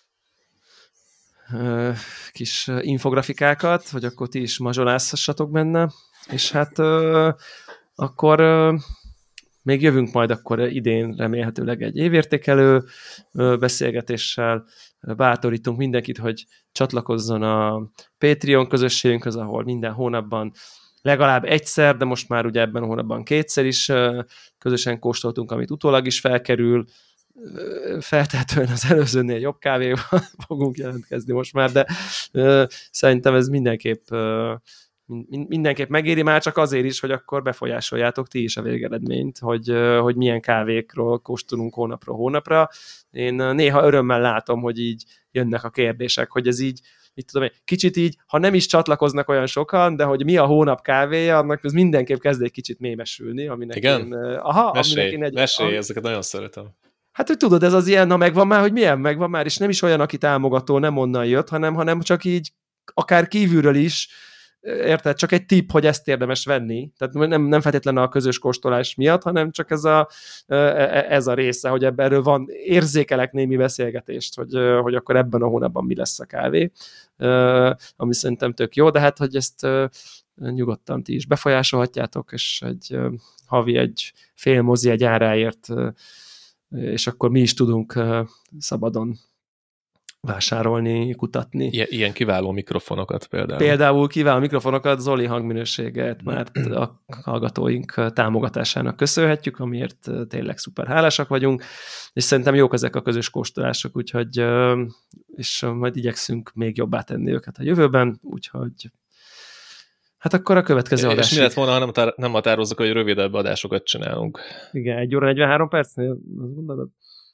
kis infografikákat, hogy akkor ti is mazsolázhassatok benne, és hát akkor még jövünk majd akkor idén remélhetőleg egy évértékelő beszélgetéssel, bátorítunk mindenkit, hogy csatlakozzon a Patreon közösségünkhöz, ahol minden hónapban legalább egyszer, de most már ugye ebben a hónapban 2-szer is közösen kóstoltunk, amit utólag is felkerül, feltehetően az előzőnél jobb kávéval fogunk jelentkezni most már, de szerintem ez mindenképp megéri, már csak azért is, hogy akkor befolyásoljátok ti is a végeredményt, hogy milyen kávékról kóstolunk hónapról hónapra. Én néha örömmel látom, hogy így jönnek a kérdések, hogy ez így, mit tudom én, kicsit így, ha nem is csatlakoznak olyan sokan, de hogy mi a hónap kávéja, annak ez mindenképp kezd egy kicsit mémesülni, aminek igen? Mesélj, ezeket nagyon szeretem. Hát, hogy tudod, ez az ilyen, na megvan már, hogy milyen megvan már, és nem is olyan, aki támogató, nem onnan jött, hanem csak így akár kívülről is, érted? Csak egy tipp, hogy ezt érdemes venni. Tehát nem feltétlenül a közös kóstolás miatt, hanem csak ez a része, hogy erről van, érzékelek némi beszélgetést, hogy akkor ebben a hónapban mi lesz a kávé, ami szerintem tök jó, de hát, hogy ezt nyugodtan ti is befolyásolhatjátok, és egy havi egy fél mozi egy áráért, és akkor mi is tudunk szabadon vásárolni, kutatni. Ilyen kiváló mikrofonokat például. Például kiváló mikrofonokat, Zoli hangminőséget, mert a hallgatóink támogatásának köszönhetjük, amiért tényleg szuper hálásak vagyunk, és szerintem jók ezek a közös kóstolások, úgyhogy és majd igyekszünk még jobbá tenni őket a jövőben, úgyhogy hát akkor a következő adásig. És mi lett volna, ha nem határozzuk, hogy rövidebb adásokat csinálunk? Igen, 1 óra 43 percnél, azt gondolod?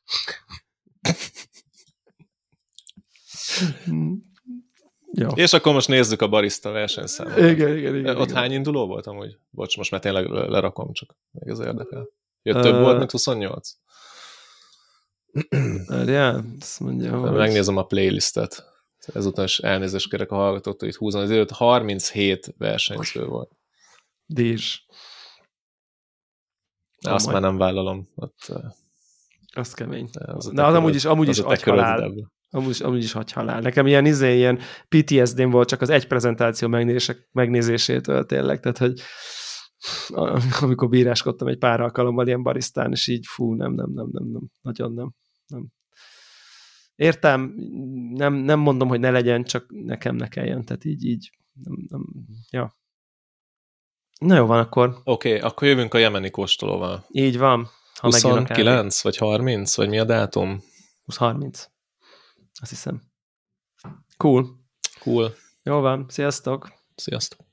Ja. És akkor most nézzük a barista versenyszámot. Igen. Ott hány induló volt amúgy? Bocs, most már tényleg lerakom, csak még ez érdekel. Több volt, mint 28? Azt mondja, hogy... Megnézem a playlistet. Ezután is elnézést kérek a hallgatóktól, itt húzom. Azért 37 versenyző volt. Díjas. Azt már nem vállalom. Az kemény. De az amúgy is agyhalál. Amúgy is hagyhalál. Nekem ilyen PTSD-n volt csak az egy prezentáció megnézésétől tényleg, tehát hogy amikor bíráskodtam egy pár alkalommal ilyen barisztán, és így nem, nagyon nem. Értem, nem mondom, hogy ne legyen, csak nekem ne kelljen, tehát így nem. Ja. Na jó van, akkor. Oké, akkor jövünk a jemeni kóstolóval. Így van. 29 vagy 30, vagy mi a dátum? 30. Azt hiszem. Cool. Jó van, sziasztok. Sziasztok.